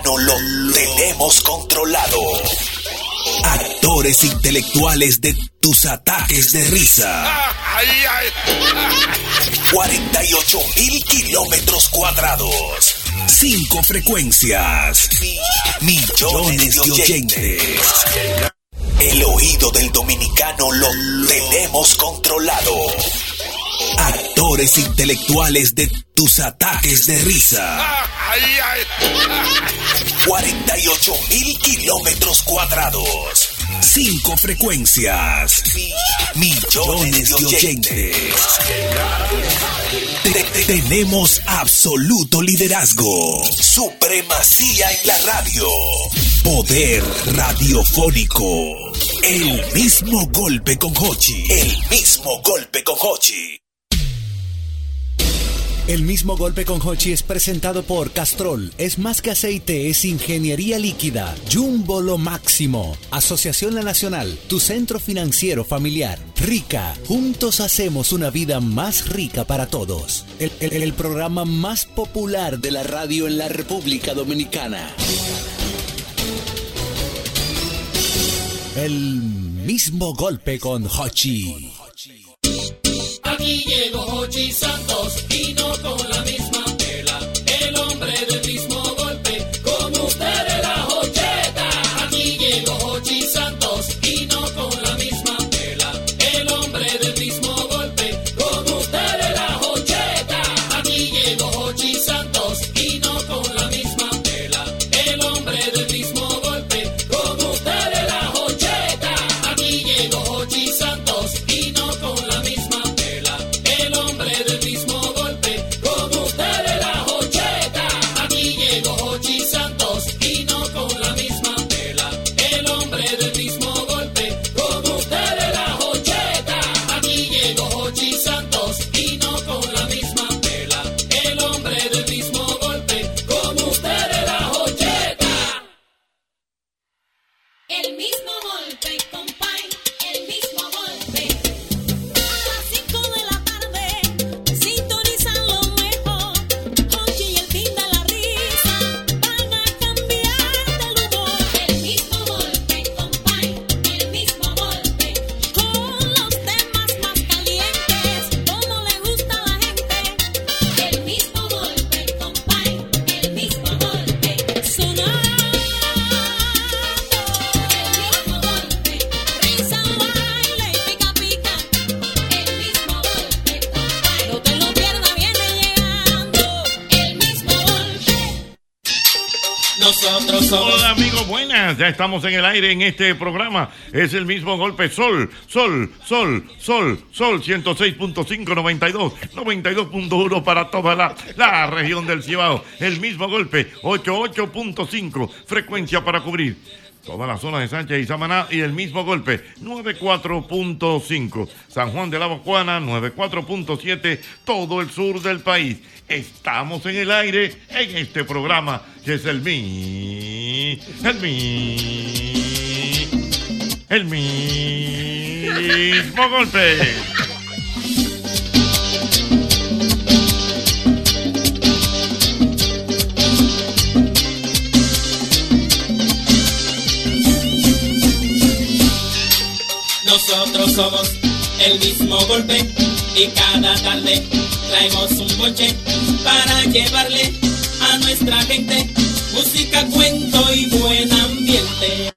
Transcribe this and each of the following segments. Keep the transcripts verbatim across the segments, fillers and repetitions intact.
dominicano lo tenemos controlado. Actores intelectuales de tus ataques de risa. cuarenta y ocho mil kilómetros cuadrados. Cinco frecuencias. Millones de oyentes. El oído del dominicano lo tenemos controlado. Actores intelectuales de tus ataques de risa. cuarenta y ocho mil kilómetros cuadrados. Cinco frecuencias. Millones de oyentes. Te- te- Tenemos absoluto liderazgo. Supremacía en la radio. Poder radiofónico. El mismo golpe con Hochi. El mismo golpe con Hochi. El mismo golpe con Hochi es presentado por Castrol. Es más que aceite, es ingeniería líquida. Jumbo lo máximo. Asociación La Nacional, tu centro financiero familiar. Rica, juntos hacemos una vida más rica para todos. El, el, el programa más popular de la radio en la República Dominicana. El mismo golpe con Hochi. Aquí llegó Hochi Santos y no con la misma tela. El hombre del mismo golpe, como ustedes la jocheta. Aquí llegó Hochi Santos y no con la misma tela. El hombre del mismo golpe, como ustedes la jocheta. Aquí llegó Hochi Santos y no con la misma tela. El hombre del mismo golpe, como ustedes la jocheta. Aquí llegó Hochi Santos y no con la misma tela. El hombre del mismo golpe, como ustedes la jocheta. Aquí llegó Hochi Santos y no con la misma tela. El hombre del mismo golpe, como ustedes la jocheta. Aquí llegó Hochi Santos y no con la misma tela. El hombre del mismo golpe, como ustedes la jocheta. El mismo golpe, compay, el mismo golpe. A las cinco de la tarde, sintonizan lo mejor. Hochi y el fin de la risa van a cambiar de humor. El mismo golpe, compay, el mismo golpe. Con los temas más calientes, como le gusta a la gente. El mismo golpe, compay, el mismo golpe. Sonando. El mismo golpe, risa, baile y pica pica. El mismo golpe, compay, no te lo pierdas, viene llegando. El mismo golpe. Nosotros somos. Hola amigos, buenas, ya estamos en el aire en este programa, es el mismo golpe, Sol, Sol, Sol, Sol, Sol, ciento seis punto cinco, noventa y dos, noventa y dos punto uno para toda la, la región del Cibao, el mismo golpe, ochenta y ocho punto cinco, frecuencia para cubrir toda la zona de Sánchez y Samaná, y el mismo golpe, noventa y cuatro punto cinco, San Juan de la Bacuana, noventa y cuatro punto siete, todo el sur del país. Estamos en el aire en este programa que es el mi, el mi, el mismo golpe. Nosotros somos el mismo golpe y cada tarde traemos un bonche para llevarle a nuestra gente música, cuento y buen ambiente.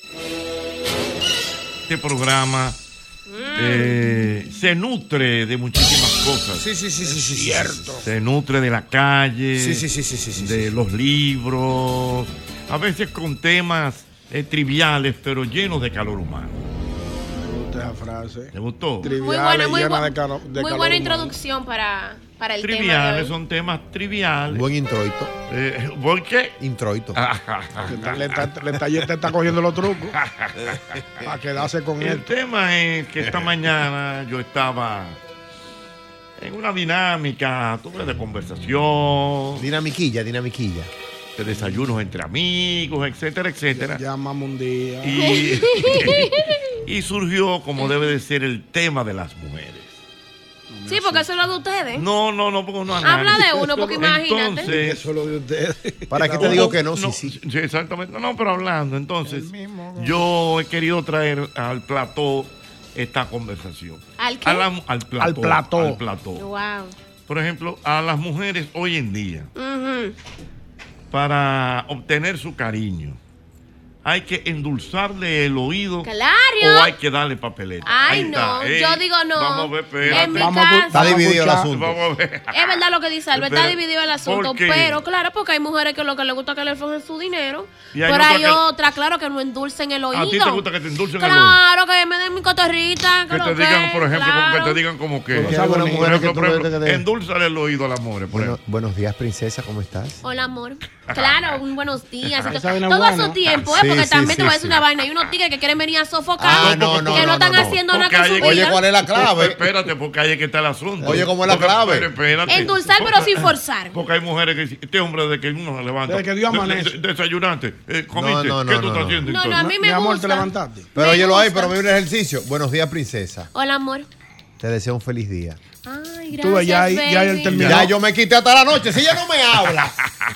Este programa eh, se nutre de muchísimas cosas. Sí, sí, sí, sí, sí, Cierto. Se nutre de la calle, Sí, sí, sí, sí, sí, sí, de sí. los libros, a veces con temas eh, triviales, pero llenos de calor humano. Me gusta esa frase. ¿Te gustó? Muy Triviales, buena, muy, llena bu- de calo- de muy calor buena humano. introducción para, para el tema de Triviales, hoy. son temas triviales. Buen introito. Eh, ¿Por qué? Introito. Que está- Le está, le está, te está cogiendo los trucos para quedarse con El él. tema es que esta mañana yo estaba en una dinámica, tuve de conversación, Dinamiquilla, dinamiquilla. de desayunos entre amigos, etcétera, etcétera. Llámame un día. Y, y surgió como debe de ser el tema de las mujeres. Sí, Sí, porque eso es lo de ustedes. No, no, no pongo no Habla de uno, porque imagínate. Entonces, Eso es lo de ustedes. ¿Para qué te digo que no? Sí, no, sí. sí, exactamente. No, no, pero hablando, entonces, yo he querido traer al plató esta conversación. ¿Al qué? A la- al plató. Al plató. Al plató. Wow. Por ejemplo, a las mujeres hoy en día, Ujú. para obtener su cariño, hay que endulzarle el oído Claro. o hay que darle papeleta. Ay, Ahí está. no, Ey, yo digo no. Vamos a ver, espérate. En mi Vamos a pu- casa. Está dividido el Vamos a asunto. Vamos a ver. Es verdad lo que dice Albert, está Espera, dividido el asunto, ¿por qué? pero claro, porque hay mujeres que lo que les gusta que le fojen su dinero, Y hay pero otras hay que- otras, claro, que no endulcen el oído. ¿A ti te gusta que te endulcen el oído? Claro, que me den mi cotorrita. Que lo te digan, que, por ejemplo, como claro. que te digan como que. Porque hay algunas por mujeres que ejemplo, tú por ves ejemplo, que te- endúlzale el oído a las mujeres, por Bueno, ejemplo. buenos días, princesa, ¿cómo estás? Hola, amor. Claro, un buenos días. y Esa todo vaina todo a buena. su tiempo, ¿eh? Sí, porque sí, también sí, te voy a decir sí. una vaina. Hay unos tigres que quieren venir a sofocar, Ah, no, no, que no, no, están no, no. haciendo nada Porque con su hay- vida. Oye, ¿cuál es la clave? Espérate, porque ahí es que está el asunto. Oye, ¿cómo es la Porque- clave? pero espérate. Endulzar, pero sin forzar. Porque hay mujeres que dicen, este hombre de que uno se levanta. Desde que Dios de- amanece. de- de- Desayunaste, eh, comiste, No, no, ¿qué no, tú no, estás no. haciendo? No, no, entonces? a mí Mi me amor, gusta. te levantaste. Pero Me oye lo hay, gusta. pero mira el ejercicio. Buenos días, princesa. Hola, amor. Te deseo un feliz día. Ay, Tú ves, gracias, ya ahí- ya él baby. terminó. Ya yo me quité hasta la noche. Si ella no me habla,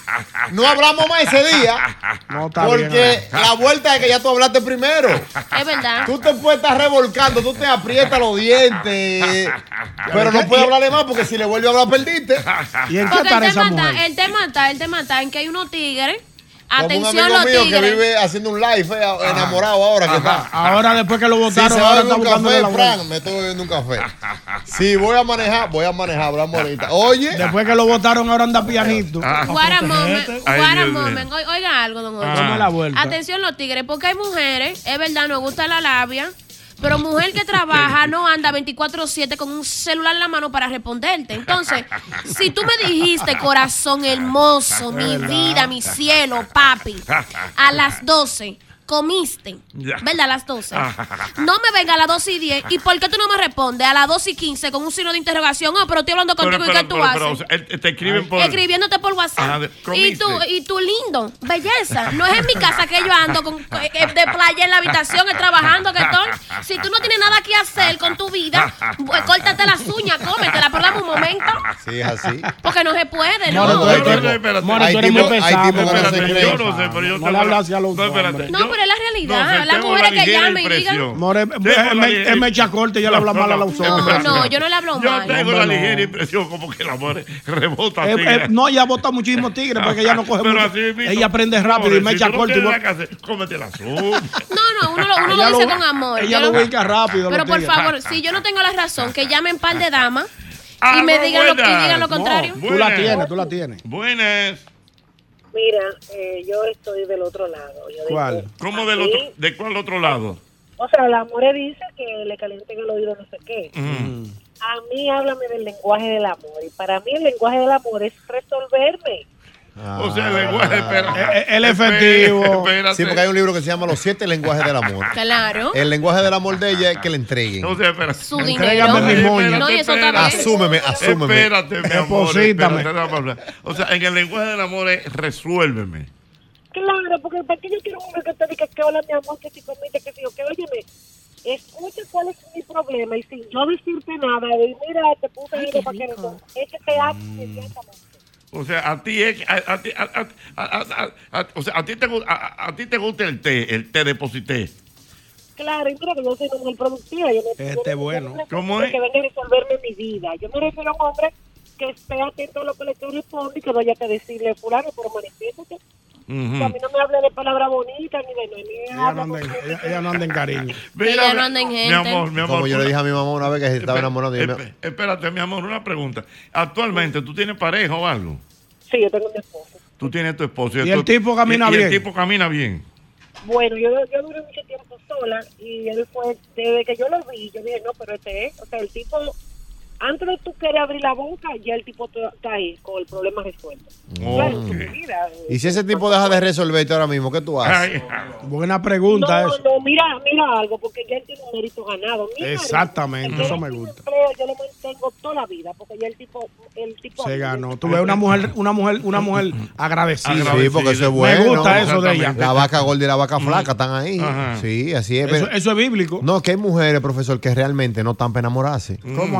no hablamos más ese día. No, está Porque bien. la vuelta es que ya tú hablaste primero. Es verdad. Tú te puedes estar revolcando, tú te aprietas los dientes. Pero no puedes hablarle más porque si le vuelve a hablar, perdiste. ¿Y en qué Porque estará el esa tema, está, mujer? el tema está, el tema está en que hay unos tigres. Como un Atención amigo los mío que tigres. vive haciendo un live, eh, enamorado ahora que está. Ahora después que lo Si votaron, se va a ahora beber está un buscando café, la vuelta. Frank, me estoy bebiendo un café. Si voy a manejar, voy a manejar, hablamos ahorita. Oye, Después que lo votaron, ahora anda pianito. What a moment, Ay, what a Dios mío. moment. Oi- Oiga algo, don Jorge. Toma la vuelta. Atención los tigres, porque hay mujeres, es verdad, nos gusta la labia, pero mujer que trabaja no anda veinticuatro siete con un celular en la mano para responderte. Entonces, si tú me dijiste, corazón hermoso, mi vida, mi cielo, papi, a las doce comiste, Ya. ¿verdad? A las doce. No me venga a las doce y diez. ¿Y por qué tú no me respondes a las doce y quince con un signo de interrogación? Ah, pero estoy hablando Pero, contigo y pero, ¿qué tú pero, pero, haces? o sea, él- te escriben por. Escribiéndote por WhatsApp. Ajá, de- y comiste. tú, y tú lindo, belleza. No es en mi casa que yo ando con, eh, de playa en la habitación, eh, trabajando, que estoy. Si tú no tienes nada que hacer con tu vida, pues córtate las uñas, cómetela, pero dame un momento. sí es así. Porque no se puede, More, ¿no? tú No, eres- no, no, espérate. More, Hay tú eres tipo- muy hay pesado. tipo que no se Espérate, cree. yo no sé, pero yo No te le voy a- hablas así a los No, espérate. hombres. No, yo- pero es la realidad. sé, Las tengo mujeres la que ligera llamen y digan- impresión. More, Tengo es, la me- ligera- es mecha corta y ya le habla mal a los No, hombres. no, yo no le hablo Yo mal. tengo Hombre, la no. ligera impresión como que el amor rebota. Eh, tigre. eh, no, ella bota muchísimos tigres porque ella no coge Pero mucho. así mismo, Ella aprende rápido y pobre, mecha si tú no corta. y tienes bo- nada que hacer, cómete las uñas. No, no, uno lo, uno Ella lo dice lo- con amor. ella Yo lo no- ubica rápido. Pero los por tigres. favor, si yo no tengo la razón, que llamen par de damas y Ah, me no, digan lo, y buenas. digan lo No, contrario. tú la Buenas. tienes, tú la tienes. Buenas. Mira, eh, yo estoy del otro lado. Yo digo, ¿Cuál? ¿Cómo a del mí, otro? ¿De cuál otro lado? O sea, la more dice que le calienten el oído no sé qué. Mm. A mí háblame del lenguaje del amor. Y para mí el lenguaje del amor es resolverme. O sea, el lenguaje, espera. Eh, eh, el efectivo. Espérate. Sí, porque hay un libro que se llama Los siete lenguajes del amor. Claro. El lenguaje del amor de ella es que le entreguen. O sea, espera. Su Entrégame dinero. mi moña. No, y eso está bien. Asúmeme, asúmeme. Espérate, mi amor. Deposítame. espérate, déjame hablar. O sea, en el lenguaje del amor es resuélveme. Claro, porque ¿para qué yo quiero un hombre que te diga que hola mi amor, que si comiste, que si yo, que óyeme, escucha cuál es mi problema y sin yo decirte nada, y mira, te puse algo para que no, es que te amo inmediatamente. O sea, a ti es a, a ti a, a, a, a- a- o sea, a ti te gu- a, a- a ti te gusta el té, el té deposité. Claro, y mira que yo soy una mujer productiva. Yo no, Este yo no- bueno. yo no ¿Cómo necesito es? que venga a resolverme mi vida. Yo me refiero a un hombre que esté atento a lo que le corresponde y que no haya que decirle fulano, pero manifiéstate. Ujú. Que a mí no me hable de palabras bonitas ni de no me Ella no, habla anda en, con- ella, ella no anda en cariño. Ella no anda en Mi gente. amor, mi amor. Como yo le dije a mi mamá una vez que se estaba Espe- enamorando. y yo me- espe- Espérate, mi amor, una pregunta. Actualmente, ¿tú tienes pareja o algo? Sí, yo tengo mi esposo. Tú tienes tu esposo. ¿Y el tú- tipo camina y- y bien? el tipo camina bien. Bueno, yo, yo duré mucho tiempo sola y él fue, desde que yo lo vi, yo dije, no, pero este es, o sea, el tipo, antes de tú querer abrir la boca, ya el tipo está está ahí con el problema resuelto. Claro, Ok. en su vida. eh, Y si ese tipo deja de resolverte ahora mismo, ¿qué tú haces? Ay, Buena pregunta No, eso. no, mira, mira algo, porque ya él tiene un mérito ganado. Mi marido, Exactamente, el que eso él me tiene gusta. empleo, yo lo mantengo toda la vida, porque ya el tipo, el tipo Se ganó. Tú ves una mujer, una mujer, una mujer agradecida. Sí, porque eso es Me bueno. gusta eso de ella. La vaca gorda y la vaca flaca están ahí. Ajá. Sí, así es. Eso, eso es bíblico. No, que hay mujeres, profesor, que realmente no están para enamorarse. ¿Cómo así? Hay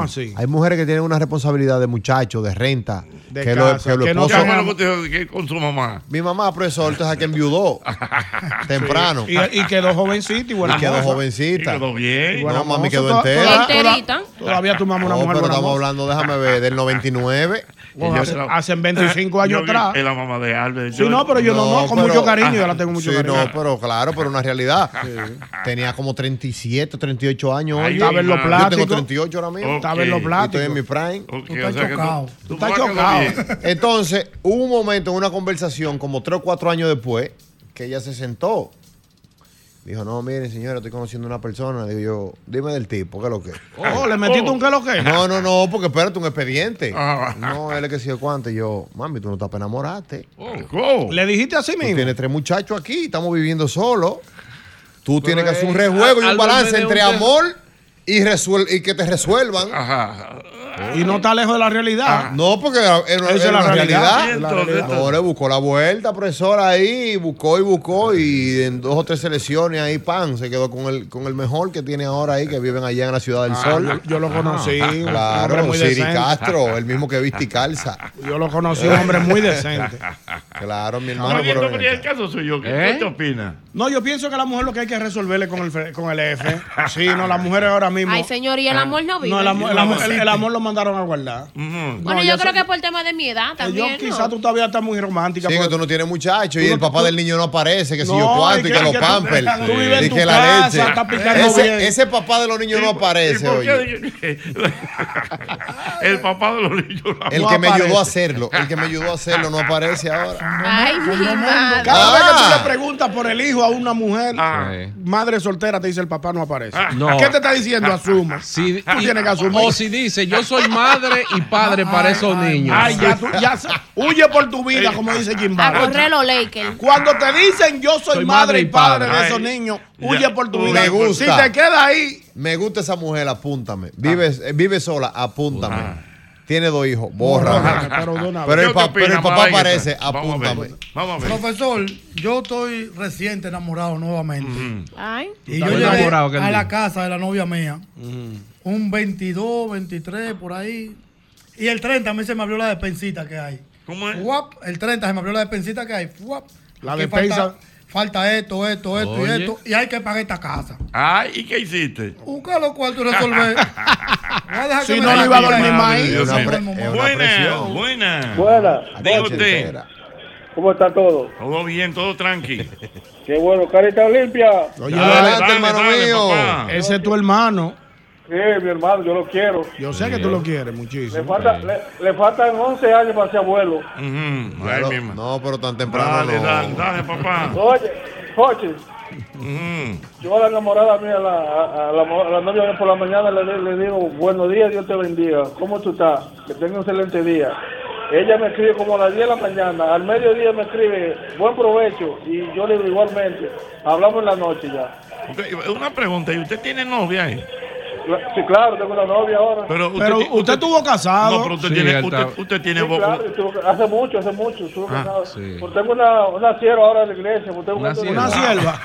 mujeres que tienen una responsabilidad de muchachos, de renta, De que, casa, lo, que, lo que no esposos- sean- ¿Cómo lo que- que con su mamá? Mi mamá, profesor, entonces a que enviudó temprano. Y, y quedó jovencita y buena Y quedó moza. Y jovencita. quedó bien. Y buena No, mami, moza. quedó Toda- entera. toda- Enterita. toda- Todavía tu mamá es una No, mujer pero buena estamos moza. hablando, déjame ver, del noventa y nueve. Bueno, Yo hace- era- hacen veinticinco años Yo vi- atrás. Es la mamá de Albert. Sí, no, pero yo no, no, con pero- mucho cariño, yo la tengo mucho Sí, cariño. no, pero claro, pero una realidad. Tenía como treinta y siete, treinta y ocho años. Ay, oye. Estaba en los Yo Yo tengo plásticos. treinta y ocho ahora mismo. Estaba en los Ok. Y estoy plásticos. en mi prime. Ok, Tú o estás sea que chocado. tú Tú estás vas a quedar chocado. bien. Entonces, hubo un momento en una conversación, como tres o cuatro años después, que ella se sentó. Dijo, no, miren, señora, estoy conociendo a una persona. Digo yo, dime del tipo, ¿qué es lo que? Oh, le metiste un que lo que. No, no, no, porque espérate, un expediente. Ah. No, él es que sí o cuánto. Y yo, mami, tú no estás para enamorarte. Oh. Le dijiste así Tú mismo. tienes tres muchachos aquí, estamos viviendo solos. Tú tienes que es- hacer un rejuego y un Albert balance me dio entre un amor y, resuel- y que te resuelvan. Ajá. Y no está lejos de la realidad. No, porque era, era- Esa es era la una realidad. realidad. Es la Entonces, realidad. No, le buscó la vuelta, profesor, ahí, buscó y buscó, y en dos o tres selecciones ahí, pan, se quedó con el, con el mejor que tiene ahora ahí, que viven allá en la Ciudad del Ah, Sol. yo, yo lo conocí. un hombre Claro, muy Siri decente. Castro, el mismo que viste y calza. Yo lo conocí, un hombre muy decente. Claro, mi hermano. Oye, pero pero ven el acá. caso soy yo. ¿Qué ¿Eh? qué te opinas? No, yo pienso que la mujer lo que hay que resolverle con el, fe- con el F. Sí, no, las mujeres ahora mismo. Ay, señor, y el amor no vive. No, el amor, el amor- el- el amor lo mandaron a guardar. Ujú. Bueno, No, yo yo creo sé- que por tema de mi edad también, Yo ¿no? quizás tú todavía estás muy romántica. Sí, que porque- tú no tienes muchachos y Tú el no- papá tú- del niño no aparece, que si No, yo cuánto y y que- que los que tú- pampers. tú vives en Y tu que la casa, leche. estás picando Ese, bien. ese papá de los niños no aparece, ¿Y por oye. qué? El papá de los niños. no- El No que me ayudó aparece. a hacerlo, el que me ayudó a hacerlo no aparece ahora. Ay, mi madre. Cada vez que Ah. tú le preguntas por el hijo a una mujer, Ah. Sí. madre soltera, te dice el papá no aparece. No. ¿Qué te está diciendo? Asuma. Si- Tú y- tienes que asumir. o si dice, yo soy madre y padre para esos niños. Ay, ya, tú, ya sa- huye por tu vida, como dice Jim A Barry. correr los Lakers. Cuando te dicen yo soy, Soy madre y padre, de Ay, esos niños, ya, huye por tu vida. me gusta. Si te quedas ahí, Me gusta esa mujer, apúntame. Vive, eh, vive sola, apúntame. Tiene dos hijos, borra. bórrame, pero de una Pero vez. el, pa- pero el papá Vamos a ver aparece, esta. Vamos a ver. apúntame. Vamos a ver. Profesor, yo estoy reciente enamorado nuevamente. Ay. Y yo Estás llegué enamorado, Candy. a la casa de la novia mía, un veintidós, veintitrés, por ahí. Y el treinta a mí se me abrió la despensita que hay. ¿Cómo es? Fuap, el treinta se me abrió la despensita que hay. Fuap. La Aquí despensa. Falta, falta esto, esto, esto Oye. y esto. Y hay que pagar esta casa. Ay, ¿y qué hiciste? Busca los cuartos y resolver. Voy a dejar Si que me no, no saquen iba a por ahí. dormir más ahí. Dios Una mío. pre- es una Buena, presión. buena. Buena. Diga Noche usted. entera. ¿Cómo está todo? Todo bien, todo tranqui. Qué bueno, carita limpia. Oye, Dale, adelante, dale, hermano dale, mío. papá. ese es tu hermano. Sí, mi hermano, yo lo quiero. Yo sé que tú lo quieres Le, muchísimo. falta, le, le faltan once años para ser abuelo. Ujú. Ay, Claro, mi ma- no, pero tan temprano Dale, no. dale, dale, papá. Oye, Jochi, Ujú. yo a la enamorada mía, a la, a, a la, a la novia por la mañana le, le digo, buenos días, Dios te bendiga. ¿Cómo tú estás? Que tenga un excelente día. Ella me escribe como a las diez de la mañana. Al mediodía me escribe, buen provecho. Y yo le digo igualmente. Hablamos en la noche ya. Usted- Una pregunta, ¿y usted tiene novia ahí? La- Sí, claro, tengo una novia ahora. Pero usted, Pero ti- usted estuvo casado. No, pero usted Sí, tiene, él usted, está- usted tiene Sí, bo- claro, estuvo- hace mucho, hace mucho. Estuve Ah, casado. sí. Porque tengo una, una sierva ahora en la iglesia. porque tengo Una un- Una sierva. sierva.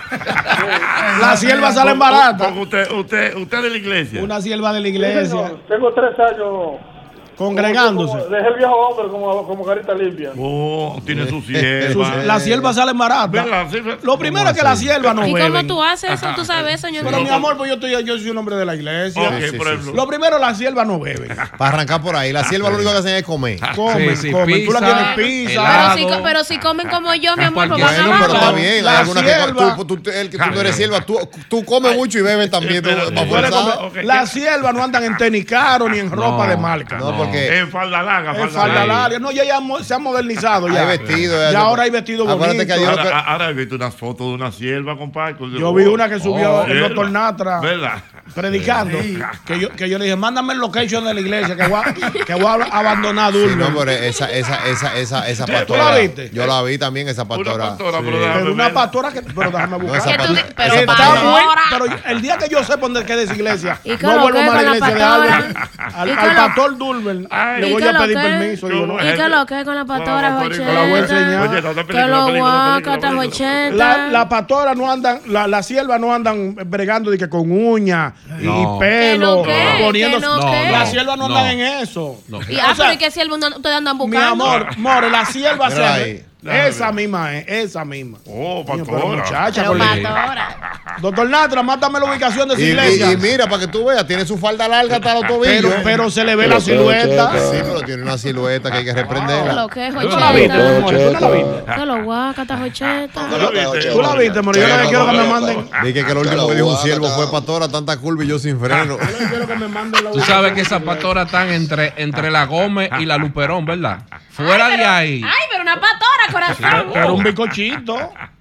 La sierva sale barata. Porque usted, usted, usted es de la iglesia. Una sierva de la Sí, iglesia. señor. Tengo tres años. Congregándose. Como- Dejé el viejo hombre como, como carita limpia. Oh, tiene su Sus- sierva. La sierva sale barata. ¿Verdad? Sí, Lo primero es que la sierva no ¿Y cómo beben. tú haces eso? ¿Tú sabes eso, señor? Pero mi amor, pues yo, estoy, yo soy un hombre de la iglesia. Ok, sí, por sí, ejemplo. Lo primero, la sierva no bebe. Para arrancar por ahí, la sierva lo único que hacen es comer. Comen, Sí, sí, comen. Tú la pizza, tienes pizza. helado. Pero si, co- pero si comen como yo, mi amor, pues van Bueno, Bueno, pero está abajo. bien. La Hay algunas que sierva. tú, tú, tú- el que tú no eres sierva, tú, tú comes mucho y bebes también. Tú, Pero- pa' Tú eres forzar. como- Ok. Las siervas no andan en tenis caro ni en ropa de marca. No, porque En falda larga, En falda falda larga. larga. No, ya, ya mo- se han modernizado. Ya. hay vestido. Ya ahora hay vestido Acuérdate que bonito. hay uno Ahora, que- ahora he visto una foto de una sierva, compadre. con- Yo vi una que subió Oh, el doctor Natra ¿Verdad? predicando. Que, yo, que yo le dije, mándame el location de la iglesia, que voy a, que voy a abandonar Sí, Dulce. no, pero esa, esa, esa, esa, esa ¿Tú la pastora. viste? Yo la vi también, esa Una pastora. pastora, Sí. pero déjame Pero una ver. pastora que. Pero déjame No, buscar. esa Que tú pa- di- pero esa Está pastora- muy, pastora. pero el día que yo sepa dónde quede esa iglesia, ¿Y qué no lo vuelvo que más a la con la iglesia de pastora? Albert. Al, ¿Y al qué lo- pastor Dulben Albert, Ay, le ¿Y voy qué a lo pedir que? permiso. Digo, no. ¿Y qué lo que es con la pastora Con la Jocheta? pastora, la voy a enseñar. Oye, no, otra Que película, lo película, guaca, película, esta película. Jocheta. La, la pastora no andan, la, la sierva no andan bregando de que con uñas No. y pelo, ¿Que no qué? poniendo. ¿Que no qué? La sierva no andan No. en eso. No. Y O ah, sea, pero ¿y qué si el mundo ustedes andan mi buscando? amor, more, la sierva se Mira arre- ahí. esa misma es, esa misma. Oh, Coño, pero pastora. muchacha, Pero por la- pastora. Doctor Natra, mátame la ubicación de esa Y, iglesia. y- y mira, para que tú veas, tiene su falda larga hasta los pero, tobillos. pero se le ve la silueta. Sí, pero tiene una silueta que hay que ¿Qué reprenderla. lo que es ¿Tú no la viste, Jocheta? amor? ¿Tú no la viste? ¿Qué lo guaca, esta Jocheta? Tú la viste, amor. Yo le quiero que me manden. Dije que lo último que dijo un siervo fue pastora, tanta curva y yo sin freno. Yo quiero que me manden la Tú sabes que esas pastoras están entre, entre la Gómez y la Luperón, ¿verdad? Fuera de ahí. Ay, pero una pastora, corazón. Pero un bicochito.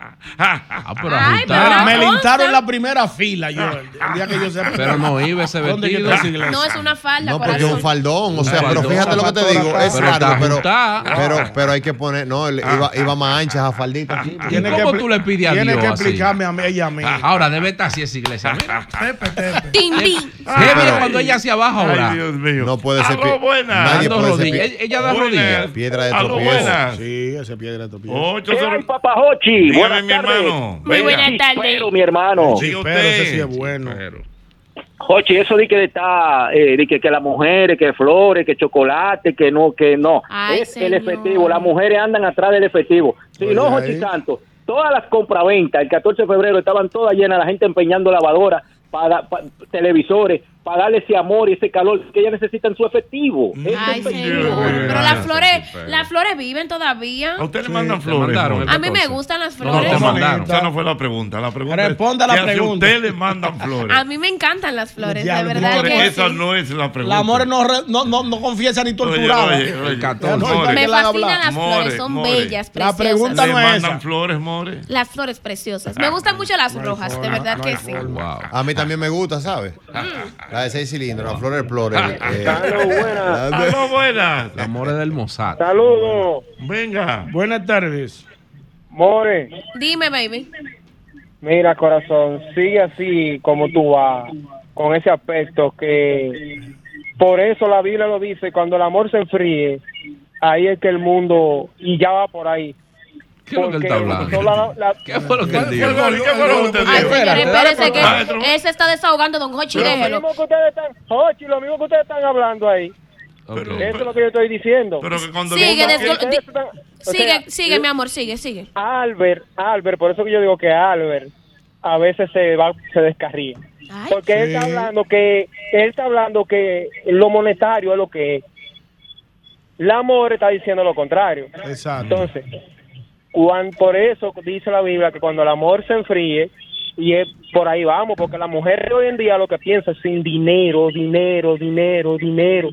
Ah, pero Ay, pero ajustada. una Me cosa. lintaron en la primera fila yo, el, el día que yo sepa. Pero no iba ese ¿Dónde que vestido. está esa iglesia? No es una falda, No, porque es un corazón. faldón, o sea, Un pero faldón. fíjate lo que te digo, es Pero está largo, pero, ajustada. pero, pero hay que poner, no, él iba, iba más ancha esa faldita. aquí. ¿Y cómo tú le pides a Tiene Dios que así? explicarme a mí, ella a mí. Ahora debe estar así esa iglesia. Mira. Tepe, tepe. Tin, tin. Sí, mira pero- cuando ella hacia abajo ahora. Ay, Dios mío. No puede ser Aló, pie- buenas. nadie Dando puede ser rodillas. pie- Ella- Ella da Buenas. rodillas. piedra de Aló, tropiezo. buenas. Sí, ese piedra de tropiezo. Ocho, ¿Qué cero- hay, papajochi? Dígame, Buenas mi tardes. hermano. Muy Venga. buenas tardes. Pero, mi hermano. Diga Pero ese sí usted. es bueno. Jochi, eso de que está, eh, de que, que las mujeres, que flores, que chocolate, que no, que no. Ay, es señor. el efectivo. Las mujeres andan atrás del efectivo. Si Oye, no, ahí. Jochi Santos, todas las compraventas, el catorce de febrero estaban todas llenas, la gente empeñando lavadoras, para, para- televisores, para darle ese amor y ese calor que ellas necesitan su efectivo. Ese Ay, efectivo. señor. Pero las Gracias, flores, pero- las flores viven todavía. A usted le Sí, mandan te flores. mandaron more. el A mí me catorce. gustan las No, no, flores. te Qué mandaron. bonita. Esa no fue la pregunta. La pregunta Responda es la que si a pregunta. usted le mandan flores. A mí me encantan las flores, Ya, de verdad More, que esa sí. no es la pregunta. La amor no, re- no, no, no confiesa ni Oye, torturada. oye, oye. El catorce. Ya no, More. Me que la han fascinan hablado. las More, flores, son more. bellas, La preciosas. pregunta ¿Le no es mandan esa. flores, More? Las flores preciosas. Me gustan mucho las rojas, de verdad que sí. Wow. A mí también me gusta, ¿sabes? La de seis cilindros, la flor del flores. eh, Aló, buenas. Aló, buenas. El amor es del Mozart. Saludos, Venga. Buenas tardes. More. Dime, baby. Mira, corazón, sigue así como tú vas, con ese aspecto que por eso la Biblia lo dice, cuando el amor se enfríe, ahí es que el mundo, y ya va por ahí. ¿Qué es lo que él está hablando? Solo la- la- ¿Qué fue lo que él dijo? ¿Qué fue lo- qué fue lo que usted Ay, dijo? señores, espérese Maestro. que él se está desahogando, don Hochi, lo déjelo. mismo que ustedes están, Jochi, lo mismo que ustedes están hablando ahí. Ok. Pero- Eso es lo que yo estoy diciendo. Pero que cuando Sigue, el hombre desglo- quiere- di- Ustedes están- o sigue, sea, sigue, mi amor, sigue, sigue. Albert, Albert, por eso que yo digo que Albert a veces se va, se descarría. Ay, Porque él está hablando que él está hablando que lo monetario es lo que es. La amor está diciendo lo contrario. Exacto. Entonces, cuan- por eso dice la Biblia que cuando el amor se enfríe, y es por ahí vamos, porque la mujer de hoy en día lo que piensa es sin dinero, dinero, dinero, dinero.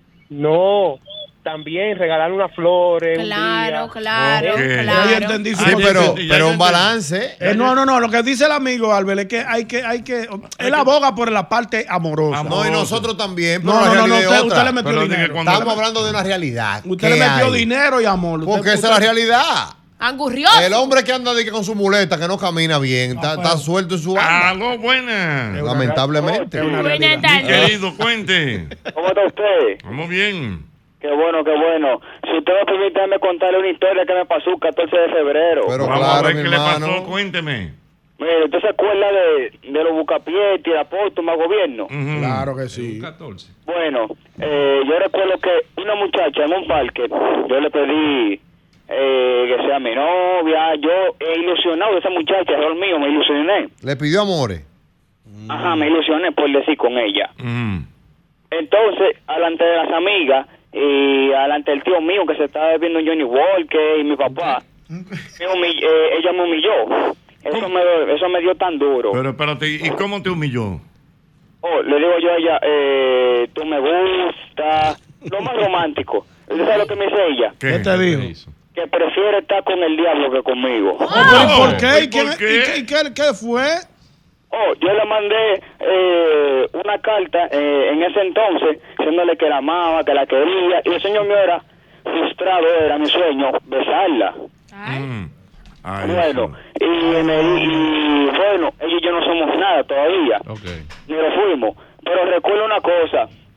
No, también regalar unas flores. un Claro, día. claro, Ok. Ya yo claro. entendí su Sí, Ay, pero, ya- ya- pero ya- un balance. Eh, no, no, no. Lo que dice el amigo Albert es que hay que, hay que, él aboga por la parte amorosa. Amor. No, y nosotros también, pero No, la no, no, no, realidad es usted, otra. usted le metió Pero dije dinero. cuando- Estamos hablando de una realidad. Usted ¿Qué le metió hay? dinero y amor. Usted- Porque esa es la usted- realidad. Angurrioso. El hombre que anda de que con su muleta, que no camina bien, está, está suelto en su banda. Aló, buenas. Lamentablemente. Es una Buenas realidad. Mi tardes. querido, cuente. ¿Cómo está usted? Vamos bien. Qué bueno, qué bueno. Si usted me permite, déjame contarle una historia que me pasó el catorce de febrero. Pero Vamos claro, a ver mi qué le hermano. pasó. Cuénteme. Mire, ¿usted se acuerda de, de los bucapiés y el apóstol gobierno? Ujú. Claro que sí. catorce. Bueno, eh, yo recuerdo que una muchacha en un parque, yo le pedí eh, que sea mi novia. Yo he ilusionado de esa muchacha, error mío, me ilusioné. Le pidió amores. Ajá, me ilusioné por decir con ella. Ujú. Entonces, alante de las amigas y alante del tío mío que se estaba bebiendo un Johnny Walker y mi papá, me humill- eh, ella me humilló. Eso me, eso me dio tan duro. Pero espérate, ¿y cómo te humilló? Oh, le digo yo a ella, eh, tú me gustas, lo más romántico. ¿Usted sabe lo que me dice ella? ¿Qué te dijo? Que prefiere estar con el diablo que conmigo. Oh, pero ¿y por qué? ¿Y ¿Y quién- por y qué? qué- y qué- qué fue? Oh, yo le mandé eh, una carta eh, en ese entonces, diciéndole que la amaba, que la quería, y el sueño mío era frustrado, era mi sueño, besarla. Mm. Ay, Bueno, y, me, y bueno, ella y yo no somos nada todavía, Ok. ni lo fuimos, pero recuerdo una cosa,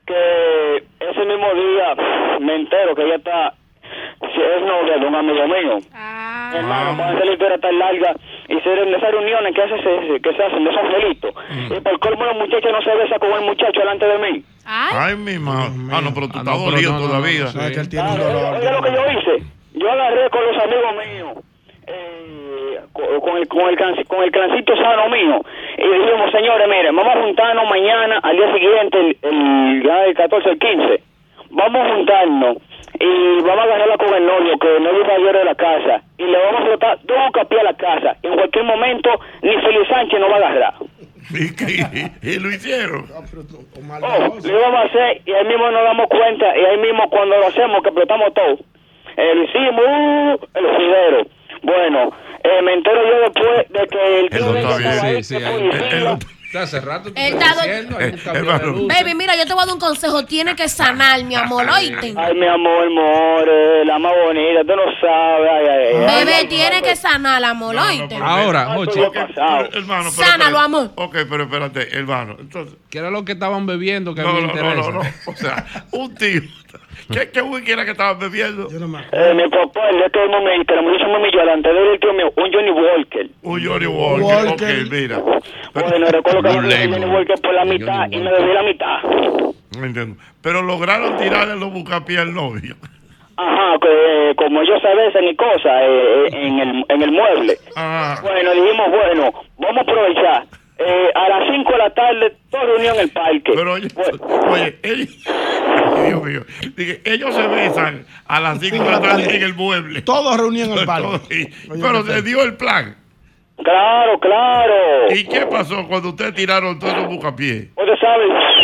que ese mismo día me entero que ella está, si es novia de un amigo mío. Ah. Hermano, cuando esa historia tan larga, hicieron esas reuniones que, hace, que se hacen de esos angelitos. Mm. Y por colmo la muchacha no se besa con el muchacho delante de mí. Ay, mi madre. Ah, no, pero tú Ah, estás no, pero dolido no, no, todavía. no, no, sí. que él tiene Ah, un dolor. oiga lo que yo hice. Yo agarré con los amigos míos, eh, con, con el, con, el, clan- con el clancito sano mío, y dijimos, señores, miren, vamos a juntarnos mañana, al día siguiente, el, el, ya el catorce, el quince. Vamos a juntarnos y vamos a agarrarla con el novio, que el novio mayor de la casa, y le vamos a botar dos capié a la casa. En cualquier momento, ni Feliz Sánchez nos va a agarrar. ¿Y, qué? ¿Y lo hicieron? Oh, lo íbamos a hacer y ahí mismo nos damos cuenta, y ahí mismo cuando lo hacemos, que explotamos todo. Eh, lo hicimos, uh, el juidero. Bueno, eh, me entero yo después de que el tío de ella estaba ahí, Sí, sí, que fue él- policía. Hace rato Él está diciendo, Eh, hay un cambio de luz. Baby, mira, yo te voy a dar un consejo. Tiene que sanar, mi amor, oíste. Ay, mi amor, more, la más bonita, tú no sabes. Ay, ay, ay, Bebé, ay, tiene ay, que sanar, amor, oíste. Ahora, Jochi, Ok, pero, hermano, pero, Sánalo, pero- amor. Ok, pero espérate, hermano. Entonces, ¿qué era lo que estaban bebiendo que a no, mí me no, no, interesa? no, no. O sea, un tío. ¿Qué, qué whisky era que estaban bebiendo? Eh, mi papá, el día que me me la muchacha me humilló delante de él, el tío mío, un Johnny Walker. Un Johnny Walker. Walker. Ok, mira. Bueno, recuerdo que Blue me Label. Johnny Walker por la mitad y me bebí la mitad. No entiendo. Pero lograron tirarle los bucapiés al novio. Ajá, que eh, como ellos se besan y cosas eh, eh, en, el, en el mueble. Ajá. Bueno, dijimos, bueno, vamos a aprovechar. Eh, a las cinco de la tarde, toda reunión en el parque. Pero oye, oye, ellos, Dios mío, dije, ellos se besan a las cinco de la tarde en el mueble. Todos reunidos en el Todo, parque. y- Pero se dio el plan. Claro, claro. ¿Y qué pasó cuando ustedes tiraron todos los bucapiés? Usted sabe.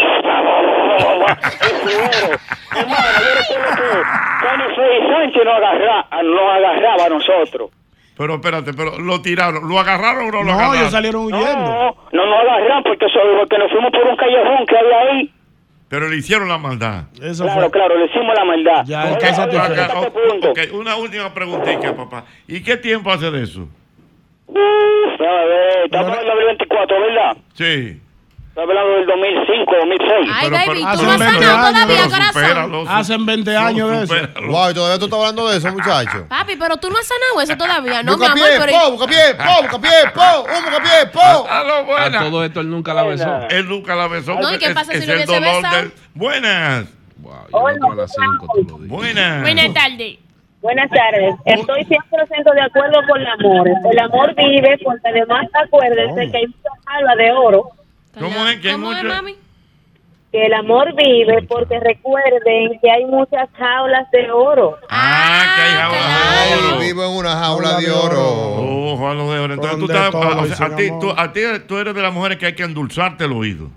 Hermano, yo recuerdo que cuando Félix Sánchez nos agarraba, nos agarraba a nosotros. Pero espérate, pero lo tiraron, ¿lo agarraron o no lo No, agarraron? ellos salieron huyendo. No, no nos agarraron porque, so- porque nos fuimos por un callejón que había ahí. Pero le hicieron la maldad. Eso Claro, fue. claro, le hicimos la maldad. Ya, él Oiga, está oiga, satisfecho. hasta Acá, este punto. ok, una última preguntita, papá. ¿Y qué tiempo hace de eso? Uf, a ver, estamos en el dos mil veinticuatro, ¿verdad? Sí. Estamos hablando del dos mil cinco, dos mil seis. Ay, Pero- baby, pero- tú hace no has veinte sanado años, todavía, Pero corazón. supéralo, su- Hacen veinte años de eso. supéralo. Wow, ¿y todavía tú estás hablando de eso, muchacho? Papi, pero tú no has sanado eso todavía. No, mi Busca amor, pie, pero... po, busca pie, po, busca pie, po, un busca pie, po. Aló, A buenas. todo esto él nunca la besó. Él nunca la besó. No, ¿y qué es- pasa si es lo el hubiese dolor besado? del- Buenas. Wow, yo entro a las cinco todos los días. Buenas. Buenas tardes. Buenas tardes. Estoy cien por ciento de acuerdo con el amor. El amor vive porque además acuérdense que hay muchas jaula de oro. ¿Cómo es que hay ¿Cómo es, mucho? mami? Que el amor vive porque recuerden que hay muchas jaulas de oro. Ah, que hay jaula de Él oro. vive en una jaula Jaula de de oro. Oh, jaula de oro. Entonces tú Donde estás, todo a, o y sea, a sin ti, amor. tú, a ti tú eres de las mujeres que hay que endulzarte el oído.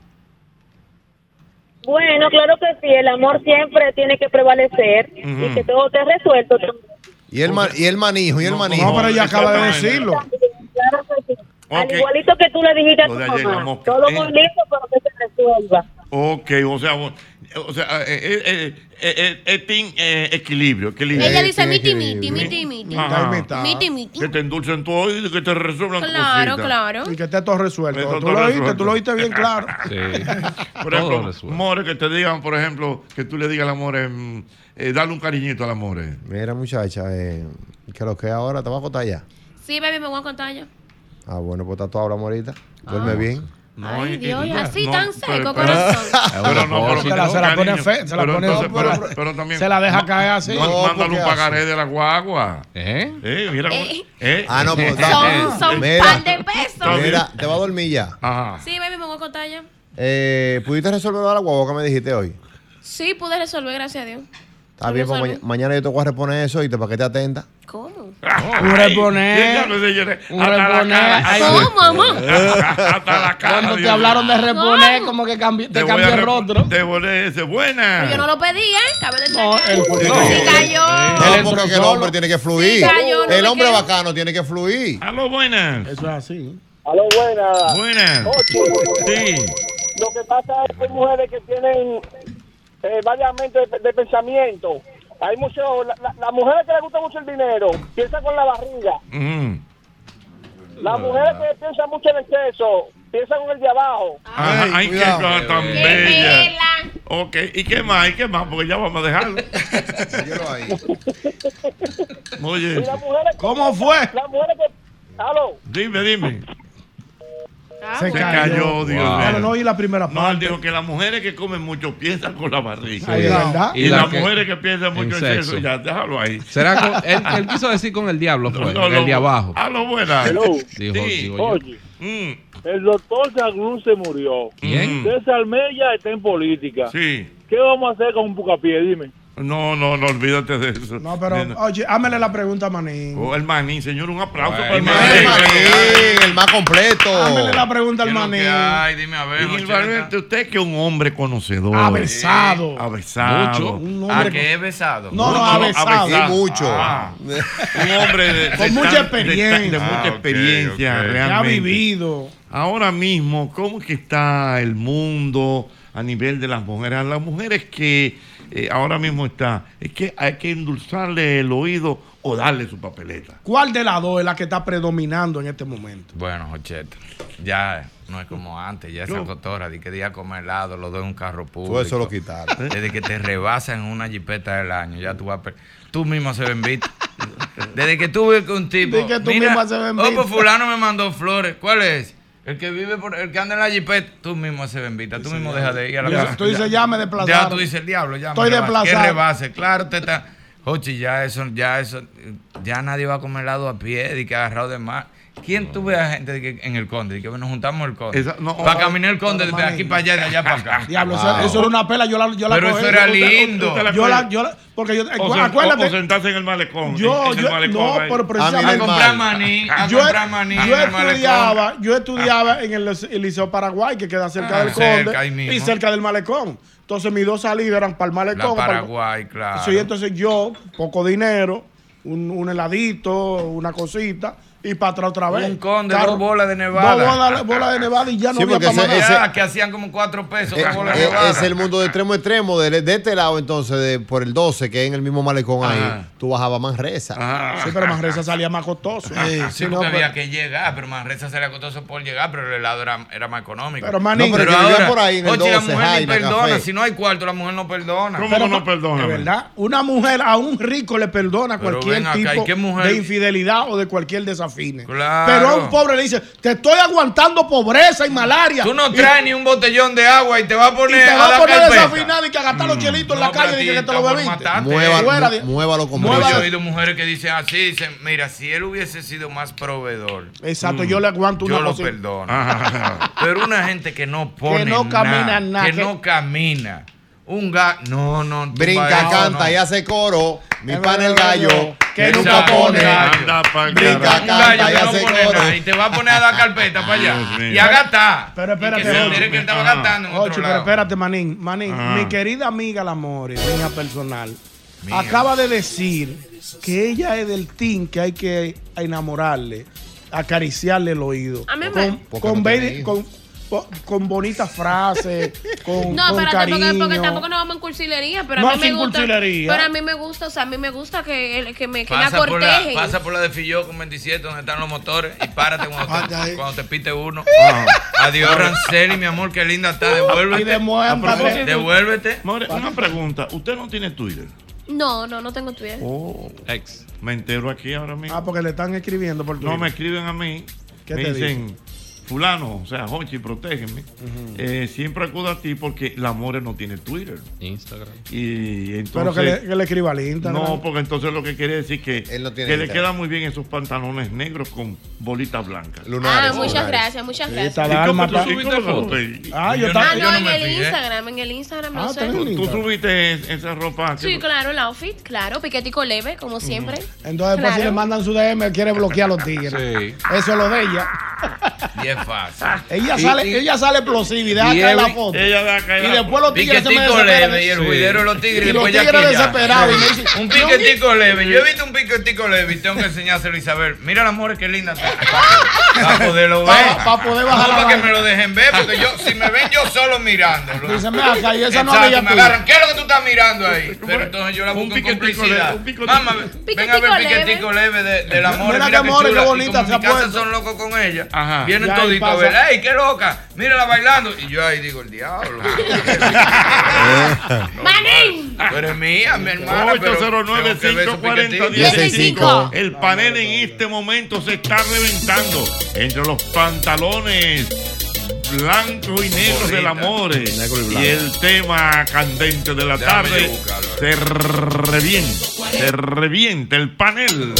Bueno, claro que sí, el amor siempre tiene que prevalecer Ujú. y que todo esté resuelto. Y el, ma- y el manijo, y el No, manijo. No, pero ella acaba de Exactamente. decirlo. Claro que sí. Al Ok. igualito que tú le dijiste a Lo tu de ayer, la mamá, mosca. todo Eh. muy lindo, pero que se resuelva. Ok, o sea, vos- o sea, eh, eh, eh, eh, eh, eh, team, eh, equilibrio, equilibrio. Ella dice tiene miti, que miti, vivir. miti, miti. Ajá. Mitad y mitad. Miti, miti. Que te endulcen tu oído y que te resuelvan Claro, cositas. claro. Y que esté todo resuelto. Eso Tú todo lo oíste, resuelto. tú lo oíste bien claro. Sí. Por Todo ejemplo, resuelto. more, que te digan, por ejemplo, que tú le digas al amor, mm, eh, dale un cariñito al amor. eh. Mira, muchacha, eh, que lo que ahora te va a acostar ya. Sí, baby, me voy a contar ya. Ah, bueno, pues está todo ahora, morita. Duerme bien. No, Ay, y- Dios, y- así no, tan pero- seco, pero- corazón. Pero no, pero Se la, se la pone cariño, fe, se la pero pone entonces, pero, pero- pero también se la deja caer así. má- No, mándale porque un pagaré de la guagua. ¿Eh? Eh, mira, Eh. eh. Ah, no, pues Son, son un Mira. par de pesos. Mira, te va a dormir ya. Ajá. Sí, baby, me voy a contar ya. Eh, ¿Pudiste resolver lo de la guagua que me dijiste hoy? Sí, pude resolver, gracias a Dios. Está bien, pues resolví. maña- mañana yo te voy a reponer eso y te para que te atenta. ¿Cómo? Un reponer. Un reponer. Ay, ¿Cómo, mamá? Hasta la cara. Cuando te Dios hablaron de mío. reponer, como que cambi- te Te voy cambió a el rep- rostro. Te volé ese. Buena. Pero yo no lo pedí, ¿eh? Cabe de No, él fue Sí solo. cayó. No, Él porque entró el solo. hombre tiene que fluir. Sí, cayó, no el me hombre quedo. bacano tiene que fluir. Aló, buenas. Eso es así. Aló, buena. Buenas. Ocho. Sí. Lo que pasa es que hay mujeres que tienen eh, varias mentes de, de pensamiento. Hay muchos, la, la, las mujeres que les gusta mucho el dinero, piensan con la barriga. Ujú. Las mujeres que piensan mucho en exceso, piensan con el de abajo. Ajá, Ay, ay, qué cuidado. cosa tan ¡Qué bella. bella! Ok, ¿y qué más? ¿Y qué más? Porque ya vamos a dejarlo. Oye, ¿Cómo fue? Las mujeres que... Aló. dime, dime. Se, Se cayó, cayó, Dios Wow. mío. Bueno, no oí la primera No, él parte. dijo que las mujeres que comen mucho piensan con la barriga. Ay, ¿de verdad? Y, Y las la que- mujeres que piensan mucho en en sexo, sexo. ya, déjalo ahí. ¿Será con, él, él quiso decir con el diablo, fue, No, no, el de abajo. A lo buena. Hello. Dijo, Sí. digo yo. Oye, Mm, el doctor Saglún se murió. ¿Quién? César Mella está en política. sí. ¿Qué vamos a hacer con un pucapié? Dime. No, no, no, olvídate de eso. No, pero, Nena. oye, hámele la pregunta a Manín. Oh, el manín, señor, un aplauso Bueno, para el El manín. Manín, el más completo. Hámele la pregunta al ¿Qué es lo Manín. que hay? Dime a ver, Y Jocheta. Gilberto, usted que es un hombre conocedor. Avesado. Avesado. Mucho. Un ¿A hombre qué he besado? No, no, Mucho, avesado. Y mucho. Ah, un hombre de, Con de mucha tan- experiencia. De, de mucha Ah, ok, experiencia, ok. que ha realmente. vivido. Ahora mismo, ¿cómo que está el mundo a nivel de las mujeres? A las mujeres que eh, ahora mismo está, es que hay que endulzarle el oído o darle su papeleta. ¿Cuál de las dos es la que está predominando en este momento? Bueno, Jocheta, ya no es como antes, ya esa No. cotorra de que día comer helado, lo doy en un carro público. Tú eso lo quitaron. Desde que te rebasan en una jipeta del año, ya tú vas a per- tú mismo se bendito. Desde que tú ves que un tipo. De que tú mira, mismo se oh, bendito. pues fulano me mandó flores. ¿Cuál es? El que vive por, el que anda en la jipeta, tú mismo se bendita, tú mismo dejas de ir a la Ya, casa. tú dices, ya me desplazaron. Ya tú dices el diablo, ya Estoy me rebase. desplazado. ¿Qué rebase? Claro, te está. Jochi, ya eso, ya eso, ya nadie va a comer helado a pie, de que agarrado de mar. ¿Quién tú ves a gente de que, en el Conde? De que nos juntamos el Conde. Esa- no, para oh, caminar el Conde pero, de aquí manín. para allá, de allá para acá. Diablo, eso- Wow. eso, era una pela, yo la, yo la Pero cogí. eso era Usted- lindo. usted la Yo coge. la, yo la, porque yo, O, sen- o- acuérdate, o sentarse en el malecón. yo, en, en el yo, malecón no, ahí. pero A mí A precisamente, comprar maní, a yo, comprar maní. yo en el malecón. estudiaba, yo estudiaba en el, el Liceo Paraguay, que queda cerca Ah, del cerca, Conde, ahí mismo. y cerca del malecón. Entonces mis dos salidas eran para el La malecón. para el- Paraguay, claro. Sí, entonces yo, poco dinero, un, un heladito, una cosita, y para atrás otra vez. Un Conde, Carro- dos bolas de nevada. Dos bolas, bolas de nevada y ya no Sí, había porque para ese- más. Ya, que hacían como cuatro pesos. Eh, una bola de eh, nevada. es el mundo de extremo a extremo. De, de este lado, entonces, de, por el doce, que es en el mismo malecón ahí, Ajá. tú bajabas Manresa. Ah. Sí, pero Manresa salía más costoso. Sí, Sí, porque no, había pero- que llegar, pero Manresa se le costoso por llegar, pero el helado era, era más económico. Pero, manín, No, pero Pero que vivía ahora, por ahí en el oye, la doce, mujer Jaina, ni perdona. café. Si no hay cuarto, la mujer no perdona. ¿Cómo Pero no no, perdona? de verdad, una mujer a un rico le perdona Pero cualquier ven acá, ¿y tipo qué mujer? de infidelidad o de cualquier desafine. Claro. Pero a un pobre le dice, te estoy aguantando pobreza y malaria. Tú no Y- traes ni un botellón de agua y te vas a y poner te a va a dar poner carpeta. desafinado y que a gastar los chelitos en No, la calle pero y que, a ti que te lo está por bebiste. matarte. Mueva- Fuera mu- de- muévalo con Yo mueva- he brillo. oído mujeres que dicen así, dicen, mira, si él hubiese sido más proveedor, Exacto, yo le aguanto yo una lo cosita. perdono. Ah. Pero una gente que no pone Que no camina nada, que, que- no camina, un gato, no, no. tú Brinca, para eso canta no. y hace coro. Mi Es pan el verdad, gallo. que Que nunca nunca pone. pone. Anda pa'l Brinca, carajo. Un canta gallo y que no hace pone coro. nada y te va a poner a dar carpeta para allá Dios mío. y a gastar. Pero espérate, y que se Jorge. entere que él estaba Ajá. gastando en Ocho, otro pero lado. espérate, Manín. Manín, Ah. mi querida amiga La More, mía personal, Mía. acaba de decir que ella es del team que hay que enamorarle, acariciarle el oído. A mí me- con, Porque con, no baby- tiene con, con- con bonitas frases, con, No, con espérate, cariño. porque, porque tampoco nos vamos en cursilería, pero No, a mí me sin gusta. cursilería. Pero a mí me gusta, o sea, a mí me gusta que, el- que me, que me Pasa por, la, acortejen. pasa por la de Filló con veintisiete donde están los motores y párate cuando Párate te, ahí. cuando te pite uno. Ah. Adiós, Ranceli, mi amor, qué linda está. Devuélvete. Y demuéstrate. Devuélvete. More, una pregunta. ¿Usted no tiene Twitter? No, no, no tengo Twitter. Oh, Ex. me entero aquí ahora mismo. Ah, porque le están escribiendo por Twitter. No, me escriben a mí. ¿Qué me te dicen, fulano, o sea, Jochi, protégeme. Eh, siempre acudo a ti porque la More no tiene Twitter. Instagram. Y Pero entonces... que le, que le escriba al Instagram. No, porque entonces lo que quiere decir que, Él no tiene que le Instagram. quedan muy bien esos pantalones negros con bolitas blancas. Lunares. Ah, muchas lunares. gracias, muchas gracias. Esta ¿Y cómo dálmata. tú subiste foto? ¿Y- Ah, yo Yo no- estaba. Ah, no, yo no en me el fijé. Instagram, en el Instagram, Ah, no sé. tenés el ¿Tú Instagram. subiste es- esa ropa? que- Sí, claro, el outfit, claro, piquetico leve, como siempre. Entonces, después si Claro. le mandan su D M, quiere bloquear a los tigres. Sí. Eso es lo de ella. Y es fácil. Ella Y- sale, y- ella sale explosiva y deja y caer la every- foto. Ella da caer Y la- después los tigres se me Piquetico desesperan. leve y el Sí. juidero de los tigres. Y los después ya tigres aquí ya. desesperados. y me dicen, Un "No, piquetico leve. Yo he visto un piquetico leve y tengo que enseñárselo a Isabel. Mira la more que linda está. Para poderlo ver. Para, para poder bajar no, la para que vaina. me lo dejen ver, porque yo, si me ven yo solo mirándolo. Dicen, "Ven acá, y esa no Exacto, había me tuya". agarran. ¿Qué es lo que tú estás mirando ahí? Pero entonces yo la busco en complicidad. Mamá, ven a ver el piquetico leve de, del amor. Mira Mira qué qué amor, qué chula. Y bonita como se en ha mi casa puesto. son locos con ella. Ajá. Vienen Y ahí toditos a pasa. ver. ¡Ey, qué loca! Mírala bailando. Y yo ahí digo, el diablo. ¡Manín! Tú eres mía, mi hermana. ocho cero nueve, cinco cuatro cero, uno cero cinco. El panel en este momento se está reventando entre los pantalones blancos y negros del amor y el tema candente de la Déjame tarde buscarlo. se revienta, se revienta el panel.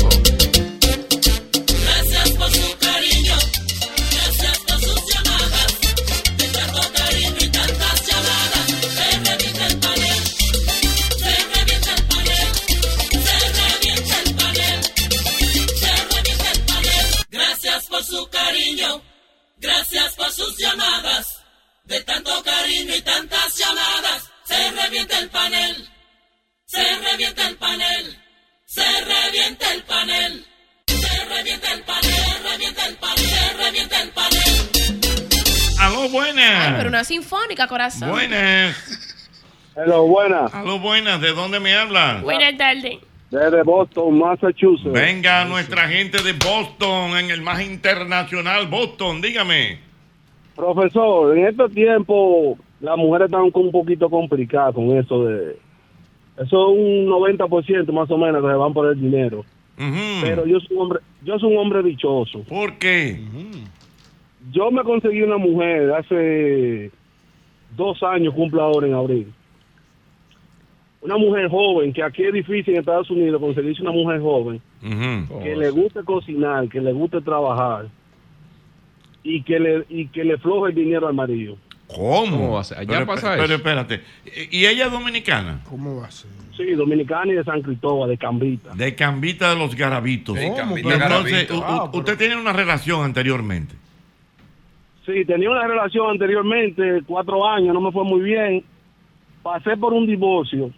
Gracias por su cariño, gracias por sus llamadas, de tanto cariño y tantas llamadas, se revienta el panel, se revienta el panel, se revienta el panel, se revienta el panel. Gracias por su cariño, gracias por sus llamadas, de tanto cariño y tantas llamadas, se revienta el panel, se revienta el panel, se revienta el panel. Se revienta el panel, revienta el panel, se revienta el panel. Aló, Ay, buenas. pero una sinfónica, corazón. Buenas. Hello, buenas. Aló, buenas. ¿De dónde me hablan? Buenas tardes. Desde Boston, Massachusetts. Venga nuestra gente de Boston, en el más internacional Boston, dígame. Profesor, en estos tiempos las mujeres están un poquito complicadas con eso de... Eso es un noventa por ciento más o menos que se van por el dinero. Ujú. Pero yo soy un hombre, yo soy un hombre dichoso. ¿Por qué? Yo me conseguí una mujer hace dos años, cumple ahora en abril. Una mujer joven, que aquí es difícil en Estados Unidos conseguirse una mujer joven, Ujú. que le guste cocinar, que le guste trabajar y que le y que le floje el dinero al marido. ¿Cómo? ¿Cómo va a ser? Allá pero, pasa pero eso. espérate. ¿Y y ella es dominicana? ¿Cómo va a ser? Sí, dominicana y de San Cristóbal, de Cambita. De Cambita de los Garabitos. Sí, ¿Cómo? Cambita Y entonces, Garabito. u- u- Ah, pero- usted tiene una relación anteriormente. Sí, tenía una relación anteriormente, cuatro años, no me fue muy bien. Pasé por un divorcio.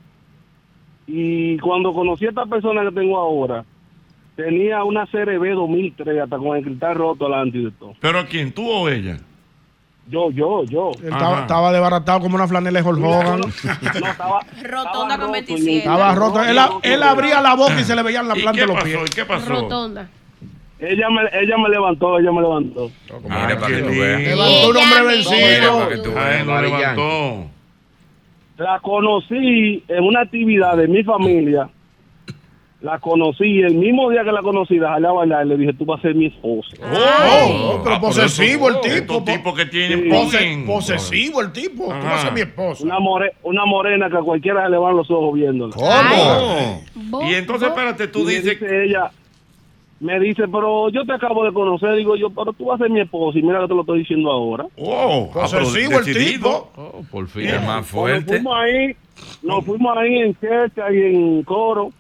Y cuando conocí a esta persona que tengo ahora, tenía una C R B dos mil tres, hasta con el cristal roto delante y de todo. ¿Pero quién, tú o ella? Yo, yo, yo. Él Ajá. estaba, estaba desbaratado como una flanela de Hulk Hogan. No, estaba, Rotonda estaba con roto, veintisiete. Estaba roto. Él, él abría la boca y se le veían la ¿Y planta qué de los pasó? pies. ¿Y qué pasó? Rotonda. Ella me, ella me levantó, ella me levantó. Mira, Ay, para qué que tú veas. lindo. Levantó un hombre Ella me vencido. Mira, para que tú Ay, veas. lo Mari levantó. La conocí en una actividad de mi familia. La conocí, el mismo día que la conocí, la jalé a bailar, le dije, tú vas a ser mi esposa. Oh, pero Ah, por posesivo eso, el tipo. Estos tipos que tienen Sí. Pose- ponen. posesivo el tipo. Tú vas a ser mi esposa. Una, more, una morena que a cualquiera le van los ojos viéndola. ¿Cómo? Bo- Y entonces, bo- espérate, tú me dices... dice ella, me dice, pero yo te acabo de conocer, digo yo, pero tú vas a ser mi esposa y mira que te lo estoy diciendo ahora. Oh, ah, pero Posesivo el decidido. tipo. Oh, por fin. El más Nos fuerte. fuimos ahí, nos fuimos ahí en Checha y en Coro.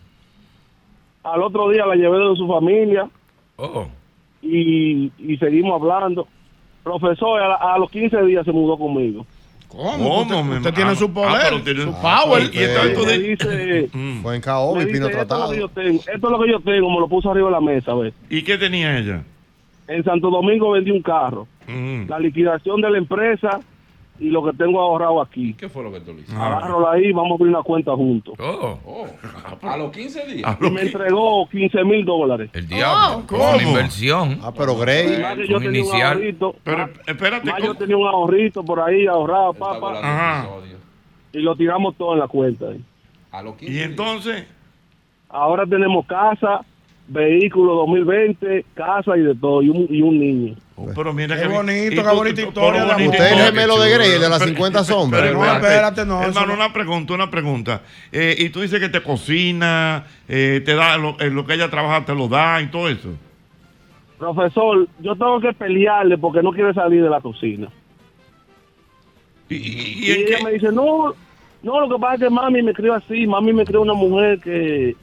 Al otro día la llevé de su familia Oh. y, y seguimos hablando. Profesor, a, a los quince días se mudó conmigo. ¿Cómo? ¿Cómo, Usted, mi usted hermano? tiene su Ah, poder, pero tiene- su power. Y entonces tú me di- dice, Mm. Fue en Caoba me y dice, Pino esto, es lo Tratado. que yo tengo, esto es lo que yo tengo, me lo puso arriba de la mesa, ¿ves? ¿Y qué tenía ella? En Santo Domingo vendí un carro. Mm. La liquidación de la empresa y lo que tengo ahorrado aquí. ¿Qué fue lo que tú le hiciste? Ah. Agárralo ahí, vamos a abrir una cuenta juntos. Oh. Oh, a los quince días. Ah, Y me entregó quince mil dólares. El diablo. Oh. Con una inversión. Ah, pero Grey. Más que yo un tenía un inicial. ahorrito. Pero más- espérate, más yo ¿cómo? tenía un ahorrito por ahí ahorrado, Está papá. volando Ajá. el episodio. Y lo tiramos todo en la cuenta. ahí. A los quince Y días. entonces, Ahora tenemos casa, vehículo dos mil veinte, casa y de todo, y un, y un niño. oh, pero mira Qué que bonito, y qué tú- bonita tú- historia pero de bonita amor. Usted es el historia, gemelo qué de chulo. Grey, el de las Pero- cincuenta sombras. pero No, espérate, no, eso Hermano, no. una pregunta, una pregunta. Eh, y tú dices que te cocina, eh, te da lo, eh, lo que ella trabaja, te lo da y todo eso. Profesor, yo tengo que pelearle porque no quiere salir de la cocina. Y, y- Y, y en ella qué- me dice, no, no, lo que pasa es que mami me crió así, mami me crió una mujer que, que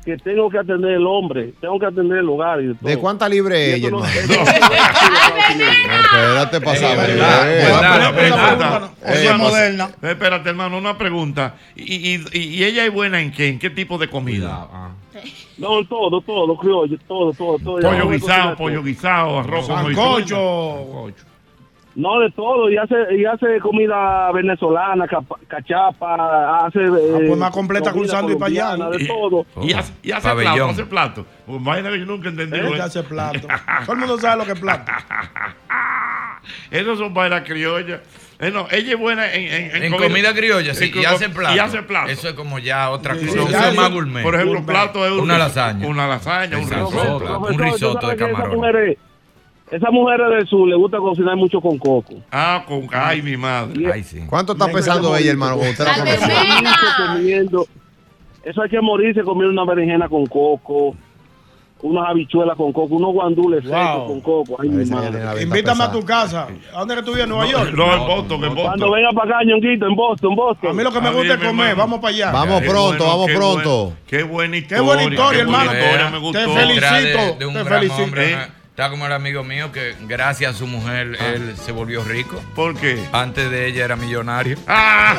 que tengo que atender el hombre, tengo que atender el hogar y todo. ¿De cuánta libre Y ella, eso no- hermano? eso- Espérate, pasaba. Eh, Eh, una eh, pregunta. eh, Hermano, moderna. Espérate, hermano, una pregunta. ¿Y, y, y- y ella es buena en qué? ¿En qué tipo de comida? No, todo, todo, criollo, todo, todo, todo. Ya Pollo no me guisado, cocina pollo todo. guisado, arroz con Sancocho. No, de todo, y hace, y hace comida venezolana, capa- cachapa, hace... eh, pues más completa comida cruzando y para allá. colombiana, de Y- todo. Y hace, y hace Pabellón. plato, hace plato. Pues vaina que yo nunca entendí. Él que hace plato. Todo el mundo sabe lo que es plato. Esos son vainas criollas. Eh, no, ella es buena en, en, En comida criolla, sí, en y co- hace plato. Y hace plato. Eso es como ya otra Sí, cosa. sí, Eso ya es más eso- gourmet. Por ejemplo, Gourmet. plato es un- una lasaña. Una lasaña, un Exacto. risotto. Un Profesor, risotto ¿tú de sabes que camarón. Esas mujeres, esas mujeres del sur les gusta cocinar mucho con coco. Ah, con... Ay, mi madre. Ay, sí. ¿Cuánto está pesando ella, hermano? Cuando usted la conoció? Comiendo, eso hay que morirse comiendo una berenjena con coco, unas habichuelas con coco, unos guandules Wow. secos con coco. Ay, mi madre. Invítame a tu casa. ¿A dónde que tú vives? ¿En Nueva No, York? no, en Boston, en Cuando Boston. venga para acá, Ñonguito, en Boston, Boston. A mí lo que me Ah, gusta bien, es mi comer. hermano. Vamos para allá. Vamos Qué pronto, bueno, vamos qué pronto. buen- Qué buena historia. Qué buena historia, qué buena hermano. historia, me Te gustó. felicito. Detrás de, de un te gran felicito. hombre. ¿Eh? Está como el amigo mío que gracias a su mujer él se volvió rico. ¿Por qué? Antes de ella era millonario. Ah.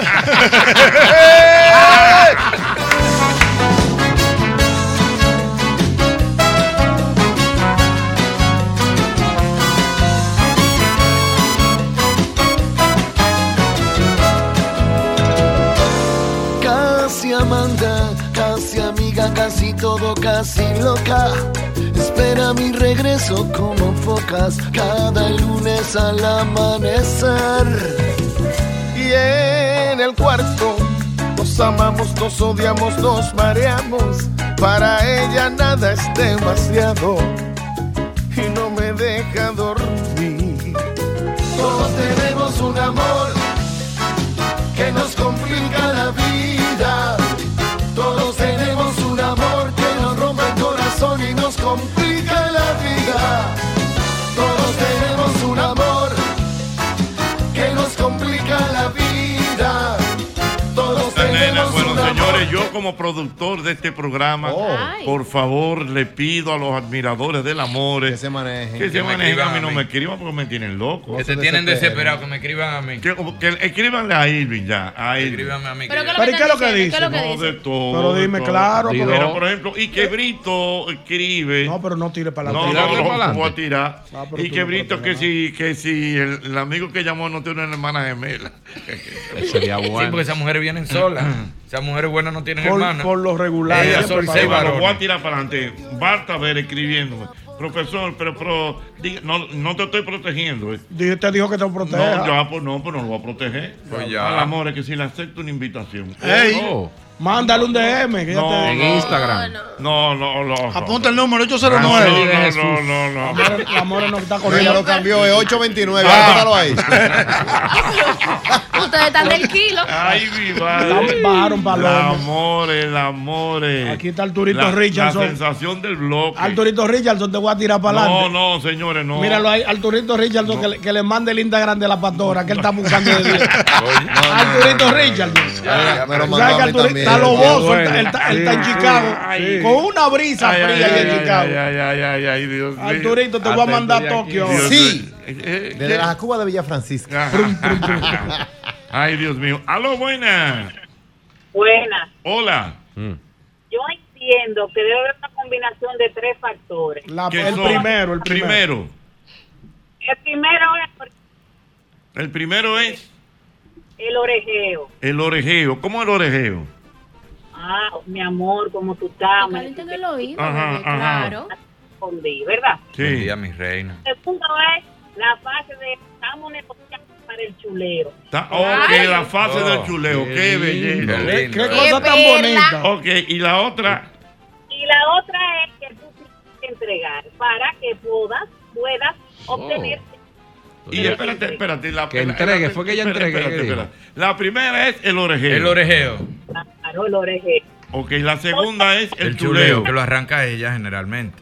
Casi amanda, casi amiga, casi todo, casi loca. Espera mi regreso como focas cada lunes al amanecer. Y en el cuarto nos amamos, nos odiamos, nos mareamos. Para ella nada es demasiado y no me deja dormir. Todos tenemos un amor que nos complica la vida. Todos tenemos un amor que nos rompe el corazón y nos complica la vida. Todos tenemos un amor que nos complica la vida. Todos Nena, tenemos bueno, un amor. señores, yo como productor de este programa, Ay. por favor, le pido a los admiradores del amor Que se manejen. que se Que me manejen. escriban A mí a no mí. me escriban porque me tienen loco. Que te tienen desesperado, que me escriban a mí. Que, que escríbanle a Irving ya. A Irving. Escríbanme a mí. ¿Pero que qué yo- es lo que ¿Pero y qué es lo que están diciendo? dice? ¿Qué es lo que No, de dice? todo. Pero de dime todo. claro, Pero, porque- por ejemplo, y que Brito escribe. No, pero no tire para la No, tira. no, Tirarle no, para adelante. voy a tirar. Ah, pero Y tú que no Brito, que proteges si, que si el, el amigo que llamó no tiene una hermana gemela. Sería Sí, bueno. porque esas mujeres vienen solas. Esas mujeres buenas no tienen Por, hermanas. por lo regular. Ellas siempre son para seis abajo. Bueno, voy varones. a tirar para adelante. Basta ver escribiéndome. Profesor, pero, pero diga- no, no te estoy protegiendo. ¿eh? Dijo- Te dijo que te proteja. No, ya, pues no, pues no lo voy a proteger. Pues ya. Al amor es que si le acepto una invitación. Ey, Oh. mándale un D M. Que ya No, te... En Instagram. No, no, no. Apunta el número ocho No, cero no, nueve. no, no, no, no. La amor no está Ella corriendo. lo cambió, es ocho veintinueve. Ah. Anótalo ahí. Ustedes están del kilo. Ay, mi La- madre. Bajaron para El los. amor, el amor. Aquí está Arturito la, Richardson. La sensación del bloque. Arturito Richardson, te voy a tirar para No, adelante. no, señores, no. Míralo ahí, Arturito Richardson, que, le, que le mande el Instagram de la pastora, que él está buscando de Dios. Arturito Richardson. Ya, ya me lo ¿Sabes mandó que a mí Arturito también. está loboso? Qué Él, él está, él está en Sí, Chicago. sí. Con una brisa Ay, fría ay, ahí ay, en ay, Chicago. Ay, ay, ay, ay, Dios mío. Arturito, te voy a Hasta mandar a estoy Tokio. aquí. ahora. Sí. Eh, eh, Desde ¿qué? la Cuba de Villa Francisca. Ah. Ay, Dios mío. Aló, buena. Buena. Hola. Mm. Yo entiendo que debe haber una combinación de tres factores. La- ¿Qué el son? primero, el primero. Primero. El primero es El primero es el orejeo. el orejeo. ¿Cómo el orejeo? Ah, mi amor, como tú estás, me Calienten el oído, Ajá, bebé, ajá. claro. respondí, ¿verdad? Buen Sí. día, mi reina. El segundo es la fase de estamos negociando para el chuleo. Está- ok, Ay. la fase Oh, del chuleo. Qué, qué belleza. lindo. ¿Qué, qué Qué cosa tan perla. bonita? Ok, y la otra. Y la otra es que tú tienes que entregar para que puedas, puedas obtener. Y espérate, espérate. La, Que la- entregue, la- fue que ella espérate, entregue, espérate, ¿qué dijo? espérate. La primera es el orejeo. El orejeo. Claro, el orejeo. Ok, la segunda es el, El chuleo. chuleo, que lo arranca ella generalmente.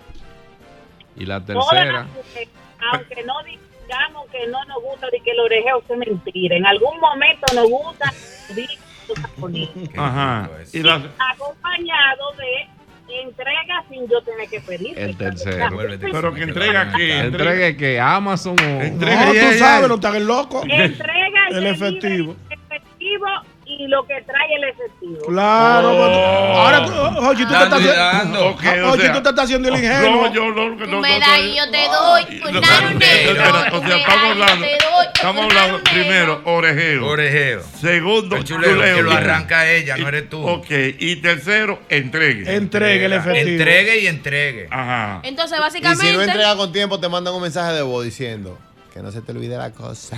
Y la Todas tercera. las mujeres, aunque no digamos que no nos gusta de que el orejeo sea mentira, en algún momento nos gusta decir cosas bonitas. Qué Ajá. lindo eso. Y la, acompañado de entrega sin yo tener que pedir. El tercero. Pero que entrega que Entregue que Amazon o. No, tú sabes, no te hagas loco. Entrega el efectivo. efectivo y lo que trae el efectivo. Claro, Oh. cuando- ahora, tú- Jochi, tú te estás haciendo. Ok, o Jochi, sea, tú te estás haciendo el ingenuo. No, yo no, no, Tú no, me no, das no, y yo te doy. no, Nano no, negro. espera, Tú o me sea, das estamos y yo hablando, te doy. estamos Nano hablando negro. primero, orejeo. Orejeo. Segundo, El chuleo, chuleo. que lo arranca ella, no eres tú. Ok, y tercero, entregue. Entregue el efectivo. Entregue y entregue. Ajá. Entonces, Y básicamente. si no entrega con tiempo, te mandan un mensaje de voz diciendo que no se te olvide la cosa.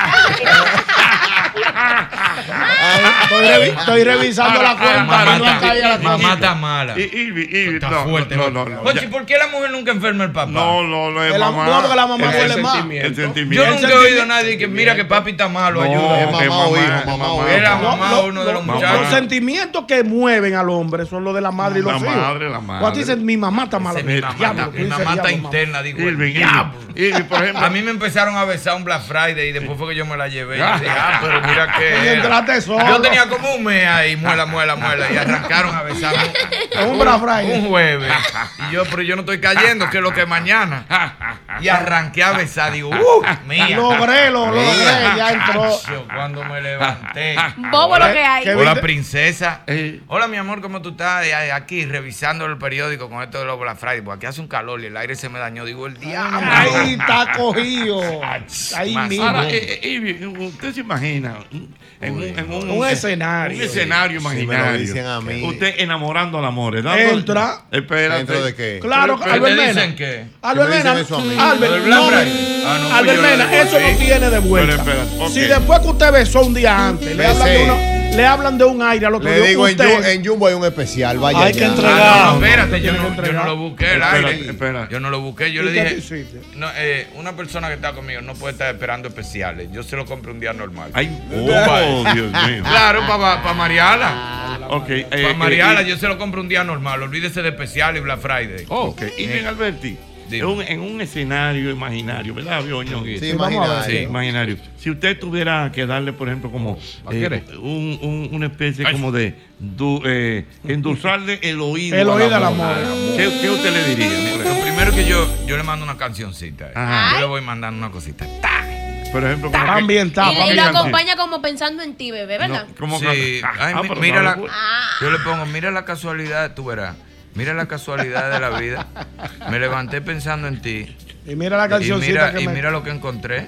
Estoy, revi- estoy revisando la cuenta. Mamá y no está- caía la mamá cosa. está mala. Y, y, y, Está no, fuerte. no, no, no, Oye, ya. ¿por qué la mujer nunca enferma el papá? No, no, no es El am- mamá. no, porque la mamá El duele más. sentimiento. El Yo sentimiento. nunca he oído a nadie que mira que papi está malo, No, ayuda. Es mamá o hijo, mamá o Es la hijo. mamá Lo- o uno de los lo- muchachos. Los sentimientos que mueven al hombre son los de la madre y los La hijos. madre, la Cuando madre. dicen, mi mamá está mala. Ese es mi mamá, Diablo, está- tú mi dices, mamá está diablo, mamá. interna, digo, el Irving, diablo. Irving, por ejemplo. A mí me empezaron a besar un Black Friday y después fue que yo me la llevé. Y yo dije, ah, pero mira que. Y era. entraste solo. Yo tenía como un mes ahí, muela, muela, muela. Y arrancaron a besarme. Un Black Friday. Un jueves. Y yo, pero yo no estoy cayendo, que es lo que es mañana. Y arranqué a besar. Digo, uh, mía. Logré, lo lo logré, ya entró. Yo cuando me levanté. Bobo lo que hay. ¿Qué Hola, viste? princesa. Eh. Hola, mi amor, ¿cómo tú estás? Eh, Aquí revisando el periódico con esto de los Black Friday. Porque aquí hace un calor y el aire se me dañó. Digo, el diablo. Ahí está cogido. Ahí Más mismo. Ahora, eh, eh, Irving, usted se imagina en un, en un, Un escenario. un escenario Si me lo imaginario. dicen a mí. Usted enamorando al amor. Entra. Espérate. ¿Dentro de qué? Claro, Pero- Albert ¿Te Mena. dicen qué? Albert ¿Qué me Mena. dicen eso a mí? Albert, ¿Lo del Black no, Friday? Ah, no, pues Albert yo lo Mena, devolví. eso no tiene de vuelta. Pero espérate, ok. Si después que usted besó un día antes, le hablan, de Besé. una- le hablan de un aire al otro Le día. digo, en, usted, Ju- en Jumbo hay un especial. Vaya Hay que ya. entregar. Ah, no, no, espérate, yo Tiene que no, yo entregar. no lo busqué el Espera, aire. espera. Yo no lo busqué. Yo ¿Y le qué dije, tú hiciste? no, eh, una persona que está conmigo no puede estar esperando especiales. Yo se lo compro un día normal. Ay, oh, Dios mío. Claro, para Mariala. Ok, eh, Para eh, Mariala, eh, yo se lo compro un día normal. Olvídese de especial y Black Friday. Oh, ok. Y bien, Alberti, Dime. en un, en un escenario imaginario, ¿verdad, Bioño? Sí, Sí, vamos a imagínate. ver. Sí, imaginario. Si usted tuviera que darle, por ejemplo, como ¿A eh, qué eres? un, un- una especie como de du- eh, endulzarle el oído, El oído al al amor. ¿Qué, qué usted le diría? por Lo ejemplo? primero que yo, yo le mando una cancioncita. Ajá. Yo le voy mandando una cosita. ¡Ta! Por ejemplo, como Está que- ambientado. Y, y lo Fíjate. acompaña como pensando en ti, bebé, ¿verdad? No, como Sí. que- Ay, Ah, mi- pero mira no, la, no, yo le pongo, mira la casualidad, tú verás. Mira la casualidad de la vida. Me levanté pensando en ti. Y mira la Y cancioncita mira, que y me... mira lo que encontré.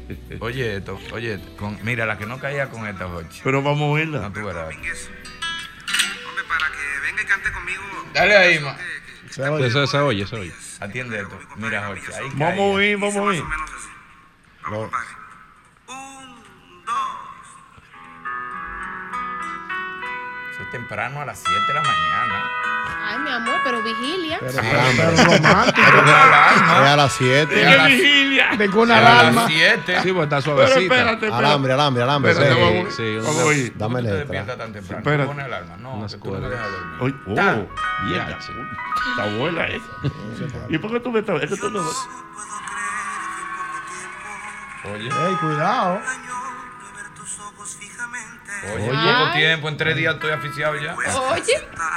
Oye esto, oye, esto, con, mira la que no caía con esta Jochi. Pero vamos a verla. No, tú verás. Hombre, para que venga y cante conmigo. Dale ahí, ma. Se oye. Se, se oye, se oye. Atiende esto. Mira, Jochi, ahí Vamos a caía. oír, vamos a oír. Más o menos así. Vamos, compadre. Un, dos. Eso es temprano a las siete de la mañana. Ay, mi amor, pero vigilia. Pero, Sí. pero, pero romántico. Pero una alarma. Es a las siete. a las- vigilia! De con una A las alarma. siete. Sí, pues está Pero suavecita. espérate, espérate. Alambre, alambre, alambre. Espérate, sí. vamos, sí, vamos una- a oír. Dame ¿Cómo tú te letra. despiertas tan temprano? Espérate. ¿Tú pones alarma? No, Una que tú no me escuela. dejas dormir. Oye, oh, Ta. mierda. Sí. Está buena esa. ¿Y por qué tú me estás? Es que tú no. Oye, Ey, cuidado. oye, Oye. poco tiempo, en tres días estoy aficiado ya. Oye,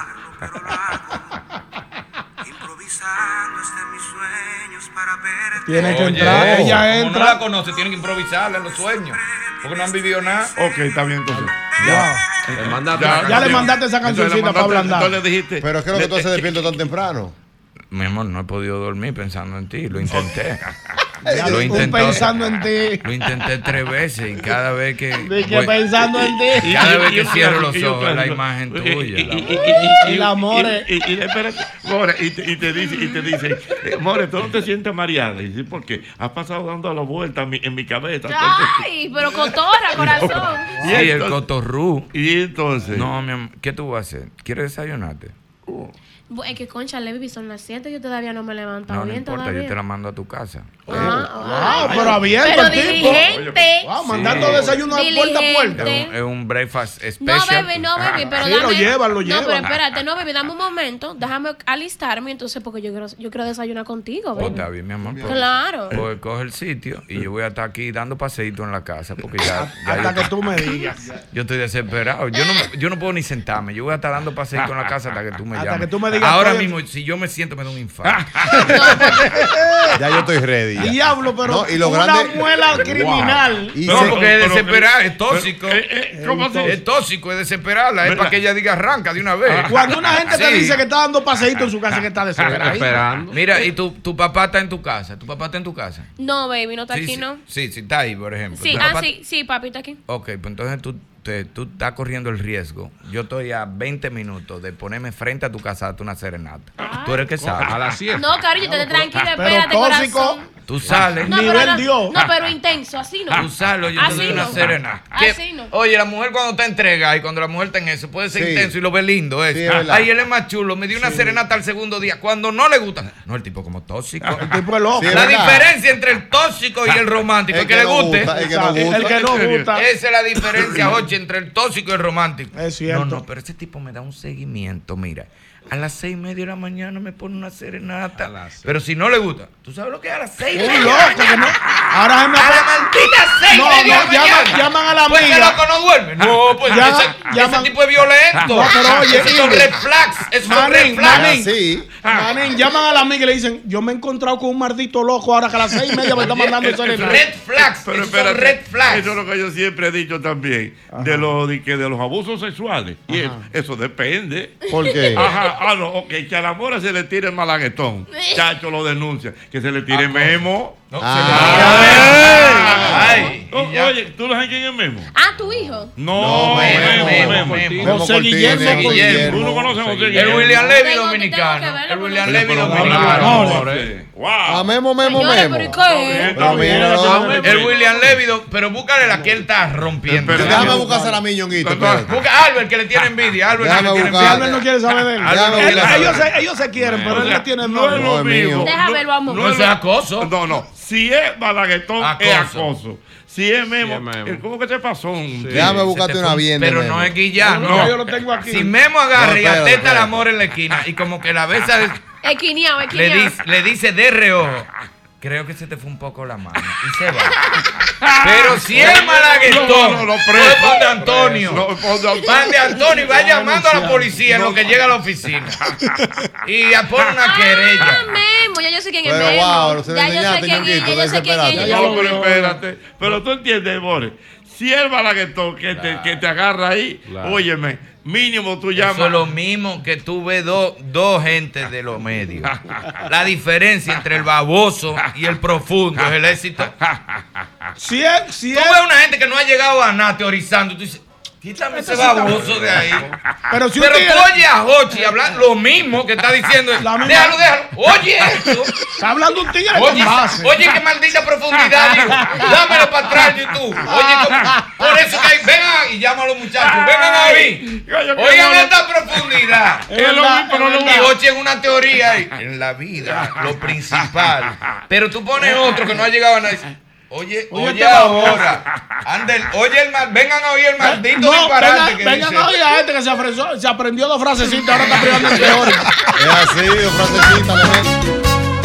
Improvisando este mis sueños para verte. Tiene que Oye, entrar. Ella como entra. no la conoce, tienen que improvisarla en los sueños. Porque no han vivido nada. Ok, está bien, entonces. Ya. Le mandaste Ya, una Ya le canción. mandaste esa Entonces le cancioncita para mandaste- ablandar. Entonces le dijiste. Pero ¿qué es lo que tú le- haces despierto tan temprano? Mi amor, no he podido dormir pensando en ti. Lo intenté. Ya, Lo un intenté. pensando en ti. Lo intenté tres veces y cada vez que. De que voy- pensando en ti. Cada vez Y que yo cierro canto, los y yo ojos, la canto. imagen Y- tuya. y- y- y- y- El amor es- Y, y, y, espérate, More, y te, y te dice, y te dice, eh, More, tú no te sientes mareada. Y dice, ¿por qué? Has pasado dando la vuelta en mi, en mi cabeza. ay, pero cotorra, corazón. Sí, el cotorrú. Y entonces. No, mi amor, ¿qué tú vas a hacer? ¿Quieres desayunarte? Bu- Es que concha, Levi, son las siete, yo todavía no me he levantado No, no bien importa, todavía. yo te la mando a tu casa. Ah, Wow, pero abierto pero el tipo. diligente. Wow, mandando desayuno de puerta a puerta. Es un, es un breakfast No, special. baby, no, baby, pero Sí, dame... lo llevan, lo No, llevan. pero espérate, no, baby, dame un momento, déjame alistarme, entonces, porque yo quiero, yo quiero desayunar contigo, Pues baby. está bien, mi amor. Pues, Claro. Pues coge el sitio y yo voy a estar aquí dando paseíto en la casa porque ya, ya Hasta yo, que tú me digas. yo estoy desesperado. Yo no, yo no puedo ni sentarme. Yo voy a estar dando paseíto en la casa hasta que tú me Hasta llames. que tú me digas Ahora obligatoria. mismo, si yo me siento, me da un infarto. Ya yo estoy ready. ya. Diablo, pero No, y lo una grande- muela criminal. Y No, se- porque es pero- desesperada, es pero- tóxico. eh, eh, ¿cómo así? Es tóxico, es desesperarla. Es ¿Verdad? para que ella diga arranca de una vez. Cuando una gente te Sí. dice que está dando paseíto en su casa, que está desesperada. Esperando. Mira, y tu, tu papá está en tu casa. ¿Tu papá está en tu casa? No, baby, no está Sí, aquí, sí, ¿no? Sí, sí, está ahí, por ejemplo. Sí, ¿Tu ah, papá- sí, sí, papi está aquí. Ok, pues entonces tú, te- tú estás corriendo el riesgo. Yo estoy a veinte minutos de ponerme frente a tu casa a darte una serenata. Tú eres el que sabe. A las siete. No, cariño, te tranquila, Pero espérate, tóxico, corazón. Tú sales. No, pero nivel no, Dios. no, pero intenso, así no. Tú sales, yo te Así doy una no. serenata. Que- Así no. Oye, la mujer cuando te entrega y cuando la mujer está en eso puede ser Sí. intenso y lo ve lindo eso. Sí, es verdad. Ay, él es más chulo. Me dio una serenata al segundo día. Cuando no le gusta. No, el tipo como tóxico. El tipo es loco. Sí, es La verdad. diferencia entre el tóxico y el romántico El es que, que le no guste. gusta, el que no El gusta. que no ¿En serio? gusta. Esa es la diferencia, Oche, entre el tóxico y el romántico. Es cierto. No, no, pero ese tipo me da un seguimiento, mira. A las seis y media de la mañana me pone una serenata. A las seis. Pero si no le gusta, ¿tú sabes lo que es a las seis y Un media? loco que no. Ahora se me A la maldita seis No, y media de la no, llaman- mañana. llaman a la Pues ese amiga. loco no duerme. No, pues Llaman- ese, llaman- ese tipo es violento. No, pero oye, esos son Ingrid. red flags. Esos son Manín, red flags. manín. Sí. Manín, llaman a la amiga y le dicen, yo me he encontrado con un maldito loco ahora que a las seis y media me está mandando serenata. Red flags. Pero esos son espérate, red flags. eso es lo que yo siempre he dicho también, de los, de, que de los abusos sexuales. Y eso, eso depende. ¿Por qué? Ajá, ah, no, ok, que a la mora se le tire el malaguetón. Chacho lo denuncia. Que se le tire Memo. No, Ah. Ay, Oh, y ya. oye, ¿tú no sabes quién es Memo? Ah, tu hijo. No, No, Memo, Memo, Memo, Memo. Memo. Memo José Cortines, Guillermo Guillermo. ¿Tú no conoces a José El Guillermo? William Levy Tengo- dominicano. tengo que verlo El William porque- Levy Pero no, dominicano. no, Pobre. no, wow. A Memo, Memo, Señores, Memo. pero ¿y qué es? Pero mira, no, El William Levy, do- pero búscale la que él está rompiendo. Pero Déjame buscar a mí, Ñonguito. espérate. Busca a Albert que le tiene envidia. Albert que Déjame le tiene buscar. Albert no quiere saber de él. Albert no Él- quiere saber. ellos, se, ellos se quieren, pero O él sea, le tiene no es novio. No, lo es mío. mismo. Deja verlo, amor. No, eso es acoso. No, no. Si es balaguetón, es Acoso. acoso. Si es Memo, Si es Memo. eh, ¿cómo que te pasó? Un tío? Déjame Se buscarte te una fue- bien de Pero Memo. no es Guillán, No, no. yo lo tengo aquí. Si Memo agarra No, y espérate, atesta el espérate. amor en la esquina y como que la besa, de- Esquineado, le, esquineado. dice, le dice de reojo, creo que se te fue un poco la mano. Y se va. Pero si es malaguetón, No, no, no, preso. pues pon de Antonio. No, pon de Antonio. Pan de Antonio y va llamando a la policía en lo que llega a la oficina. Y ya pone una Ah, querella. Memo, ya yo sé quién es Pero, Memo. wow, se le ya yo sé enseñaste, quién es, Ñonguito, ya yo sé quién es. desesperate. ya Ya, yo sé pero quién es. espérate. Pero tú entiendes, More. Si el balaguetón que, te, que te agarra ahí, Claro. óyeme, mínimo tú Eso es llamas. lo mismo que tú ves dos dos gentes de los medios. La diferencia entre el baboso y el profundo es el éxito. Si es, si Tú es, ves una gente que no ha llegado a nada teorizando y tú dices, quítame ese baboso de ahí. pero si un Pero tigre tú oyes a Hochi hablar lo mismo que está diciendo. La misma- Déjalo, déjalo. Oye esto. está hablando un tigre Oye, con base. oye, qué maldita profundidad, digo. Dámelo para atrás, YouTube. Oye, como- por eso que hay, vengan y llama a los muchachos, vengan ahí. Coño, qué Oigan bueno. esta profundidad. Es lo mismo, pero lo Y mismo. Hochi en una teoría ahí, en la vida, lo principal. Pero tú pones otro que no ha llegado a nada. y dices, Oye, Oye, oye este ahora. Ande, el- oye, el mal, vengan a oír el maldito No, disparate vengan, que vengan dice. a oír a gente que se, afresó- se aprendió dos frasecitas, ahora está privando en teórica. Es así, de frasecita, le meto.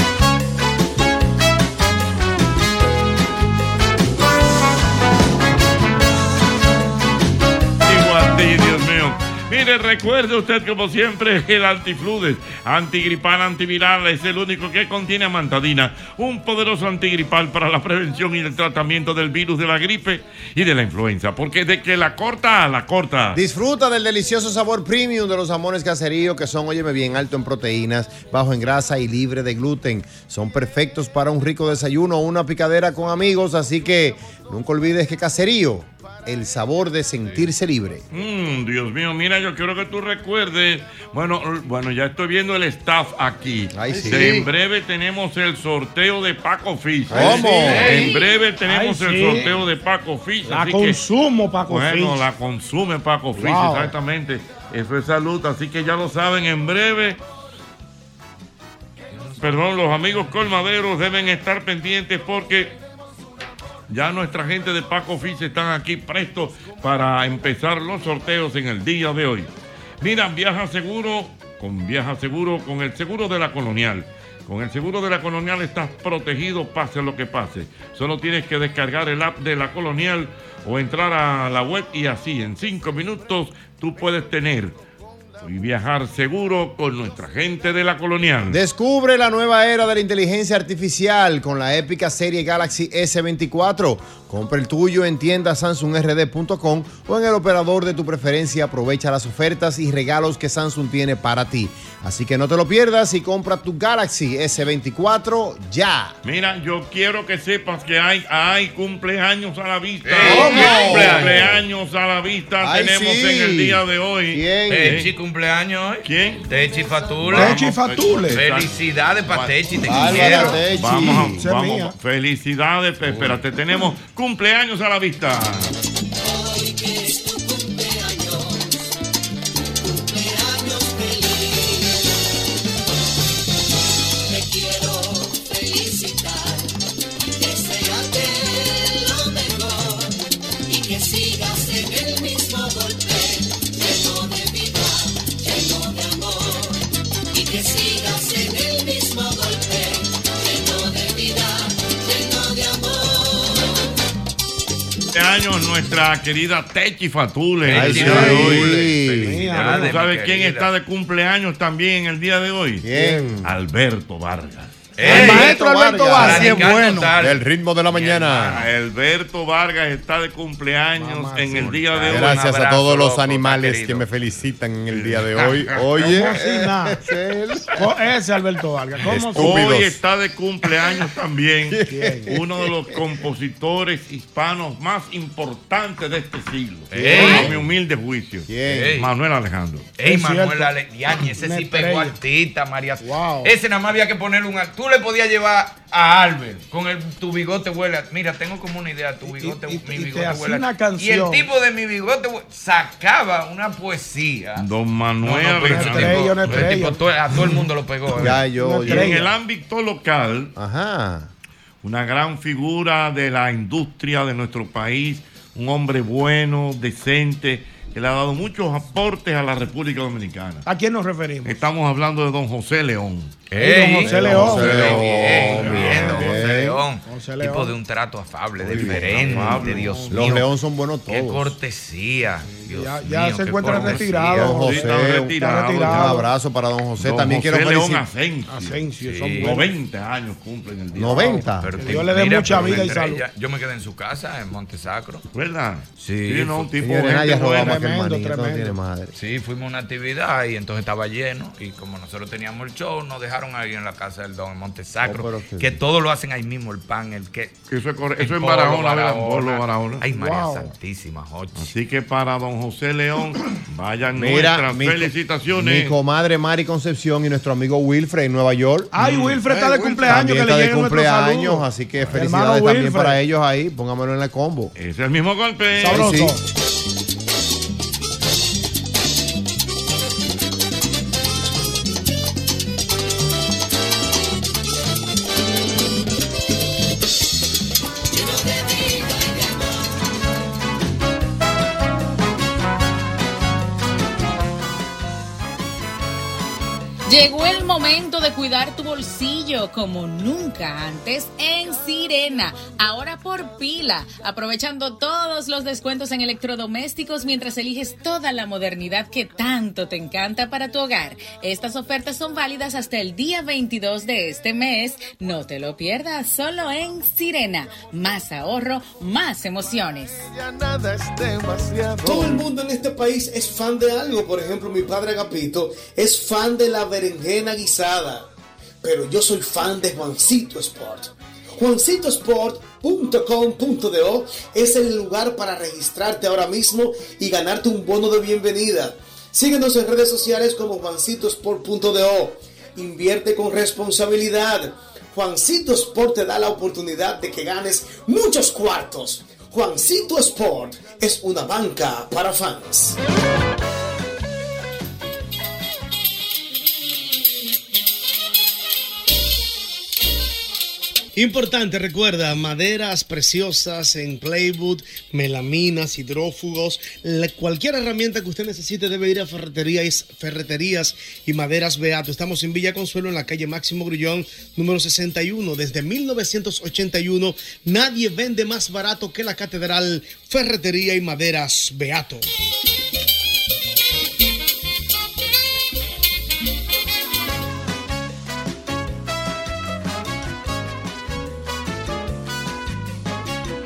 Digo a ti, Dios mío. Mire, recuerde usted como siempre el antifludes, antigripal, antiviral, es el único que contiene amantadina, un poderoso antigripal para la prevención y el tratamiento del virus de la gripe y de la influenza, porque de que la corta, la corta. Disfruta del delicioso sabor premium de los jamones Caserío, que son, óyeme bien, alto en proteínas, bajo en grasa y libre de gluten. Son perfectos para un rico desayuno o una picadera con amigos, así que nunca olvides que Caserío, el sabor de sentirse libre. Mm, Dios mío, mira, yo quiero que tú recuerdes, bueno, bueno, ya estoy viendo el staff aquí. Ay, sí. De en breve tenemos el sorteo de Paco Fish. ¿Cómo? En breve tenemos Ay, el sí. sorteo de Paco Fish. La así consumo, Paco que, bueno, Fish. la consume Paco Fish, Wow. exactamente. Eso es salud, así que ya lo saben, en breve. Perdón, los amigos colmaderos deben estar pendientes porque ya nuestra gente de Paco Fish están aquí prestos para empezar los sorteos en el día de hoy. Mira, viaja seguro, con Viaja Seguro, con el seguro de la Colonial. Con el seguro de la Colonial estás protegido, pase lo que pase. Solo tienes que descargar el app de la Colonial o entrar a la web y así en cinco minutos tú puedes tener y viajar seguro con nuestra gente de la Colonial. Descubre la nueva era de la inteligencia artificial con la épica serie Galaxy ese veinticuatro. Compra el tuyo en tienda samsung r d punto com o en el operador de tu preferencia. Aprovecha las ofertas y regalos que Samsung tiene para ti. Así que no te lo pierdas y compra tu Galaxy ese veinticuatro ya. Mira, yo quiero que sepas que hay, hay cumpleaños a la vista. ¿Cómo? Cumpleaños a la vista Ay, tenemos sí. en el día de hoy. ¿Quién? Techi cumpleaños hoy. ¿Quién? Techi Fatule. Techi Fatule. Felicidades para Techi, te Bárbara quiero. Techi. Vamos, a- Esa es vamos. mía. Felicidades, espérate, tenemos cumpleaños a la vista. Hoy que es tu cumpleaños, cumpleaños feliz. Te quiero felicitar, desearte lo mejor y que sigas en el mismo golpe, lleno de vida, lleno de amor y que sigas en el mismo golpe, lleno de vida, lleno de amor. Este año nuestra querida Techi Fatule. Ay, el sí. día de hoy. Felicidades, ¿Tú sabes mi quién querida. está de cumpleaños también el día de hoy? ¿Quién? Alberto Vargas. Ey, maestro Alberto Vargas. Así es Radical bueno. total. Del ritmo de la mañana. Alberto Vargas está de cumpleaños Mamá, en el sí. día de hoy. Gracias a abrazo, todos los loco, animales querido. que me felicitan en el día de hoy. Oye, ¿Cómo así, nada? Co- Ese Alberto Vargas. ¿Cómo Estúpido. fue? Hoy Estúpidos. está de cumpleaños también ¿Quién? uno de los compositores hispanos más importantes de este siglo. ¿Eh? A mi humilde juicio. ¿Quién? Ey. Manuel Alejandro. Ey, Es Manuel cierto. Aleñani, ese Una sí pegó estrella. artista, María. Wow. Ese nada más había que ponerle un. Tú le podías llevar a Albert con el tu bigote huele. a- Mira, tengo como una idea. Tu bigote, y- mi y te bigote hacía huele. a- una Y el canción. tipo de mi bigote hue- sacaba una poesía. Don No, Manuel no, pero ese Alejandro. estrella, tipo, una ese estrella. tipo, todo- a todo el mundo lo pegó. ¿eh? Ya yo. Una Y yo- en estrella. el ámbito local, Ajá. una gran figura de la industria de nuestro país, un hombre bueno, decente, que le ha dado muchos aportes a la República Dominicana. ¿A quién nos referimos? Estamos hablando de don José León. Ey, don José León. José Bien, León, bien, don José bien. León. José Tipo León. de un trato afable, Muy bien, diferente, afable. Dios Los mío. León son buenos Qué todos. cortesía. Dios Ya- ya mío, se qué encuentra cortesía. retirado. Don José, está un- retirado. está un retirado. abrazo para don José. Don También José quiero León felicitar. Asensio. Asensio, Sí, son buenos. noventa años cumplen el día. noventa. Pero Que te- Dios le dé mira, mucha pero vida y entre salud. ella- Yo me quedé en su casa, en Montesacro. ¿Verdad? Sí, no, un fue- tipo Señores, gente nadie roba buena. más que el Tremendo, manito, no tremendo. tiene madre. Sí, fuimos a una actividad y entonces estaba lleno. Y como nosotros teníamos el show, nos dejaron ahí en la casa del don en Montesacro. Oh, pero que- que todo lo hacen ahí mismo, el pan, el que. Que Eso es, corre- el eso es polo, Barahona, ¿verdad? Polo, Barahona. Ay, María Wow. Santísima, Jochi. Así que para don José León, vayan Mira, nuestras mi, co- felicitaciones. mi comadre Mari Concepción y nuestro amigo Wilfred en Nueva York. Ay, Wilfred está Ay, de Wilfred. cumpleaños. También Que está le de lleguen nuestros cumpleaños, saludos. así que Hermano felicidades también Wilfred. para ellos ahí. Póngamelo en el combo. Es el mismo golpe. Sabroso. Sí. Llegó el momento de cuidar tu bolsillo como nunca antes en Sirena. Ahora por pila, aprovechando todos los descuentos en electrodomésticos mientras eliges toda la modernidad que tanto te encanta para tu hogar. Estas ofertas son válidas hasta el día veintidós de este mes. No te lo pierdas, solo en Sirena. Más ahorro, más emociones. Ya nada es demasiado. Todo el mundo en este país es fan de algo. Por ejemplo, mi padre Agapito es fan de la berenjena guisada. Pero yo soy fan de Juancito Sport. Juancito Sport punto com punto do es el lugar para registrarte ahora mismo y ganarte un bono de bienvenida. Síguenos en redes sociales como Juancito Sport punto do. Invierte con responsabilidad. Juancito Sport te da la oportunidad de que ganes muchos cuartos. Juancito Sport es una banca para fans. Importante, recuerda, maderas preciosas en plywood, melaminas, hidrófugos, la- cualquier herramienta que usted necesite debe ir a ferreterías, ferreterías y maderas Beato. Estamos en Villa Consuelo, en la calle Máximo Grullón, número sesenta y uno. Desde mil novecientos ochenta y uno, nadie vende más barato que la Catedral Ferretería y Maderas Beato.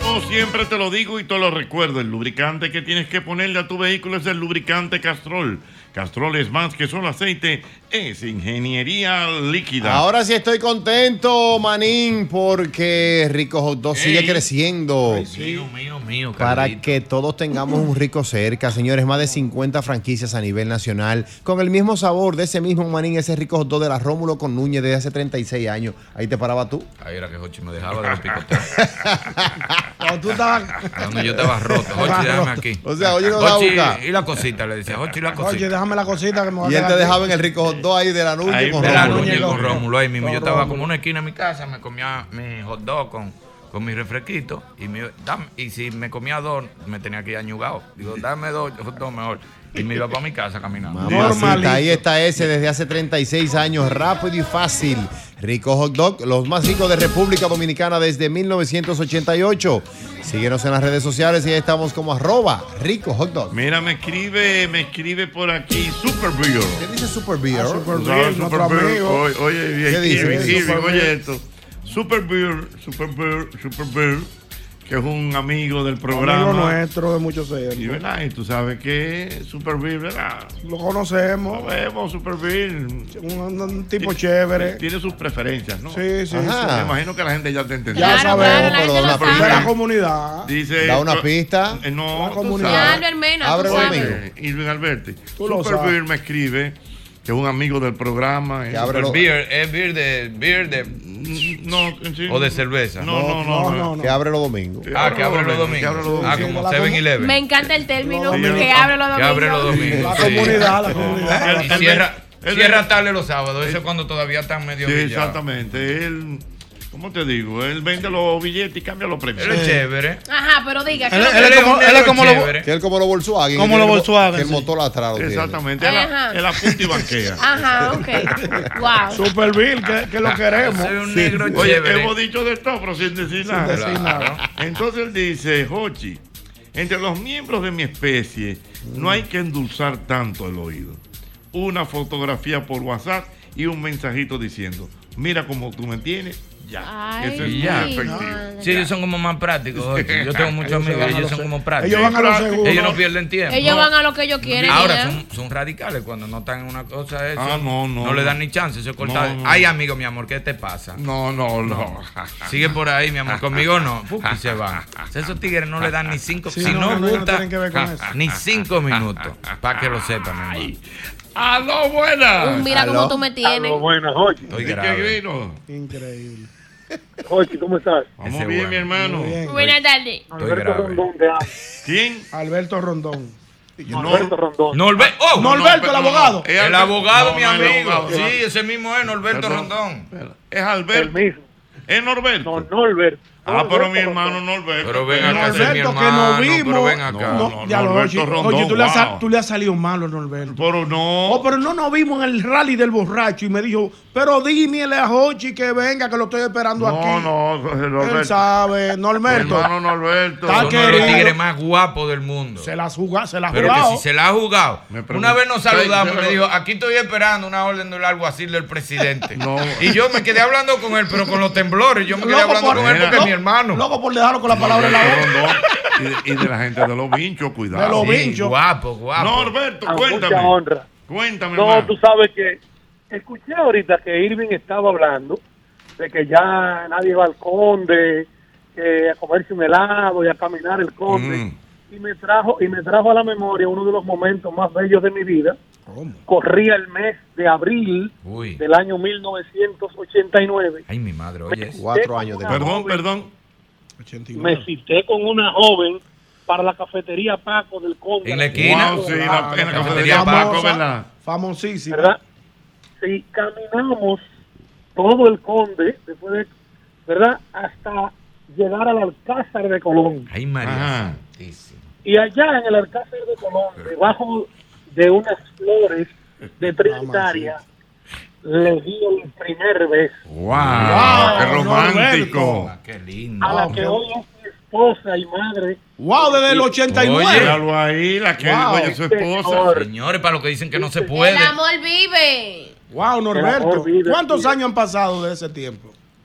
Como siempre te lo digo y te lo recuerdo, el lubricante que tienes que ponerle a tu vehículo es el lubricante Castrol. Castrol es más que solo aceite, es ingeniería líquida. Ahora sí estoy contento, manín, porque Rico Hot Dog sigue Ey. creciendo. Ay, sí. Mío, mío, mío, Para Carlito. que todos tengamos un rico cerca, señores, más de cincuenta franquicias a nivel nacional, con el mismo sabor de ese mismo manín, ese Rico Hot Dog de la Rómulo con Núñez desde hace treinta y seis años. Ahí te paraba tú. Ahí era que Jochi me dejaba de los picoteos. Cuando tú estabas... Cuando yo estaba roto. Jochi, déjame aquí. O sea, oye, no va a Jochi, buscar. y la cosita, le decía, Jochi, y la cosita. Oye, déjame la cosita que me voy a Y él quedar te aquí. dejaba en el Rico Hot Dog ahí de la Núñez Ahí con de la Rómulo. Núñez con Rómulo, ahí mismo. Con Yo estaba Rómulo. como en una esquina de mi casa, me comía mi hot dog con, con mi refresquito. Y, me, dame- y si me comía dos, me tenía que ir añugado. Digo, dame dos hot dog mejor. Y me iba para mi casa caminando. Mamacita, ahí está ese desde hace treinta y seis años, rápido y fácil. Rico Hot Dog, los más ricos de República Dominicana desde mil novecientos ochenta y ocho. Síguenos en las redes sociales y ahí estamos como arroba Rico Hot Dog. Mira, me escribe, me escribe por aquí Super Beer. ¿Qué dice Super Beer? Ah, Super ¿Tú Beer, sabes, nuestro Super Beer? amigo. Oye, oye, bien, ¿Qué dice? Irving, ¿Qué dice Irving, Super oye Beer? esto. Super Beer, Super Beer, Super Beer, que es un amigo del programa. Amigo nuestro de muchos Y años. verdad, y tú sabes que Super Beer, ¿verdad? Lo conocemos. Lo vemos, Super Beer. Un, un tipo chévere. Tiene sus preferencias, ¿no? Sí, sí, Ajá. Me imagino que la gente ya te entendió. Ya Claro, sabemos, claro, la pero gente la lo primera- De sabe. la comunidad. Dice, Da una pista. Eh, no, La tú comunidad. sabes. Ya, Albert Mena, tú Abre sabes. domingo. Eh, Irving Alberti. Tú lo Super sabes. Beer me escribe, que es un amigo del programa. eh. Que abre Pero lo- beer, ¿es beer de, beer de No, sí. o de cerveza? No, no, no. No, no. no, no. Que abre los domingos. Ah, que abre los domingos. Que abre los domingos. Ah, Sí, como la seven como- eleven. Me encanta el término Sí, que yo- abre los Que abre los domingos. domingos. La sí. comunidad, la comunidad. Y cierra, Él- cierra él- tarde los sábados. Eso es cuando todavía están medio Sí, brillados. exactamente. Él, ¿cómo te digo? Él vende los billetes y cambia los premios. Él es chévere. Ajá, pero diga. ¿qué Él- es lo que- él es como- un él es negro como lo- chévere. Que él como los Volkswagen. Como que los el mo- Volkswagen, Que el sí. motor atrás lo tiene. Exactamente. Él, Ajá. él apunta y banquea. Ajá, ok. Wow. Super Bill, que, que lo queremos. Soy un negro Oye, chévere. hemos dicho de todo, pero sin decir nada. decir nada. Entonces él dice, Jochi, entre los miembros de mi especie no hay que endulzar tanto el oído. Una fotografía por WhatsApp y un mensajito diciendo, mira cómo tú me tienes, ya. Ay, Eso es muy ya. efectivo. Sí, ellos son como más prácticos. Jochi. Yo tengo muchos Ellos se amigos, van a ellos lo son se- como prácticos. Ellos van a lo seguro. Ellos no pierden tiempo. Ellos van a lo que ellos quieren. Ahora ya. son, son radicales cuando no están en una cosa eso. Ah, no, no. le dan ni chance, eso es cortado. No, no. Ay, amigo, mi amor, ¿qué te pasa? No, no, no. Sigue por ahí, mi amor. Conmigo no. Uf, y se van. Esos tigres no le dan ni cinco. Sí, si no, no, no, no gusta, tienen que ver con eso. ni cinco minutos. Para que lo sepan, mi hermano. ¡Aló, buena! Un mira Aló. cómo tú me tienes. Buenas, Jochi. Estoy ¿Y qué grave. vino? Increíble. Jochi, ¿cómo estás? Vamos Ese bien, bueno. mi hermano. Muy bien. Buenas tardes. Estoy grave. te amo. ¿Quién? Alberto Rondón. Alberto Rondón. Norbe- oh, Norberto, pero el abogado. Es el Alberto- abogado, no, mi no, el amigo. abogado. Sí, ese mismo es Norberto Perdón. Rondón. Es El Alberto. mismo. Es Norberto. No, Norbert. Ah, pero Norberto mi Rondón. hermano Norberto. Pero ven acá, ese es mi Norberto, que hermano. nos vimos. Pero ven acá. No, No, ya lo Norberto oye, Rondón, oye, tú, le has, wow. sal- tú le has salido malo, Norberto. Pero no. Oh, pero no nos vimos en el rally del borracho y me dijo, pero dime a Jochi que venga, que lo estoy esperando no, aquí. no, Él Norberto. sabe, Mi Norberto. hermano Norberto. Está Uno de los querido. tigres más guapos del mundo. Se la jugado, se la ha Pero que jugado. si se la ha jugado. Me pregunto- Una vez nos saludamos y Sí, me pero- dijo, aquí estoy esperando una orden del alguacil del presidente. No. Y yo me quedé hablando con él, pero con los temblores. Yo me quedé Loco hablando por- con él porque Mira. es mi hermano. Loco por dejarlo con la palabra en la Norberto boca. Rondón. Y de, y de la gente de los vinchos, cuidado. De los Sí, vinchos. guapo, guapo. Norberto, A cuéntame. mucha honra. Cuéntame, No, hermano. tú sabes que escuché ahorita que Irving estaba hablando de que ya nadie va al Conde, que a comerse un helado y a caminar el Conde. Mm. Y me trajo y me trajo a la memoria uno de los momentos más bellos de mi vida. ¿Cómo? Corría el mes de abril Uy. del año mil novecientos ochenta y nueve. Ay, mi madre, oye. eso. Cuatro años de Perdón, perdón. ochenta y nueve. Me cité con una joven para la cafetería Paco del Conde. En la esquina. Wow, sí, la, en la cafetería cafetería Paco, Famosa, ¿verdad? famosísima. ¿Verdad? Sí, caminamos todo el Conde, después de, ¿verdad? Hasta llegar al Alcázar de Colón. Ay, María Ajá. Santísima. Y allá en el Alcázar de Colón, debajo de unas flores de trinitaria, le di el primer beso. Wow, Wow, qué romántico. Norberto. Ah, qué lindo. A la Wow, que qué- hoy es mi esposa y madre. Wow, desde el ochenta y nueve. Oye. Míralo ahí, la que Wow. oye su esposa. Señor. Señores, para los que dicen que no se puede. El amor vive. Wow, El Norberto. amor vive, ¿Cuántos vive. años han pasado de ese tiempo?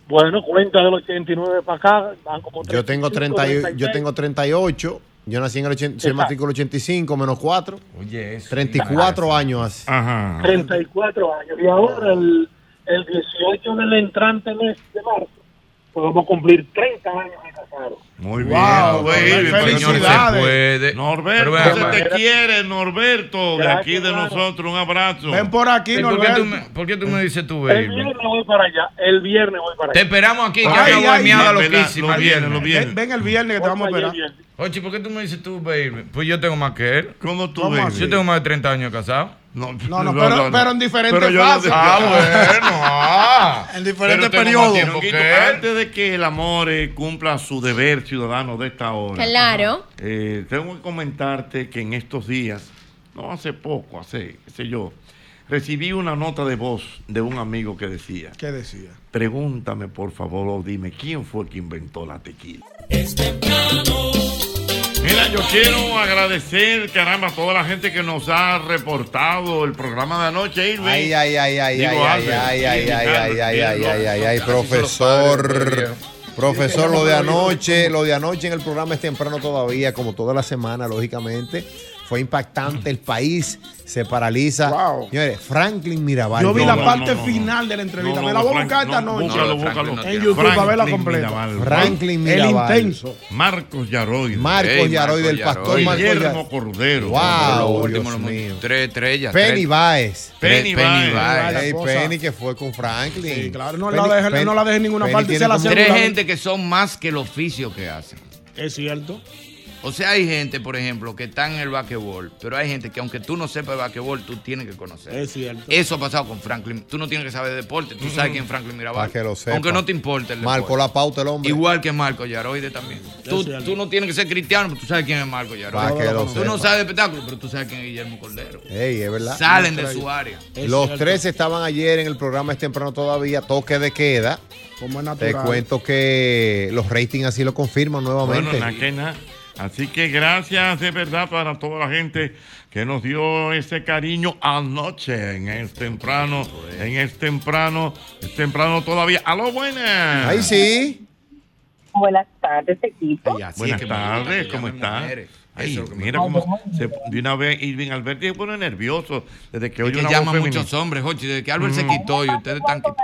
Bueno, cuenta del ochenta y nueve para acá, van como Yo tengo treinta, y- yo tengo treinta y ocho. Yo nací en el ochenta, se Exacto. matrícula ochenta y cinco menos cuatro. Oye, eso. treinta y cuatro años hace. Ajá. treinta y cuatro años. Y ahora, el, el dieciocho del entrante mes de marzo, pues vamos a cumplir treinta años de casado. Muy Wow, bien, güey. felicidades. Se puede. Norberto, Pero ven se acá. te quiere, Norberto. De Gracias, aquí de hermano. nosotros, un abrazo. Ven por aquí, ¿Y por qué, Norberto. tú me, por qué tú me dices tú, El baby? viernes voy para allá. El viernes voy para allá. Te esperamos aquí, que Ay, hay una ay, bohemiada ay, loquísima los el viernes, viernes. los viernes. Ven, ven el viernes que te vamos a esperar. Oye, ¿por qué tú me dices tú, baby? Pues yo tengo más que él. ¿Cómo tú, ¿Cómo baby? así? Yo tengo más de treinta años casado. No, No, no, pero, pero en diferentes Pero yo no fases. sé- Ah, bueno, ah. En diferentes Pero tengo más periodos. tiempo Ñonguito, que él. antes de que el amor eh, cumpla su deber ciudadano de esta hora, Claro. eh, tengo que comentarte que en estos días, no hace poco, hace, qué sé yo, recibí una nota de voz de un amigo que decía, ¿Qué decía? pregúntame por favor o dime quién fue que inventó la tequila. Es temprano. Mira, yo quiero agradecer, caramba, a toda la gente que nos ha reportado el programa de anoche, Irving. Ay, ay, ay, ay, Digo, ay, ay, Albert, ay, ay, sí, ay, Albert, ay, ay, bien, ay, ¿no? ay, ay, ay, Así son los profesor. padres, Profesor, lo de anoche, lo de anoche en el programa es temprano todavía, como toda la semana, lógicamente. Fue impactante, el país se paraliza. Wow. Señores, Franklin Mirabal. Yo vi No, la no, parte no, no. final de la entrevista. No, Me no, la voy a Frank- buscar esta no, noche. búscalo, No, búscalo. Franklin En no YouTube para verla Franklin completa. Mirabal. Franklin El Mirabal. intenso. Marcos Yaroy. Marcos Ey, Yaroy, Marcos del Yaroy. pastor Marcos Guillermo Yaroy. Cordero. Wow, Lo Dios último, lo mío. Tres estrellas. Penny tres- Baez. Penny tres Baez. Baez. la Ey, esposa. Penny que fue con Franklin. Sí, claro, no Penny- la dejen, Penny- no la dejen en ninguna Penny parte. tiene Se la como- Tres asegura. gente que son más que el oficio que hacen. Es cierto. O sea, hay gente, por ejemplo, que está en el basquetbol, pero hay gente que aunque tú no sepas de basquetbol, tú tienes que conocer. Es cierto. Eso ha pasado con Franklin. Tú no tienes que saber de deporte, tú sabes quién es Franklin Mirabal. Para que lo sepa. Aunque no te importe el deporte. Marcó la pauta el hombre. Igual que Marco Yaroide también. Tú, cierto. tú no tienes que ser cristiano, pero tú sabes quién es Marco Yaroide. Para que lo Tú no sepa. sabes de espectáculo, pero tú sabes quién es Guillermo Cordero. Ey, es verdad. Salen de su área. Es Los cierto. tres estaban ayer en el programa Es Temprano Todavía, toque de queda. Como es Te natural. cuento que los ratings así lo confirman Bueno, nuevamente. nada que nada. Así que gracias de verdad para toda la gente que nos dio ese cariño anoche en el temprano, en el temprano, es temprano todavía. ¡Aló, buenas! Ahí sí. Buenas tardes, equipo. Ay, así Buenas es que me gusta tardes, que ¿cómo llamen estás? mujeres. Ay, Eso es lo que me mira gusta. cómo se, de una vez Irving Alberti se pone nervioso desde que Es oye que una llama voz muchos femenina. hombres, Jochi. Desde que Albert se Mm. quitó y ustedes están quitados.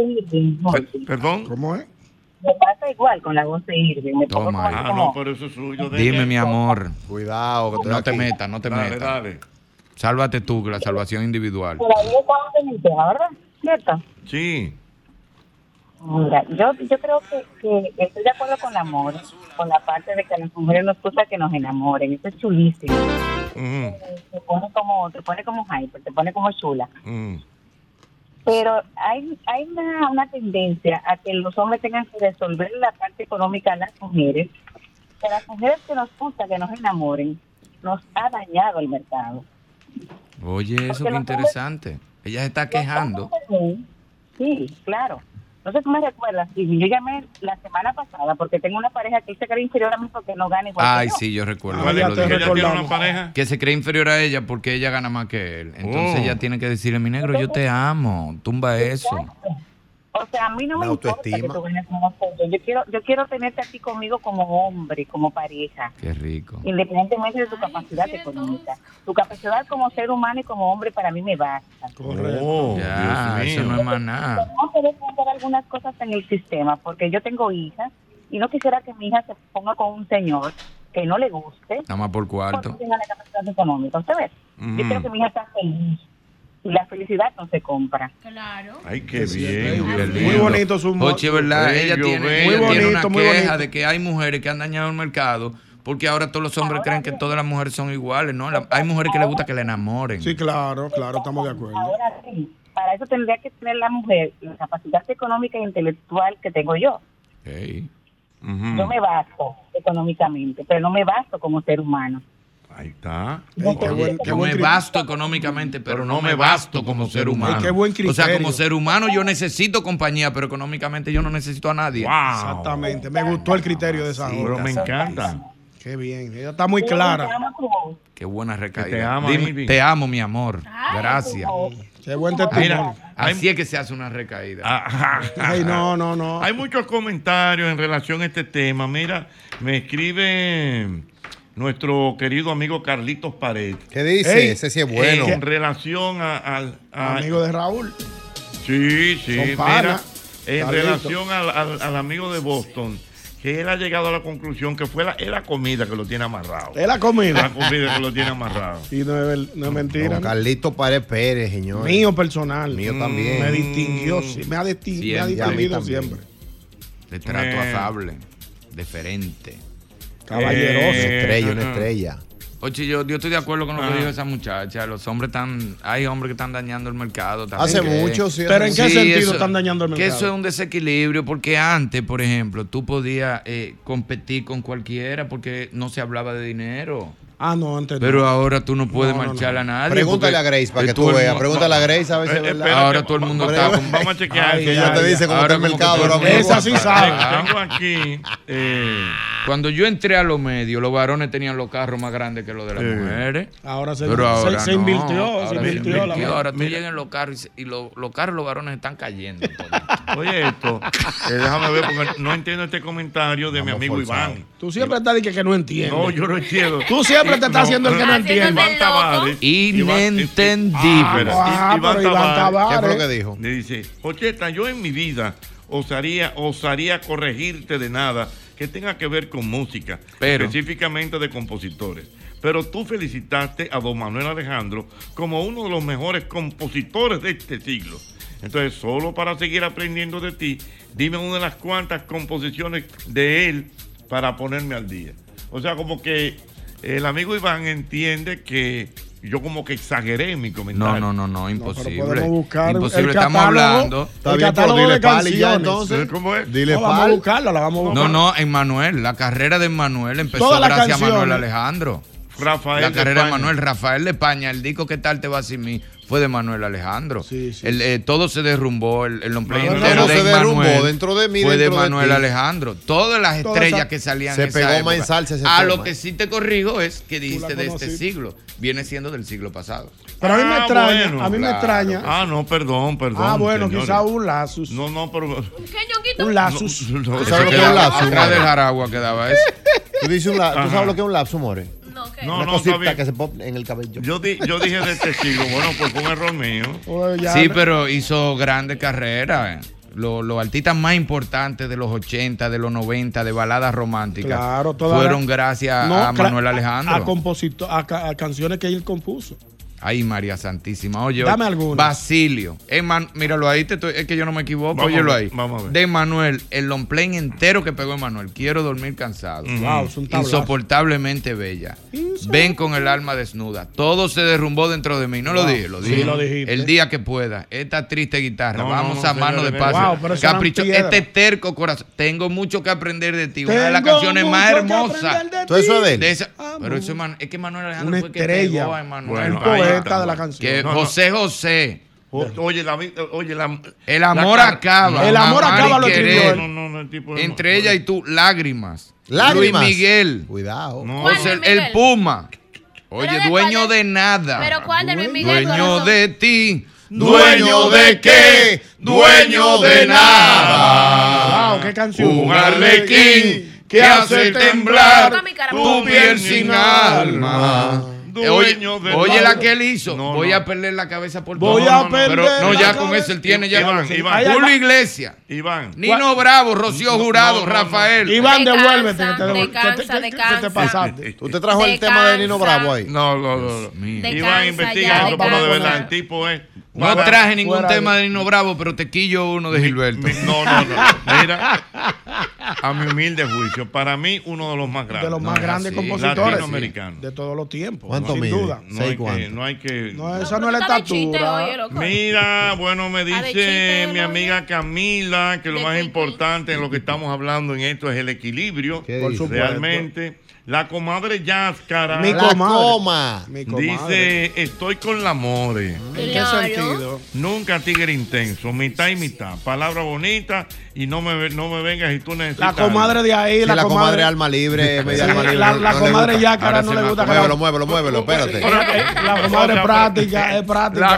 Per- ¿Perdón? ¿Cómo es? Me pasa igual con la voz de Irving. Me pongo Toma, como- Ah, no, pero eso es suyo. de Dime, ella. mi amor. Cuidado, que estoy No te aquí. metas, no te Dale, metas. dale. Sálvate tú, que la salvación individual. Todavía estamos en el tema, ¿verdad? ¿Cierto? Sí. Mira, yo, yo creo que, que estoy de acuerdo con el amor, con la parte de que a las mujeres nos gusta que nos enamoren. Eso es chulísimo. Ujú, Te pone como, te pone como hyper, te pone como chula. ujú. Pero hay, hay una, una tendencia a que los hombres tengan que resolver la parte económica a las mujeres. Que las mujeres que nos gusta que nos enamoren, nos ha dañado el mercado. Oye, eso Porque qué los interesante. Ella se está quejando. Sí, claro. No sé si me recuerdas, y yo llamé la semana pasada porque tengo una pareja que dice que era inferior a mí porque no gana igual Ay, que yo. sí, yo recuerdo. Ah, ella ya lo te dijo. ¿Ella tiene una recordamos. pareja? Que se cree inferior a ella porque ella gana más que él. Entonces Oh. ella tiene que decirle, mi negro, yo te amo. Tumba eso. O sea, a mí no me La importa que autoestima. tú ganes más que yo. Yo quiero, yo quiero tenerte a ti conmigo como hombre, como pareja, Qué rico. independientemente de tu capacidad económica. Tu capacidad como ser humano y como hombre para mí me basta. Oh, Ya, Dios eso mío. no es más nada. No querer cambiar algunas cosas en el sistema, porque yo tengo hijas y no quisiera que mi hija se ponga con un señor que no le guste Nada más por porque cuarto. no tenga la capacidad económica. ¿Usted ve? Yo Ujú. quiero que mi hija sea feliz y la felicidad no se compra. Claro. Ay, qué Sí, bien. muy qué Muy lindo. bonito su Oye, ¿verdad? Bello, ella tiene, bello. ella Muy tiene bonito, una muy queja bonito. de que hay mujeres que han dañado el mercado porque ahora todos los hombres creen que todas las mujeres son iguales, ¿no? La- hay mujeres que les gusta que le enamoren. Sí, claro, claro, estamos de acuerdo. Ahora sí, para eso tendría que tener la mujer la capacidad económica e intelectual que tengo yo. Ey. Ujú. Yo me basto económicamente, pero no me basto como ser humano. Ahí está. Ey, qué buen, qué Yo buen me cri- basto económicamente, pero no me basto como ser humano. Ay, qué buen O sea, criterio. como ser humano yo necesito compañía, pero económicamente yo no necesito a nadie. Wow. Exactamente. Me gustó el criterio de esa Pero joven. me encanta. Qué bien. Ella está muy clara. Qué buena recaída. Que te ama, Dime, Irving. te amo, mi amor. Gracias. Qué buen testimonio. Mira, así es que se hace una recaída. Ay, no, no, no. Hay muchos comentarios en relación a este tema. Mira, me escribe nuestro querido amigo Carlitos Pared. ¿Qué dice? Ey, ese sí es bueno. En relación a, a- a- Amigo de Raúl. Sí, sí. Son panas. Mira, en Carlitos. relación al, al- al amigo de Boston, que él ha llegado a la conclusión que fue la, es la comida que lo tiene amarrado. Es la comida. La comida que lo tiene amarrado. Y no es, ver- no es mentira. Don ¿no? Carlito Pared Pérez, señor. Mío personal. Mío también. Me distinguió, sí, me ha, distin- me ha Siempre. Y a mí distinguido también. siempre. De trato Eh. afable, deferente. Caballeroso. Una estrella, una Eh, estrella. Oye, yo, yo estoy de acuerdo con lo que Ajá. dijo esa muchacha. Los hombres están. Hay hombres que están dañando el mercado. también, Hace que- mucho, sí. Pero ¿en qué Sí, sentido eso- están dañando el Que mercado? eso es un desequilibrio, porque antes, por ejemplo, tú podías eh, competir con cualquiera porque no se hablaba de dinero. Ah, no, antes Pero no. ahora tú no puedes No, no, marchar no. a nadie. Pregúntale porque a Grace para que todo tú el veas. mundo- Pregúntale a Grace a ver si es Eh, verdad. espérate, Ahora todo el mundo está con- Vamos a chequear. Ay, Que eso. ella te ay, dice cómo ahora está el como mercado que todo ahora el mismo. Esa sí sabe. Tengo aquí. eh, Cuando yo entré a los medios, los varones tenían los carros más grandes que los de las Sí. mujeres. Ahora se, Pero se- ahora se no. invirtió, Ahora se invirtió. la invirtió. verdad. Ahora tú llegas en los carros y, se- y lo- los carros los varones están cayendo. Oye, esto, eh, déjame ver porque no entiendo este comentario de mi Vamos amigo forzado. Iván. Tú siempre estás diciendo que no entiendes. No, yo no entiendo. Tú siempre te estás haciendo el que no entiende. Iván Tavares. Inentendible. Ah, pero Iván Tavares. ¿Qué fue lo que dijo? Le dice, Ocheta, yo en mi vida osaría, osaría corregirte de nada que tenga que ver con música, Pero- específicamente de compositores. Pero tú felicitaste a don Manuel Alejandro como uno de los mejores compositores de este siglo. Entonces, solo para seguir aprendiendo de ti, dime una de las cuantas composiciones de él para ponerme al día. O sea, como que el amigo Iván entiende que yo como que exageré en mi comentario. No, no, no, no, imposible. podemos buscar imposible, el estamos catálogo. hablando. Está El bien, pero catálogo dile de pal y ya canciones. entonces. ¿Cómo es? Dile No, vamos a pal. buscarla, la vamos a buscar. No, no, Emmanuel, la carrera de Emmanuel empezó Todas las gracias a Manuel canciones. Alejandro. Rafael La de carrera de España. Manuel, Rafael de España, el disco ¿Qué tal te va sin mí? Fue de Manuel Alejandro. Sí, sí. El, eh, todo se derrumbó, el, el long play Manuel entero no de se derrumbó, Emmanuel dentro de mí, fue de dentro de Manuel ti. Alejandro. Todas las Toda estrellas esa- que salían Se en esa pegó más época. en salsa ese A tema. lo que sí te corrijo es que dijiste de este conociste. siglo. Viene siendo del siglo pasado. Pero a mí me Ah, extraña, bueno, a mí me claro. extraña. Ah, no, perdón, perdón. Ah, bueno, señores. quizá un lapsus. No, no, pero. ¿Qué ñonguito? Un lapsus. No, no, ¿Tú sabes lo que es un Quedaba lapso? atrás del Jaragua quedaba eso. Tú dices un la- ¿Tú Ajá. sabes lo que es un lapso, more? No, ¿qué? No, Una no, está cosita bien. que se pone en el cabello. Yo, di- yo dije de este siglo, bueno, pues fue un error mío. Oye, ya- Sí, pero hizo grandes carreras. eh. Los, los artistas más importantes de los ochenta, de los noventa, de baladas románticas, Claro, todas fueron las- gracias No, a cla- Manuel Alejandro. A, composito- a, ca- a canciones que él compuso. Ay, María Santísima. Oye, Dame alguna. Basilio. Eman- míralo ahí, te estoy- es que yo no me equivoco. Vamos Óyelo a ver, ahí. vamos a ver. De Manuel, el long play entero que pegó Emanuel. Quiero dormir cansado. Wow, es un tablazo. Insoportablemente bella. Ven con el alma desnuda. Todo se derrumbó dentro de mí. No lo Wow. dije, lo Sí, dije. lo dijiste. El día que pueda. Esta triste guitarra. No, Vamos no, no, a mano de señores, paso. wow, pero eso eran Capricho. piedras. Este terco corazón. Tengo mucho que aprender de ti. Una de Tengo las canciones más mucho que hermosas. aprender de ¿Todo eso es de él? De esa- Ah, pero no. eso es, Man- es que Manuel Alejandro Una fue que estrella. pegó a Emanuel. Bueno, el ahí poeta está. de la canción. Que No, no. José José. O- Oye, la, oye, la, El amor la car- acaba. El amor amar y acaba lo querer. escribió él. No, no, no, el tipo de- Entre ella y tú, lágrimas. Lágrimas. Luis Miguel. Cuidado. No, ¿Cuál José- Luis Miguel? el Puma. Oye, ¿Pero de dueño cuál es? de nada. ¿Pero cuál de Luis Miguel? Dueño corazón? de ti. ¿Dueño de qué? Dueño de nada. Wow, qué canción. Un arlequín que hace temblar Toca mi cara, tu por piel favor. sin alma. Dueño Oye, de oye nada. la que él hizo. No, Voy no. a perder la cabeza por Voy todo. a No, no, perder Pero no, la ya con cabeza. eso él tiene ya. Iván, Iván. Julio Iglesias. Iván. Nino Bravo, Rocío Jurado, no, no, Rafael. Iván, Te devuélvete. cansa, que te, te devol- que cansa, te- te que- que cansa. te pasaste. Tú te trajo el Te tema de Nino cansa. Bravo ahí. No, no, no. no. Mío. Te Iván, cansa investiga ya, eso, te pero de cansa. verdad, el tipo es. No para- traje ningún fuera tema de- de Nino Bravo, pero te quillo uno de Gilberto. Mi- No, no, no. Mira, a mi humilde juicio, para mí uno de los más grandes. De los más No, grandes sí. compositores Latinoamericanos. de todos los tiempos. ¿Cuánto sin mide? duda. No hay, ¿Seis que, cuánto? no hay que. No, No, esa no pero es la tú estás de chiste, estatura. oye, loco. Mira, bueno, me Ah, de dice chiste, mi ¿no? amiga Camila que lo De más cuiqui. importante en lo que estamos hablando en esto es el equilibrio. ¿Qué Por dice? supuesto. Realmente, la comadre Yáscara Mi La comadre. coma. Mi comadre. dice: Estoy con la more. ¿En qué Claro. sentido? Nunca tigre intenso, mitad y mitad. Palabra bonita y no me, ve- no me vengas y tú La necesitas. comadre de ahí, Sí, la, la comadre comadre. alma libre, media Sí, alma libre. la, no- la no le comadre gusta. Yácara Ahora no se le me gusta que Muévelo, la, muévelo, muévelo, espérate. la, la comadre O sea, práctica, es práctica. La, com-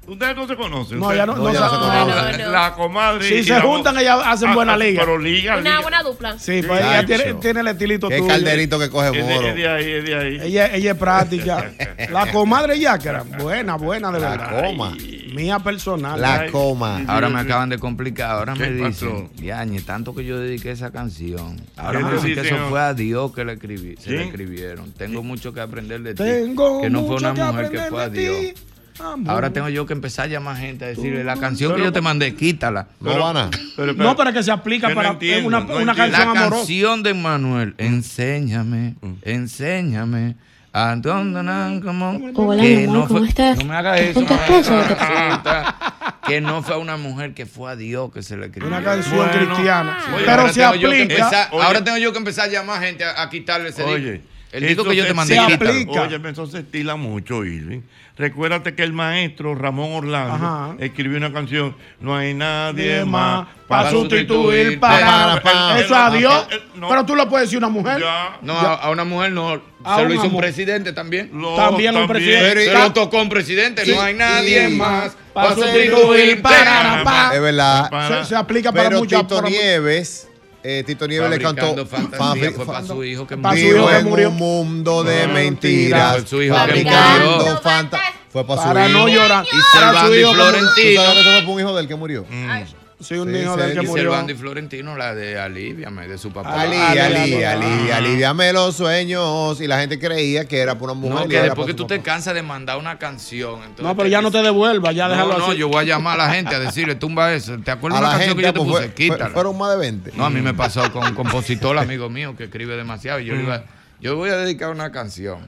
Ustedes no se conocen. No, ustedes- ya no- no ya se- conocen. no, no. La comadre. Si y se la- juntan, ellas hacen Ah, buena ah, liga. Pero liga, Una liga. buena dupla. Sí, pues ella tiene, tiene el estilito Qué tuyo. calderito que coge Es de, moro. es de ahí, es de ahí. Ella, ella es práctica. La comadre Yácara, buena, buena de La verdad. coma. Mía personal. La coma. Ahora me acaban de complicar. Ahora ¿Qué me pasó? dicen, Diañe, tanto que yo dediqué esa canción. Ahora ¿Qué me te dicen que dicen? eso fue a Dios que le escribí, se le ¿Sí? escribieron. Tengo mucho que aprender de ti. Tengo Que no fue mucho una que mujer que aprender fue a de Dios. ti. Amor. Ahora tengo yo que empezar a llamar gente a decirle la canción Pero- que yo te mandé, quítala. No van a. Pero, No, pero que se aplica que no para entiendo, una, no una entiendo. canción La amorosa. canción de Manuel, enséñame, enséñame. A dónde nan- como Hola, que mi amor, no ¿cómo fue- estás? No me hagas eso. ¿Estás no me esposo? hagas resulta que no fue a una mujer, que fue a Dios que se le escribió. Una canción Bueno. cristiana. Oye, pero ahora se tengo yo que aplica. empezar- Oye. ahora tengo yo que empezar a llamar gente a, a quitarle ese Oye, disco. El disco eso que yo se- te mandé, se quítalo. aplica. Oye, eso se estila mucho, Irving. Recuérdate que el maestro Ramón Orlando Ajá. escribió una canción, No hay nadie Nadie más más para sustituir para, para- eso a Dios. eh, no. Pero tú lo puedes decir a una mujer. Ya. No, a, a una mujer no. A se lo una hizo un mujer. presidente también. Lo- También un presidente. Se lo tocó un presidente. Sí. No hay nadie Sí. más Para para sustituir sustituir para- para. Es verdad. Para- Se, se aplica para Pero muchas Tito para- Nieves, eh, Tito Nieves le cantó. Fabricando fantasía, Fabri- fue para su hijo que Pa' su murió. hijo que en murió. un mundo de No, mentiras. Fue su hijo que Fabricando murió. fanta- Fue para su Para hijo. no llorar. Y Para su Servando y hijo que murió. ¿Tú Florentino. sabes que eso fue para un hijo del que murió? Sí, un Sí, hijo sí, del que sí, Y murió. Servando y Florentino, la de Aliviame, de su papá. Ali, Ali, Ali, Ali, Ali, aliviame los sueños. Y la gente creía que era por una mujer. No, y que era después para que su tú te papá. cansas de mandar una canción. entonces No, pero ya no te devuelvas, ya No, déjalo no, así. yo voy a llamar a la gente a decirle, tumba eso. ¿Te acuerdas A de una la canción gente, que yo te pues, puse? fue- fue- Quítala. fueron más de veinte. No, a mí me pasó con un compositor, amigo mío, que escribe demasiado. Y yo le Mm. iba, yo voy a dedicar una canción.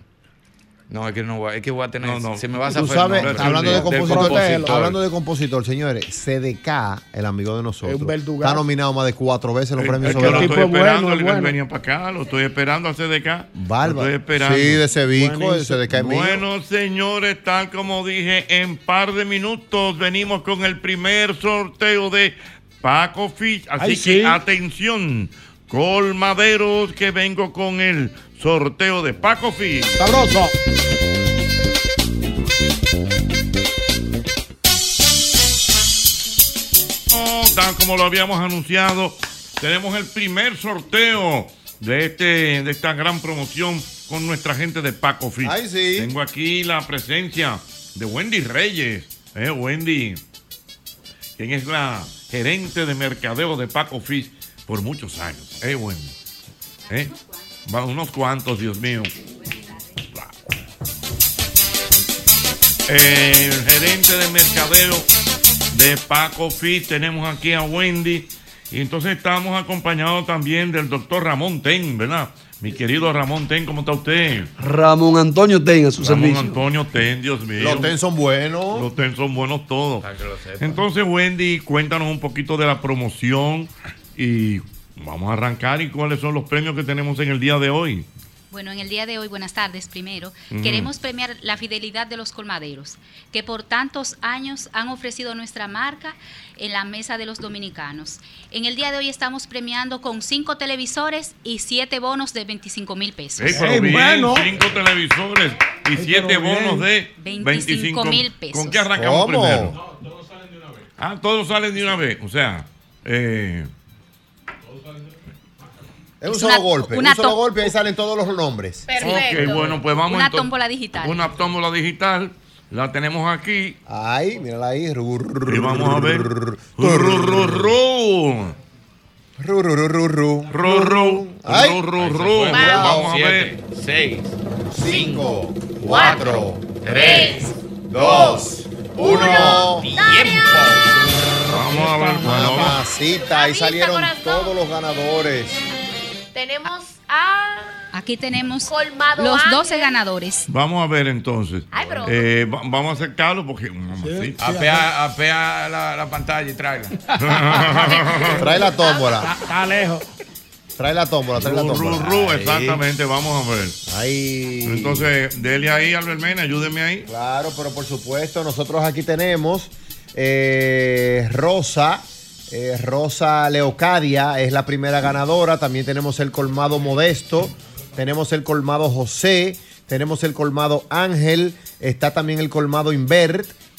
No, es que no voy, es que voy a tener, No, no. se me va a Tú zafar el sabes, nombre. hablando de Del compositor, hablando de compositor, señores, C D K, el amigo de nosotros, Es un verdugazo. está nominado más de cuatro veces en los Es premios que lo soberanos. estoy tipo es esperando, bueno, es él bueno. venía para acá, lo estoy esperando a C D K. Lo Bárbaro. estoy esperando. Sí, de Cevico, de Buenísimo. C D K es mío. Bueno, señores, tal como dije, en par de minutos venimos con el primer sorteo de Paco Fish. Así Ay, que sí. atención, colmaderos, que vengo con el sorteo de Paco Fish. Sabroso. Oh, tal como lo habíamos anunciado, tenemos el primer sorteo de este de esta gran promoción con nuestra gente de Paco Fish. Ay, sí. Tengo aquí la presencia de Wendy Reyes. Eh, Wendy, quien es la gerente de mercadeo de Paco Fish por muchos años. Eh, Wendy. Eh, va unos cuantos, Dios mío. El gerente de mercadeo de Paco Fish, tenemos aquí a Wendy, y entonces estamos acompañados también del doctor Ramón Ten, ¿verdad? Mi querido Ramón Ten, ¿cómo está usted? Ramón Antonio Ten a su Ramón servicio. Antonio Ten, Dios mío. Los Ten son buenos. Los Ten son buenos todos. Para que lo sepa. Entonces, Wendy, cuéntanos un poquito de la promoción y vamos a arrancar y cuáles son los premios que tenemos en el día de hoy. Bueno, en el día de hoy, buenas tardes primero, Ujú. queremos premiar la fidelidad de los colmaderos, que por tantos años han ofrecido nuestra marca en la mesa de los dominicanos. En el día de hoy estamos premiando con cinco televisores y siete bonos de veinticinco mil pesos. Ey, pero Ey, bien, bueno. cinco televisores y Ey, siete pero bien. bonos de veinticinco mil pesos. ¿Con qué arrancamos ¿Cómo? primero? todos salen de una vez. Ah, todos salen de una vez. O sea, eh, Es un Es solo una- golpe. una un solo to- golpe y ahí salen todos los nombres. Perfecto. ok, bueno, pues vamos Una entonces- tómbola digital. Una tómbola digital. La tenemos aquí. Ay, mírala ahí. Y vamos a ver. Ru, Ru, ru, ru, ru. ru, ru, ru, ru. Ru, ru. Ay. Ru, ru, Ahí se ru. fue. Vamos a Siete, ver. seis, Cinco, cuatro, tres, dos, uno. tiempo. Vamos a ver. Bueno, Mamacita, ahí Avisa, salieron corazón. todos los ganadores. Tenemos a Aquí tenemos Colmado los Ángel. doce ganadores. vamos a ver entonces. Ay, pero- Eh, va- vamos a acercarlo porque. mamacita. Apea, apea la, la pantalla y tráela. Trae la tómbola. Está, está lejos. Trae la tómbola, trae la Ru, ru, tómbola. ru, Ahí. exactamente, vamos a ver. Ahí. Entonces, dele ahí, Albert Mena, ayúdeme ahí. Claro, pero por supuesto, nosotros aquí tenemos eh, Rosa. eh, Rosa Leocadia es la primera ganadora. También tenemos el colmado Modesto. Tenemos el colmado José. Tenemos el colmado Ángel. Está también el colmado Invert.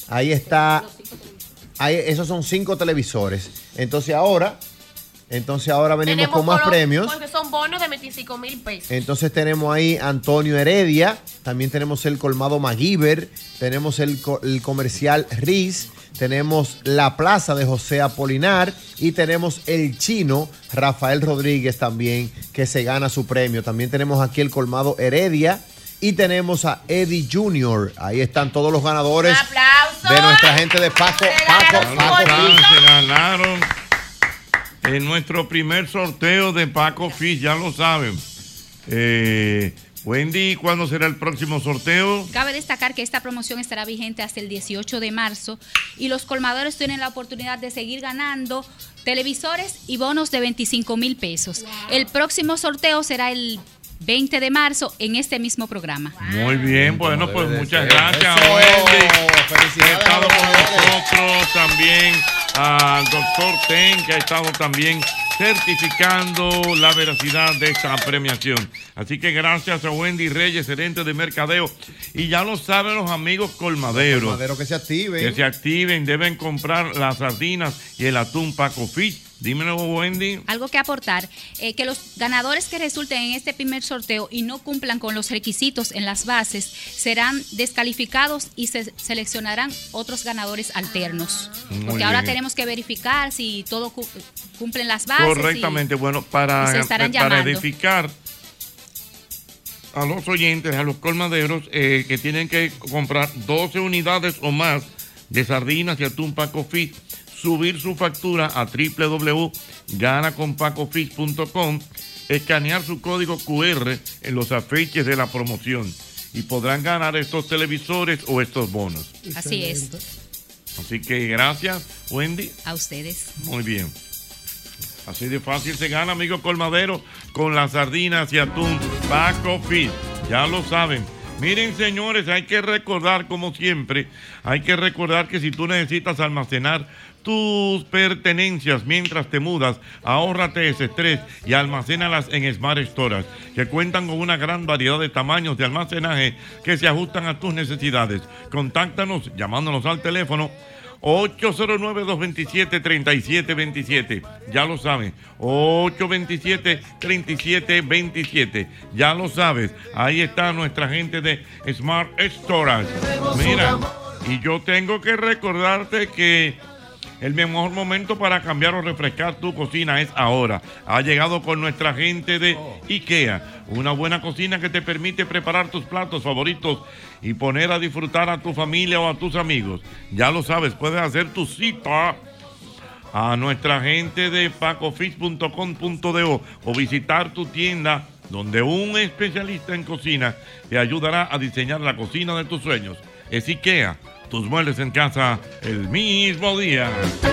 Ahí está. Ahí, esos son cinco televisores. Entonces ahora, entonces ahora venimos Tenemos con más bonos- premios. Porque son bonos de veinticinco mil pesos. Entonces tenemos ahí Antonio Heredia, también tenemos el colmado MacGyver, tenemos el, co- el comercial Riz, tenemos la plaza de José Apolinar y tenemos el chino Rafael Rodríguez también, que se gana su premio. También tenemos aquí el colmado Heredia y tenemos a Eddie junior Ahí están todos los ganadores de nuestra gente de Paco. Paco, Paco. Se ganaron en nuestro primer sorteo de Paco Fish, ya lo saben. Eh, Wendy, ¿cuándo será el próximo sorteo? Cabe destacar que esta promoción estará vigente hasta el dieciocho de marzo y los colmadores tienen la oportunidad de seguir ganando televisores y bonos de veinticinco mil pesos. El próximo sorteo será el veinte de marzo en este mismo programa. Muy bien, bueno, pues debe de muchas ser. gracias, Eso. Wendy. Felicidades Ha estado a los con ganadores. nosotros también al doctor Ten, que ha estado también certificando la veracidad de esta premiación. Así que gracias a Wendy Reyes, gerente de mercadeo. Y ya lo saben los amigos colmaderos. Colmaderos que se activen. Que se activen, deben comprar las sardinas y el atún Paco Fish. Dímelo, Wendy. Algo que aportar, eh, que los ganadores que resulten en este primer sorteo y no cumplan con los requisitos en las bases serán descalificados y se seleccionarán otros ganadores alternos. Muy Porque ahora bien. tenemos que verificar si todo cu- cumplen las bases. Correctamente, y- bueno, y para, se estarán para llamando. edificar a los oyentes, a los colmaderos, eh, que tienen que comprar doce unidades o más de sardinas y atún Paco Fish, subir su factura a doble u doble u doble u punto gana con paco fish punto com, escanear su código cu erre en los afiches de la promoción y podrán ganar estos televisores o estos bonos. Así es. Así que gracias, Wendy. A ustedes. Muy bien. Así de fácil se gana, amigo colmadero, con las sardinas y atún Paco Fish. Ya lo saben. Miren, señores, hay que recordar, como siempre, hay que recordar que si tú necesitas almacenar tus pertenencias mientras te mudas, ahórrate ese estrés y almacénalas en Smart Storage, que cuentan con una gran variedad de tamaños de almacenaje que se ajustan a tus necesidades. Contáctanos llamándonos al teléfono ocho cero nueve, dos dos siete, tres siete dos siete. Ya lo saben, ocho dos siete, tres siete dos siete. Ya lo sabes, ahí está nuestra gente de Smart Storage. Mira, y yo tengo que recordarte que el mejor momento para cambiar o refrescar tu cocina es ahora. Ha llegado con nuestra gente de IKEA, una buena cocina que te permite preparar tus platos favoritos y poner a disfrutar a tu familia o a tus amigos. Ya lo sabes, puedes hacer tu cita a nuestra gente de paco fish punto com punto do o visitar tu tienda donde un especialista en cocina te ayudará a diseñar la cocina de tus sueños. Es IKEA. Tus muebles en casa el mismo día.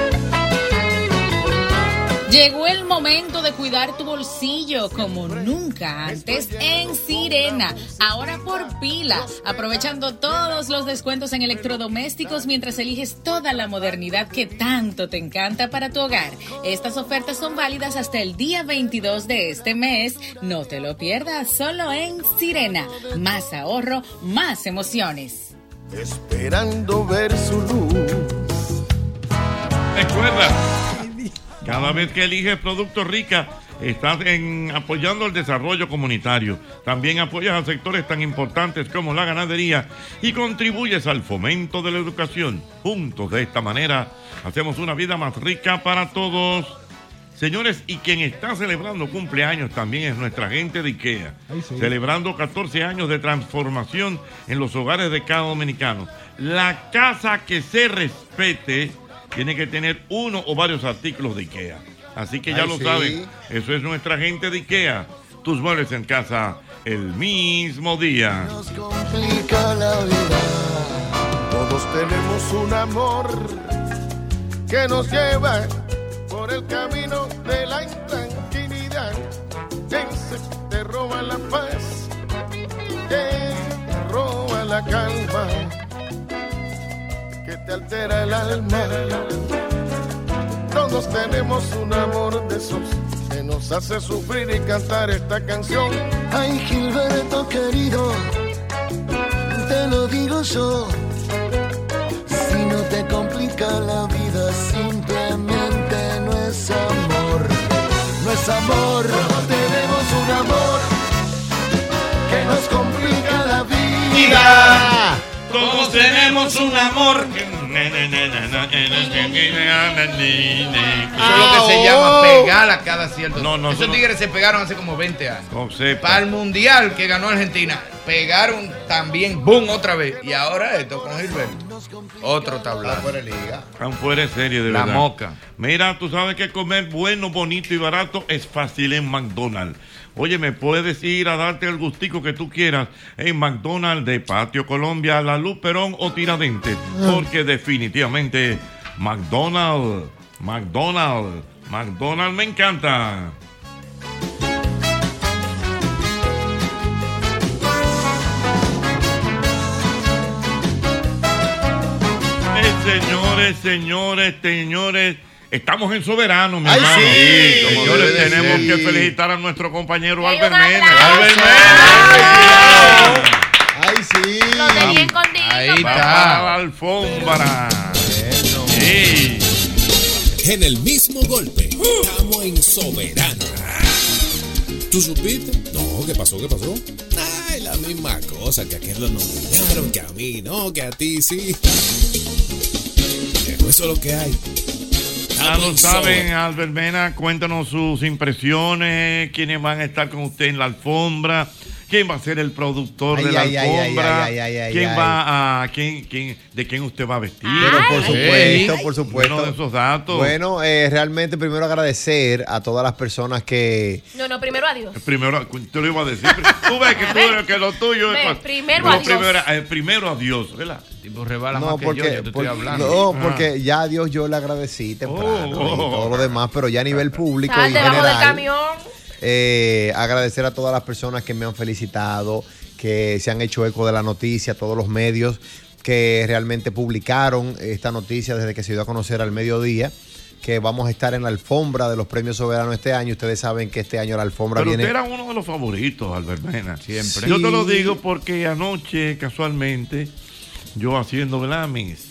Llegó el momento de cuidar tu bolsillo como nunca antes en Sirena. Ahora por pila, aprovechando todos los descuentos en electrodomésticos mientras eliges toda la modernidad que tanto te encanta para tu hogar. Estas ofertas son válidas hasta el día veintidós de este mes. No te lo pierdas, solo en Sirena. Más ahorro, más emociones. Esperando ver su luz. Recuerda, cada vez que eliges Productos Rica, estás en, apoyando el desarrollo comunitario. También apoyas a sectores tan importantes como la ganadería y contribuyes al fomento de la educación. Juntos, de esta manera, hacemos una vida más rica para todos. Señores, y quien está celebrando cumpleaños también es nuestra gente de IKEA, sí. celebrando catorce años de transformación en los hogares de cada dominicano. La casa que se respete tiene que tener uno o varios artículos de IKEA. Así que ya Ay, lo sí. saben, eso es nuestra gente de IKEA. Tus muebles en casa el mismo día. Nos complica la vida. Todos tenemos un amor que nos lleva por el camino de la intranquilidad. Ese te roba la paz, te roba la calma, que te altera el alma. Todos tenemos un amor de esos que nos hace sufrir y cantar esta canción. Ay, Gilberto querido, te lo digo yo. Si te complica la vida, simplemente no es amor. No es amor, tenemos un amor que nos complica la vida. Todos tenemos un amor. Eso es lo que se llama pegar a cada cierto. No, no, Esos no. tigres se pegaron hace como veinte años. No sepa. Para el mundial que ganó Argentina, pegaron también, boom, otra vez. Y ahora esto con Gilberto. Otro tablado. Están fuera de serie, de La verdad. moca. Mira, tú sabes que comer bueno, bonito y barato es fácil en McDonald's. Oye, me puedes ir a darte el gustico que tú quieras en McDonald's de Patio Colombia, La Luz Perón o Tiradentes. Porque definitivamente McDonald's, McDonald's, McDonald's me encanta. Eh, señores, señores, señores, estamos en Soberano, mi Ay, hermano. sí, como Señores, debe de tenemos ser. que felicitar a nuestro compañero Hay un Albert Mena. aplauso. Albert Mena. Ay, sí. Lo tenía escondido. Ahí está. La alfombra. Sí. En el mismo golpe, estamos en Soberano. ¿Tú supiste? No, ¿qué pasó? ¿Qué pasó? Ay, la misma cosa, que a aquel lo nominaron, que a mí no, que a ti sí. Eso es lo que hay. Ya lo saben, Albert Mena, cuéntanos sus impresiones, quiénes van a estar con usted en la alfombra, quién va a ser el productor Ay, de la ay, ay, alfombra, ay, ay, ay, quién ay. va a, quién, quién, de quién usted va a vestir. Pero por supuesto, por supuesto. Uno de esos datos. Bueno, eh, realmente primero agradecer a todas las personas que... No, no, primero adiós. Primero, te lo iba a decir. Tú ves que, tú, que lo tuyo Ve, es... primero lo adiós. Primero, eh, primero adiós, ¿verdad? Tipo rebala No, más que porque, yo, yo te porque- estoy hablando. no, Ah. porque ya a Dios yo le agradecí temprano Oh. y todo lo demás, pero ya a nivel público Sal y debajo del general, camión. eh, agradecer a todas las personas que me han felicitado, que se han hecho eco de la noticia, todos los medios que realmente publicaron esta noticia desde que se dio a conocer al mediodía, que vamos a estar en la alfombra de los premios soberanos este año. Ustedes saben que este año la alfombra Pero viene... usted era uno de los favoritos, Albert Mena. Siempre. Yo te lo Sí. digo porque anoche, casualmente, yo haciendo, ¿verdad? Mis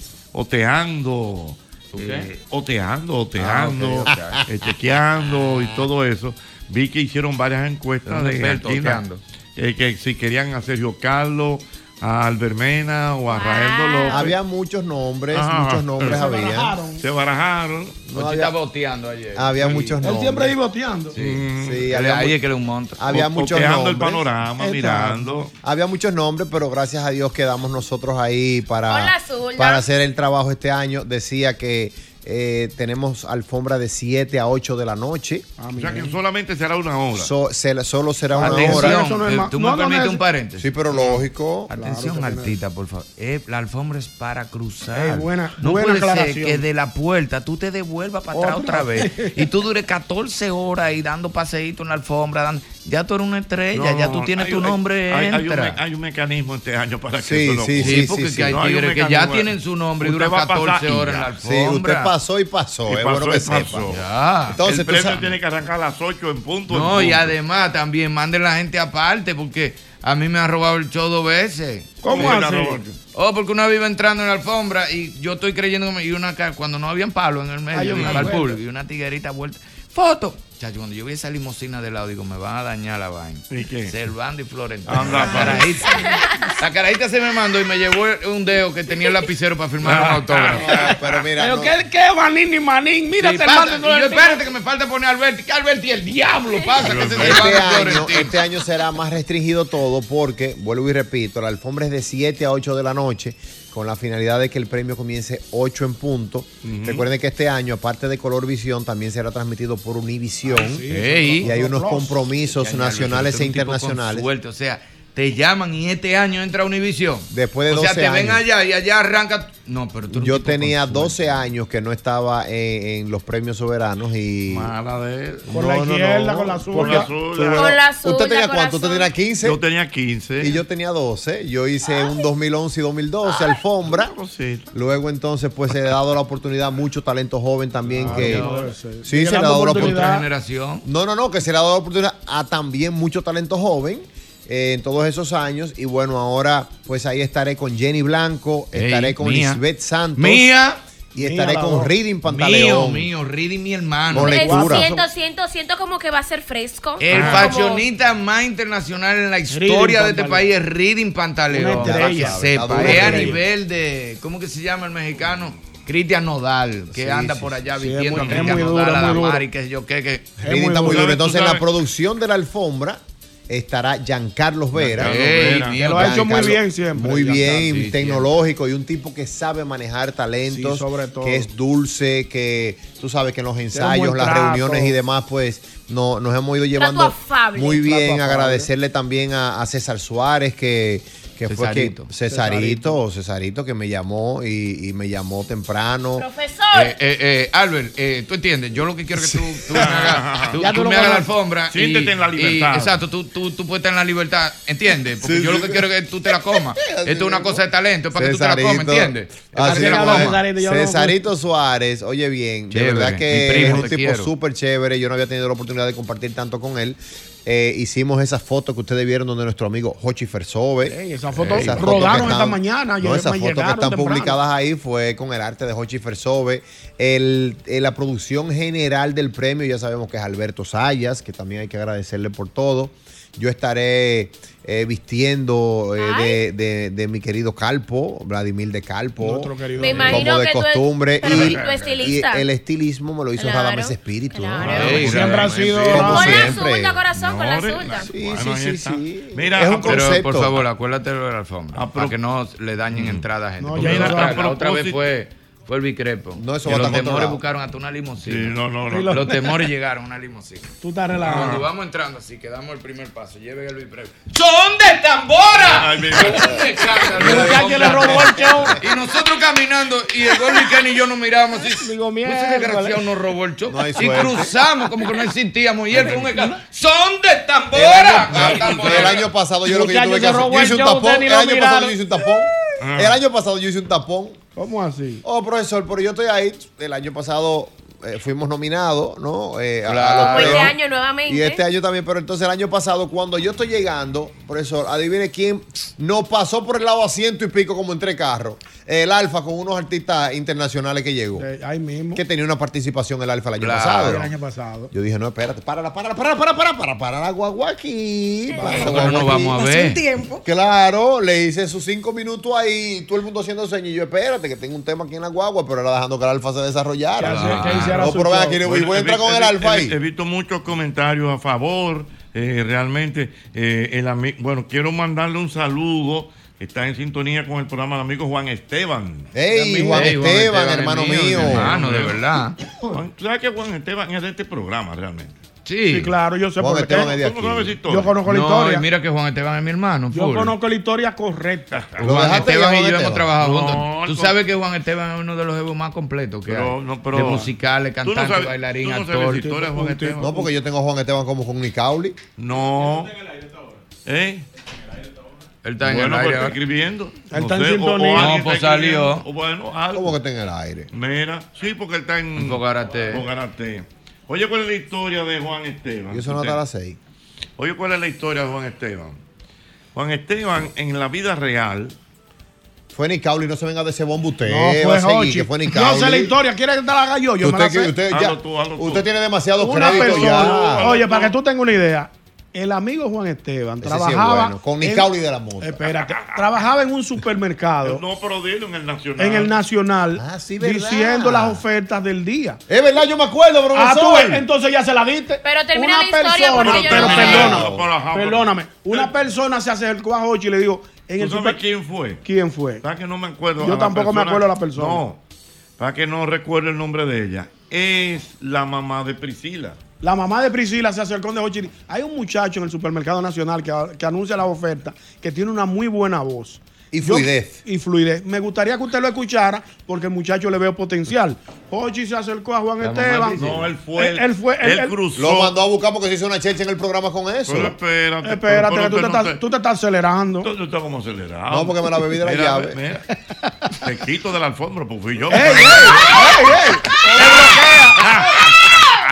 oteando, qué? eh, oteando, oteando, Ah, ok, ok. eh, chequeando y todo eso. Vi que hicieron varias encuestas Un de experto Argentina, oteando. eh, que si querían a Sergio Carlos, a Albert Mena o a Raeldo López. Había muchos nombres, Ajá. muchos nombres Se había. barajaron. Se barajaron. No Ochi había- está boteando ayer. Había Sí. muchos Él nombres. siempre iba boteando. Sí, Mm. sí, Él- había, ahí mu- es que le un monto. había O- muchos oteando el nombres. panorama, Exacto. mirando. Había muchos nombres, pero gracias a Dios quedamos nosotros ahí Con para, la zurda. para hacer el trabajo este año. Decía que eh, tenemos alfombra de siete a ocho de la noche. O sea que solamente será una hora. So- se- solo será una Atención, hora. Eso no es eh, más- tú no, me no, no, permites eso- un paréntesis. Sí, pero lógico. Atención, Claro que Artita, por favor. Eh, la alfombra es para cruzar. Eh, buena- no buena puede ser aclaración. que de la puerta tú te devuelvas para atrás Otra otra vez y tú dures catorce horas ahí dando paseíto en la alfombra. dan- ya tú eres una estrella, No, ya tú tienes hay- tu nombre, hay, hay un, entra. me- hay un mecanismo este año para que Sí, eso no sí, ocurra. Sí, sí, porque sí, que hay sí. No, hay un tigres que ya mecanismo. tienen su nombre y Usted duran va a pasar catorce y horas ya. en la Sí, usted alfombra. pasó y pasó. Y Es pasó bueno y que pasó. sepa. Ya. Entonces, el tú premio sabes- tiene que arrancar a las ocho en punto. No, en y punto. además también manden la gente aparte porque a mí me han robado el show dos veces. ¿Cómo Mira, así? Roberto. Oh, porque una vez iba entrando en la alfombra y yo estoy creyendo que me, y una ca- cuando no habían palo en el Ay, medio yo me para el acuerdo. público y una tiguerita vuelta. Foto. Chacho, cuando yo vi esa limusina de lado, digo, me van a dañar la vaina. ¿Y qué? Servando y Florentino. Anda, la, carajita, la carajita se me mandó y me llevó un dedo que tenía el lapicero para firmar un autógrafo. Ah, pero mira, Pero no. qué, qué manín y manín. Mira, Sí, te pasa, mando y yo espérate que me falta poner a Alberti. Que Alberti el diablo pasa que se Este Servando y año, Florentino. este año será más restringido todo porque, vuelvo y repito, la alfombra es de siete a ocho de la noche con la finalidad de que el premio comience ocho en punto. Recuerden que este año, aparte de Color Visión, también será transmitido por Univisión. Ey. Y hay unos Plus. compromisos Ya, ya, nacionales Alberto, e tú eres un tipo con internacionales. suerte, o sea, te llaman y este año entra Univisión. Después de O sea, doce te ven años. allá y allá arranca. No, pero tú eres un Yo tipo con tenía suerte. doce años que no estaba en, en los premios soberanos y... Mala de él. Con la izquierda, con la Con zurda. la zurda. Con la ¿Usted zurda, tenía cuánto? ¿Usted corazón. tenía quince? Yo tenía quince. Y yo tenía doce. Yo hice un dos mil once y dos mil doce alfombra. Sí. Luego entonces pues se le ha dado la oportunidad a mucho talento joven también que... no debe ser. Sí, Sigue se le ha dando dado la oportunidad. oportunidad. Generación. No, no, no, que se le ha dado la oportunidad a también mucho talento joven eh, en todos esos años. Y bueno, ahora pues ahí estaré con Jenny Blanco, Ey, estaré con mía. Lisbeth Santos. Mía. Y estaré Mía, con la Reading Mío, Pantaleón. mío, Reading mi hermano. Con lectura. Siento, siento, siento como que va a ser fresco. El Como- fashionista más internacional en la historia de este Pantaleón. país es Reading Pantaleón. Una Para que estrella. sepa. Está duro, Es a estrella. nivel de. ¿Cómo que se llama el mexicano? Cristian Nodal, que Sí, anda sí, por allá sí, es vistiendo muy- a es Cristian muy duro, Nodal, a muy la duro. Mari, que yo qué, que. Reading está muy duro. duro. Entonces, en la sabes- producción de la alfombra estará Giancarlos Vera. Giancarlos Vera. Que lo ha hecho muy Giancarlo, bien siempre. Muy bien, Giancarlo, sí, tecnológico y un tipo que sabe manejar talentos, Sí, sobre todo. que es dulce, que tú sabes que en los ensayos, buen las trato. reuniones y demás, pues no, nos hemos ido llevando afable. muy Trato bien. afable. Agradecerle también a, a César Suárez, que, que fue que, Cesarito. Cesarito, Cesarito, que me llamó y, y me llamó temprano. Profesor. Eh, eh, eh, Albert, eh, tú entiendes, yo lo que quiero es que tú, tú me hagas, tú, Ya tú tú lo me hagas la conoces. alfombra. y- Siéntete en la y- libertad. exacto, tú, tú, tú puedes estar en la libertad, ¿entiendes? Porque Sí, yo sí. lo que quiero es que tú te la comas. Esto es una cosa de talento, es para que tú te la Cesarito. comas, ¿entiendes? Es para Así que te la es, comas. Cesarito, yo lo Cesarito Suárez, oye bien, de Chévere, verdad mi que primo, es un te tipo quiero. súper chévere. Yo no había tenido la oportunidad de compartir tanto con él. Eh, hicimos esas fotos que ustedes vieron donde nuestro amigo Jochi Fersove. Ey, esas fotos Esas rodaron fotos que esta mañana, No, ayer esas me fotos que llegaron están temprano. publicadas ahí fue con el arte de Jochi Fersove. El, eh, la producción general del premio, ya sabemos que es Alberto Sayas, que también hay que agradecerle por todo. Yo estaré eh, vistiendo eh, de, de- de mi querido Calpo, Vladimir de Calpo. Nuestro querido Me amigo. imagino Como de que tú es- costumbre. pero y, y tu estilista. y el estilismo me lo hizo Claro, Radamés Espíritu. ¿no? claro. Ey, Siempre ha sido- Como Con la siempre. zurda, corazón, con la Señores, zurda. Sí, Bueno, sí, ahí sí, está. sí. Mira, es un a- Pero concepto. por favor, acuérdate de la alfombra. Ah, para que no le dañen entrada a gente. No, Porque ya la no, otra, a la otra vez propósito- fue, fue el bicrepo. No, eso que va a los estar temores controlado. buscaron hasta una limusina. Sí, no, no, no. Sí, lo- Los temores llegaron a una limusina. Tú estás Cuando relajado. vamos entrando así, que damos el primer paso, lleven el bicrepo. ¡Son de tambora! Ay, mira. Un escándalo El de muchacho hombre. le robó el show. Y nosotros caminando, y el Gordy Ken y yo nos miramos así. Digo, Ese mierda, desgraciado vale. nos robó el show. No hay y suerte. cruzamos como que no existíamos. Y él con un escándalo. ¡Son de El tambora! año, Ah, tambora. el año pasado yo lo que yo Muchacho, tuve que se hacer, robó yo el hice un show, tapón. ustedes ni El lo año pasado miraron. yo hice un tapón. El año pasado yo hice un tapón. ¿Cómo así? Oh, profesor, pero yo estoy ahí. El año pasado eh, fuimos nominados, ¿no? Eh, a- a, Claro. los Como este premios. año nuevamente. Y este año también, pero entonces el año pasado, cuando yo estoy llegando, profesor, adivine quién nos pasó por el lado a ciento y pico como entre carros. El Alfa con unos artistas internacionales que llegó. De ahí mismo. Que tenía una participación el Alfa el año Claro. pasado. El año pasado. Yo dije, no, espérate, para, para, para, para, para, para, para la guagua aquí. Para la Pero guagua no aquí. vamos a Hace ver. un tiempo. Claro, le hice sus cinco minutos ahí, todo el mundo haciendo señas. Y yo, espérate, que tengo un tema aquí en la guagua, pero era dejando que el Alfa se desarrollara. Que hace- que hiciera No, su pero ven show. aquí, Bueno, voy a he entrar vi- con he el vi- Alfa he vi- ahí. He visto muchos comentarios a favor. eh, realmente, eh, el ami- bueno, quiero mandarle un saludo. Está en sintonía con el programa el amigo Juan Esteban. Ey, Juan Ey, Juan Esteban, Esteban, hermano es mío, mío. hermano, de verdad. Juan- ¿Tú sabes que Juan Esteban es de este programa realmente? Sí. Sí, claro, yo sé Juan por Esteban qué. es de ¿Tú no sabes aquí. historia? Yo conozco la No, historia. y mira que Juan Esteban es mi hermano. Yo full. conozco la historia correcta. Lo Juan dejaste Esteban ya, y Juan yo hemos Esteban. trabajado No, juntos. Tú no. sabes que Juan Esteban es uno de los jefes más completos que Pero, hay. no, pero- de musicales, tú no cantante, sabes- bailarín, tú no sabes actor. la historia de Juan Esteban. No, porque yo tengo a Juan Esteban como con Nicauli. No. ¿Eh? Él está en Bueno, el pues aire. está ahora. escribiendo. Él está en sé, o- sintonía. o alguien No, pues está escribiendo, salió. o bueno, algo. ¿Cómo que está en el aire? Mira, sí, porque él está en En Fogarate. Fogarate. Oye, ¿cuál es la historia de Juan Esteban? Y eso no está a las seis. Oye, ¿cuál es la historia de Juan Esteban? Juan Esteban, en la vida real, Fue Nicauli, no se venga de ese bombo usted. No, va fue a seguir, Hochi. que fue Yo Nicauli. sé la historia. ¿Quieres que te la haga yo? Yo me la Usted, sé. usted, ya- Hazlo tú, hazlo tú. usted tiene demasiado Una crédito persona. ya. Oye, para que tú tengas una idea. El amigo Juan Esteban Ese sí es trabajaba. bueno, con en- Nicauli de la Mota. Espérate. Trabajaba en un supermercado. no, pero dilo en el Nacional. En el Nacional. Ah, sí, ¿verdad? diciendo las ofertas del día. Es verdad, yo me acuerdo, Ah, tú profesor. ves, entonces ya se la diste. Pero termina Una la historia persona, porque yo pero no sé. perdóname, No, pero ajá, pero- perdóname. Una persona se acercó a Hochi y le dijo, en ¿Tú el sabes super- quién fue? ¿Quién fue? ¿Sabes que no me acuerdo? Yo a la tampoco me acuerdo de la persona. No, para que no recuerde el nombre de ella. Es la mamá de Priscila. La mamá de Priscila se acercó de Hochi y dijo, hay un muchacho en el supermercado nacional que, que anuncia la oferta que tiene una muy buena voz. Y Yo- fluidez. y fluidez. Me gustaría que usted lo escuchara porque el muchacho le veo potencial. Hochi se acercó a Juan La mamá de Esteban. Priscila. No, él fue. Él, él fue. Él, él- Lo mandó a buscar porque se hizo una checha en el programa con eso. Pero espérate. Espérate, pero- que tú te, pero no estás, tú te estás acelerando. Tú, tú estás como acelerado. No, porque me la bebí de la Mira, llave. mira, te quito de la alfombra, pues fui yo. ¡Ey, ey! ¡Ey, ey!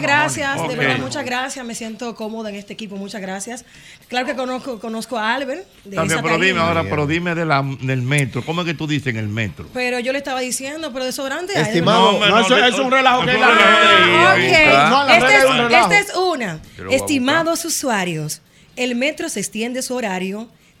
vamos, gracias, vamos. de Ok. verdad, muchas gracias. Me siento cómoda en este equipo, muchas gracias. Claro que conozco, conozco a Albert. De También, esa pero dime tarima. ahora, pero dime de la, del metro. ¿Cómo es que tú dices en el metro? Pero yo le estaba diciendo, pero desodorante hay. Estimado, ¿verdad? no, eso- eso es un relajo que no, la- no, no, no, Ok, No, la este, regla es, es un relajo. este es una. Yo lo voy a Estimados usuarios, el metro se extiende su horario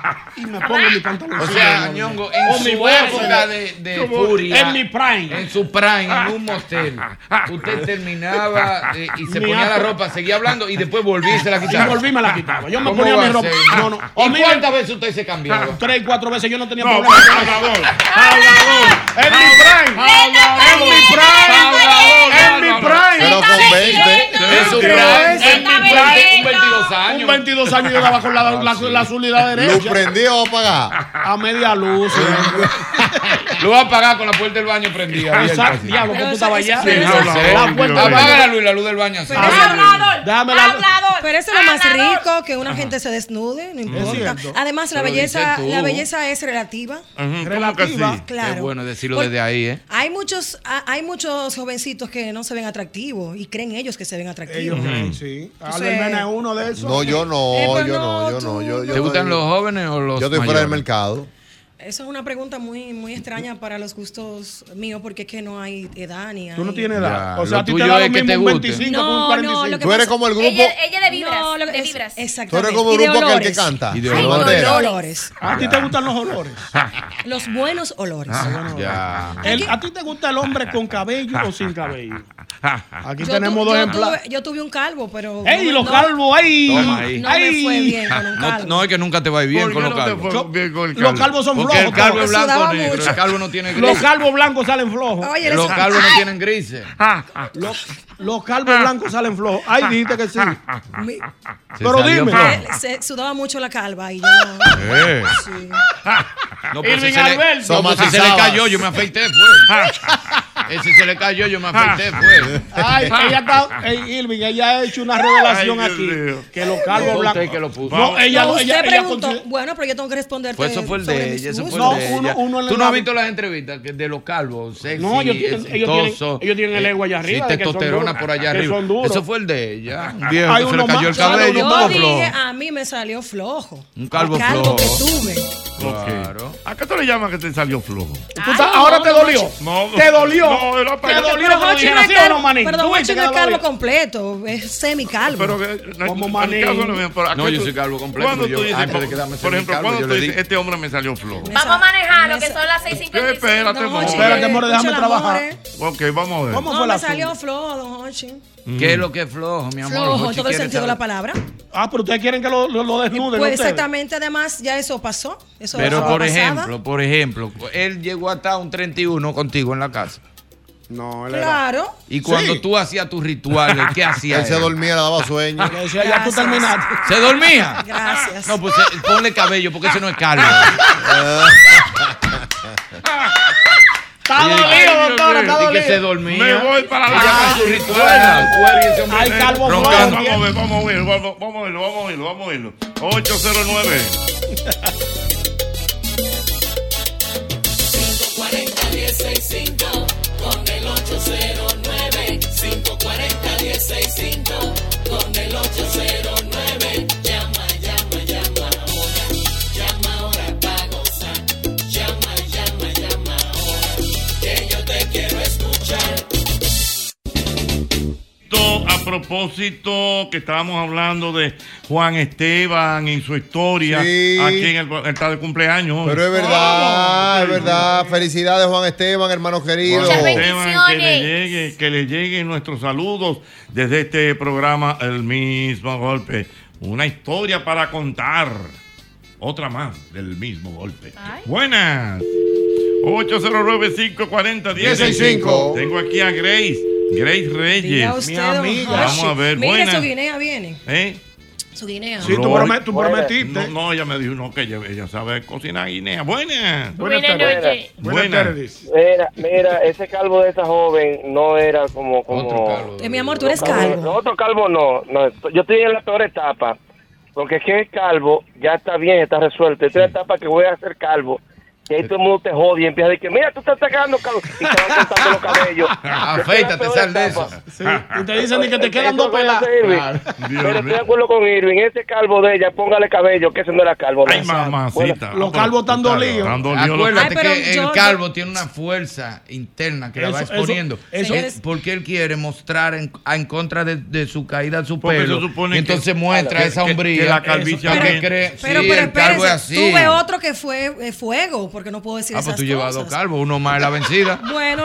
y me pongo mi pantalón. O sea, Ñongo, en su época de, de furia, en mi prime, en su prime, en un motel, usted terminaba eh, y se Ni ponía la afro. ropa, seguía hablando y después volví y se la quitaba. Y volví y me la quitaba. Yo me ¿Cómo ponía va mi a ropa. ser? No, no. ¿Y O mira- cuántas veces usted se cambiaba? Tres, cuatro veces yo no tenía No, problema. pues, hablador, hablador. En mi prime. En mi prime. En mi prime. Pero con veinte. En su Pero prime, ese en mi prime, un veintidós años. Un veintidós años yo daba con la, la, la azul y la ¿Luz derecha. prendida o apagada? A media luz. Lo voy a apagar con la puerta del baño prendida. Exacto, diablo, que tú estabas allá. Sí, no sé. La puerta del Apaga la baño. luz, la luz del baño así. Déjame la Pero eso es lo más rico, que una gente se desnude, no importa. cierto. Además, la Pero belleza, dices tú. la belleza es relativa. Ujú, ¿cómo que Relativa. sí? Claro. Es bueno decirlo Por- desde ahí, ¿eh? Hay muchos, ha- hay muchos jovencitos que no se ven atractivos y creen ellos que se ven atractivos. Ellos creen, sí. Entonces- Albert Mena es uno de esos. No, yo no, Eh, pues yo no, no, yo tú- no. Yo, yo ¿Te gustan estoy- los jóvenes o los Yo estoy fuera del mayores? mercado. Eso es una pregunta muy, muy extraña para los gustos míos porque es que no hay edad ni hay... Tú no tienes edad. Ya, o sea, lo a ti te tuyo da lo es que mismo te un guste. veinticinco No, con un no, cuarenta y cinco. lo que Tú eres pasa- como el grupo. Ella, ella de vibras, No, lo que- de es- vibras. Tú Exactamente. eres como Y el de grupo que el que olores. canta. Y de La Ay, olores. no, de bandera. olores. A ti te gustan los olores. Los buenos olores. Ya. El- ¿A ti te gusta el hombre con cabello o sin cabello? Aquí Yo tenemos tu- dos yo ejemplares. tuve, yo tuve un calvo, pero... ¡Ey, no, los no- calvos! ¡Ay! Toma ahí. No me fue bien con un No, calvo. no, es que nunca te va a ir bien ¿Por con qué los no te calvos. fue bien con el Los calvo? calvos son Porque el flojos. calvo es Sudaba blanco negro, mucho. el calvo no tiene Los grises. calvos blancos salen flojos. Oye, Los les- calvos no tienen grises. Los, los calvos blancos salen flojos. Ay, dijiste que sí. mi- Se Pero salió dime. flojo. se, se sudaba mucho la calva y yo no... Eh. Sí. No, pues si Irving se le, Alberto. no, pues si se le Somatizabas. cayó, yo me afeité, fue. Ese se le cayó, yo me afeité, fue. Ay, ella está, ey, Irving, ella ha hecho una revelación Ay, Dios aquí. mío. Que los calvos Fue blancos. usted que lo puso. No, ella, No, ella, usted ella preguntó, considera- bueno, pero yo tengo que responderte Pues eso fue el sobre de mis ella, eso fue gustos. el de No, uno- ella. uno en ¿Tú la- no has visto las entrevistas que de los calvos? Sexy, No, ellos tienen- ellos tienen- exitoso, ellos tienen el ego allá arriba, Sí, de que son testosterona duros, por allá que arriba. son duros. Eso fue el de ella. Un viejo Hay que se uno le cayó más- el cabello, Yo un poco dije, flojo. a mí me salió flojo. Un calvo El calvo que flojo. tuve. Ok. Claro. ¿A qué tú le llamas que te salió flojo? Tú estás- ahora te dolió. No, no. Te dolió. No, era para- Te dolió. Pero que lo Jochi no dijera es así o no, calvo, manín. pero Tú Jochi viste no que es lo calvo dolió. completo, es semicalvo. Pero que, no, Como en maní. mi caso no me- pero ¿a No, qué yo tú- soy calvo completo, ¿Cuándo yo tú dices, antes de por- quedarme por ejemplo, semicalvo, cuando yo tú le dices, di- este hombre me salió flojo? Vamos a manejarlo, que son las seis ¿Qué? cincuenta y cinco. Espérate, Don more. Jochi, Espérate, more, déjame escucha el trabajar. amor, ¿eh? Ok, vamos a ver. ¿Cómo No, fue me la salió flojo, don Jochi. ¿Qué es lo que es flojo, mi amor? Flojo, en Jochi todo el quiere sentido de la saber. palabra. Ah, pero ustedes quieren que lo, lo, lo desnuden Pues ustedes. exactamente, además, ya eso pasó. Eso Pero eso por pasada. ejemplo, por ejemplo, él llegó hasta un treinta y uno contigo en la casa. No, él era. Claro. Y cuando Sí. tú hacías tus rituales, ¿qué hacía Él se él? dormía, le daba sueño. Le decía, ya tú Gracias. terminaste. ¿Se dormía? Gracias. No, pues eh, ponle cabello porque ese no es calvo. Está Y- dolido, Ay, doctora, está Y que se dolido. dormía. Me voy para la Ella casa. con su ritual, su cuero y ese hombre Hay calvo roncando. flojo. Vamos a ver, vamos a ver, vamos, vamos a verlo, vamos a verlo, vamos a verlo. ocho cero nueve. cinco cuarenta, diez sesenta y cinco con el ocho cero nueve. cinco cuarenta, diez sesenta y cinco con el ocho cero nueve. Llama, llama, llama ahora. Llama ahora para gozar. Llama, llama, llama ahora. Que yo te quiero escuchar. A propósito que estábamos hablando de Juan Esteban y su historia, Sí. aquí en el, está de cumpleaños hoy. Pero es verdad, es verdad. Felicidades, Juan Esteban, hermano querido. Juan Esteban, que le llegue, que le lleguen nuestros saludos desde este programa El Mismo Golpe. Una historia para contar. Otra más del mismo golpe. Ay. Buenas. ocho cero nueve, cinco cuatro cero, uno cero seis cinco. Tengo aquí a Grace. Grace Diga Reyes. usted, Mi don amiga. Jochi. Vamos a ver, Mire, buenas. su guinea viene. ¿Eh? Su guinea. Sí, tú, Gloria. promet- tú prometiste. No, no, ella me dijo no, que ella, ella sabe cocinar guinea. Buenas. Buenas Buenas tardes. noches. Buenas Buenas. tardes. Mira, mira, ese calvo de esa joven no era como... como Otro calvo. Eh, mi amor, tú eres No, calvo. otro calvo no, no, yo estoy en la peor etapa, porque es que el calvo ya está bien, está resuelto. Esta es la etapa que voy a ser calvo. Y ahí todo el mundo te jode y empieza a decir que mira, tú estás sacando calvo y te van cortando los cabellos. Afeítate, sal de eso. Sí. Y te dicen ni que te quedan Eso dos fue lo pelas. que Irving. Claro. Pero estoy de acuerdo con Irving, ese calvo de ella, póngale cabello, que ese no era calvo. no. Ay, mamacita. Los calvos están dolidos. Están dolidos. Acuérdate Ay, pero que yo- el calvo tiene una fuerza interna que la va Eso- exponiendo. eso- Es porque él quiere mostrar en, en contra de, de su caída su Porque pelo. se supone y entonces que- muestra que- esa que- hombría. que la calvicie Porque aumenta. cree- Pero, sí, pero el calvo es espérese, así. tuve otro que fue eh, fuego, porque no puedo decir Ah, esas pues tú llevas cosas. dos calvos, uno más en la vencida. Bueno, no,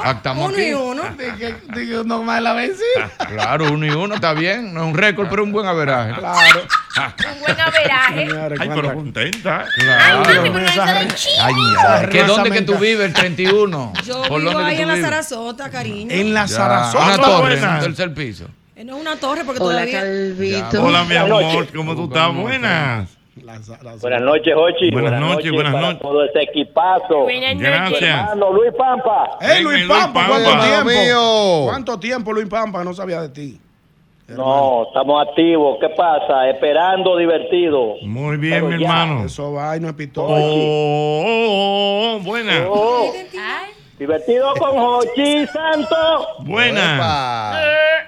Ah, estamos Uno aquí. y uno. Digo, no más la vencida. Claro, uno y uno está bien. No es un récord, pero un buen averaje. Claro. Un buen averaje. Ay, pero contenta. Claro. Ay, mami, con esa de chico. Ay, ay, ¿que ¿dónde que tú vives el treinta y uno? Yo ¿Por vivo dónde que ahí tú en la vives? Sarasota, cariño. En la Ya, Sarasota. Una torre, en buena. un tercer piso. Eh, No es una torre porque Hola, todavía... Calvito. Hola, mi Buenas amor, noches. ¿cómo tú estás? Buenas. Buenas noches, Jochi. Buenas noches, buenas para noches. todo ese equipazo. Buenas noches. Gracias. Hermano Luis Pampa. ¡Ey, Luis Luis Pampa! ¿Cuánto Pampa. tiempo? Mío. ¿Cuánto tiempo, Luis Pampa? No sabía de ti. No, estamos activos. ¿Qué pasa? Esperando divertido. Muy bien, Pero mi ya. hermano. Eso va y no es pistola. Oh, oh, oh, buena. Oh, Ay, divertido con Jochi Santos. Buena. Epa.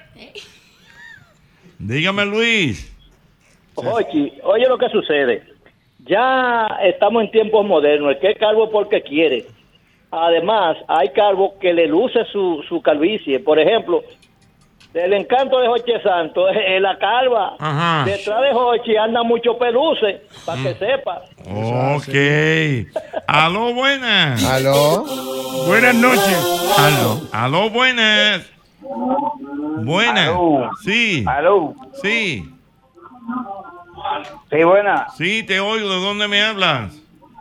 Dígame, Luis. Jochi, oye lo que sucede. Ya estamos en tiempos modernos. El que es calvo es porque quiere. Además, hay calvos que le luce su, su calvicie. Por ejemplo, el encanto de Jochi Santos es la calva. Ajá. Detrás de Jochi anda mucho peluce, para Mm. que sepa. Ok. Aló, buenas. Aló. Buenas noches. Aló. Aló, buenas. Buenas. Aló. Sí. Aló. Sí. Sí, buena. Sí, te oigo. ¿De dónde me hablas?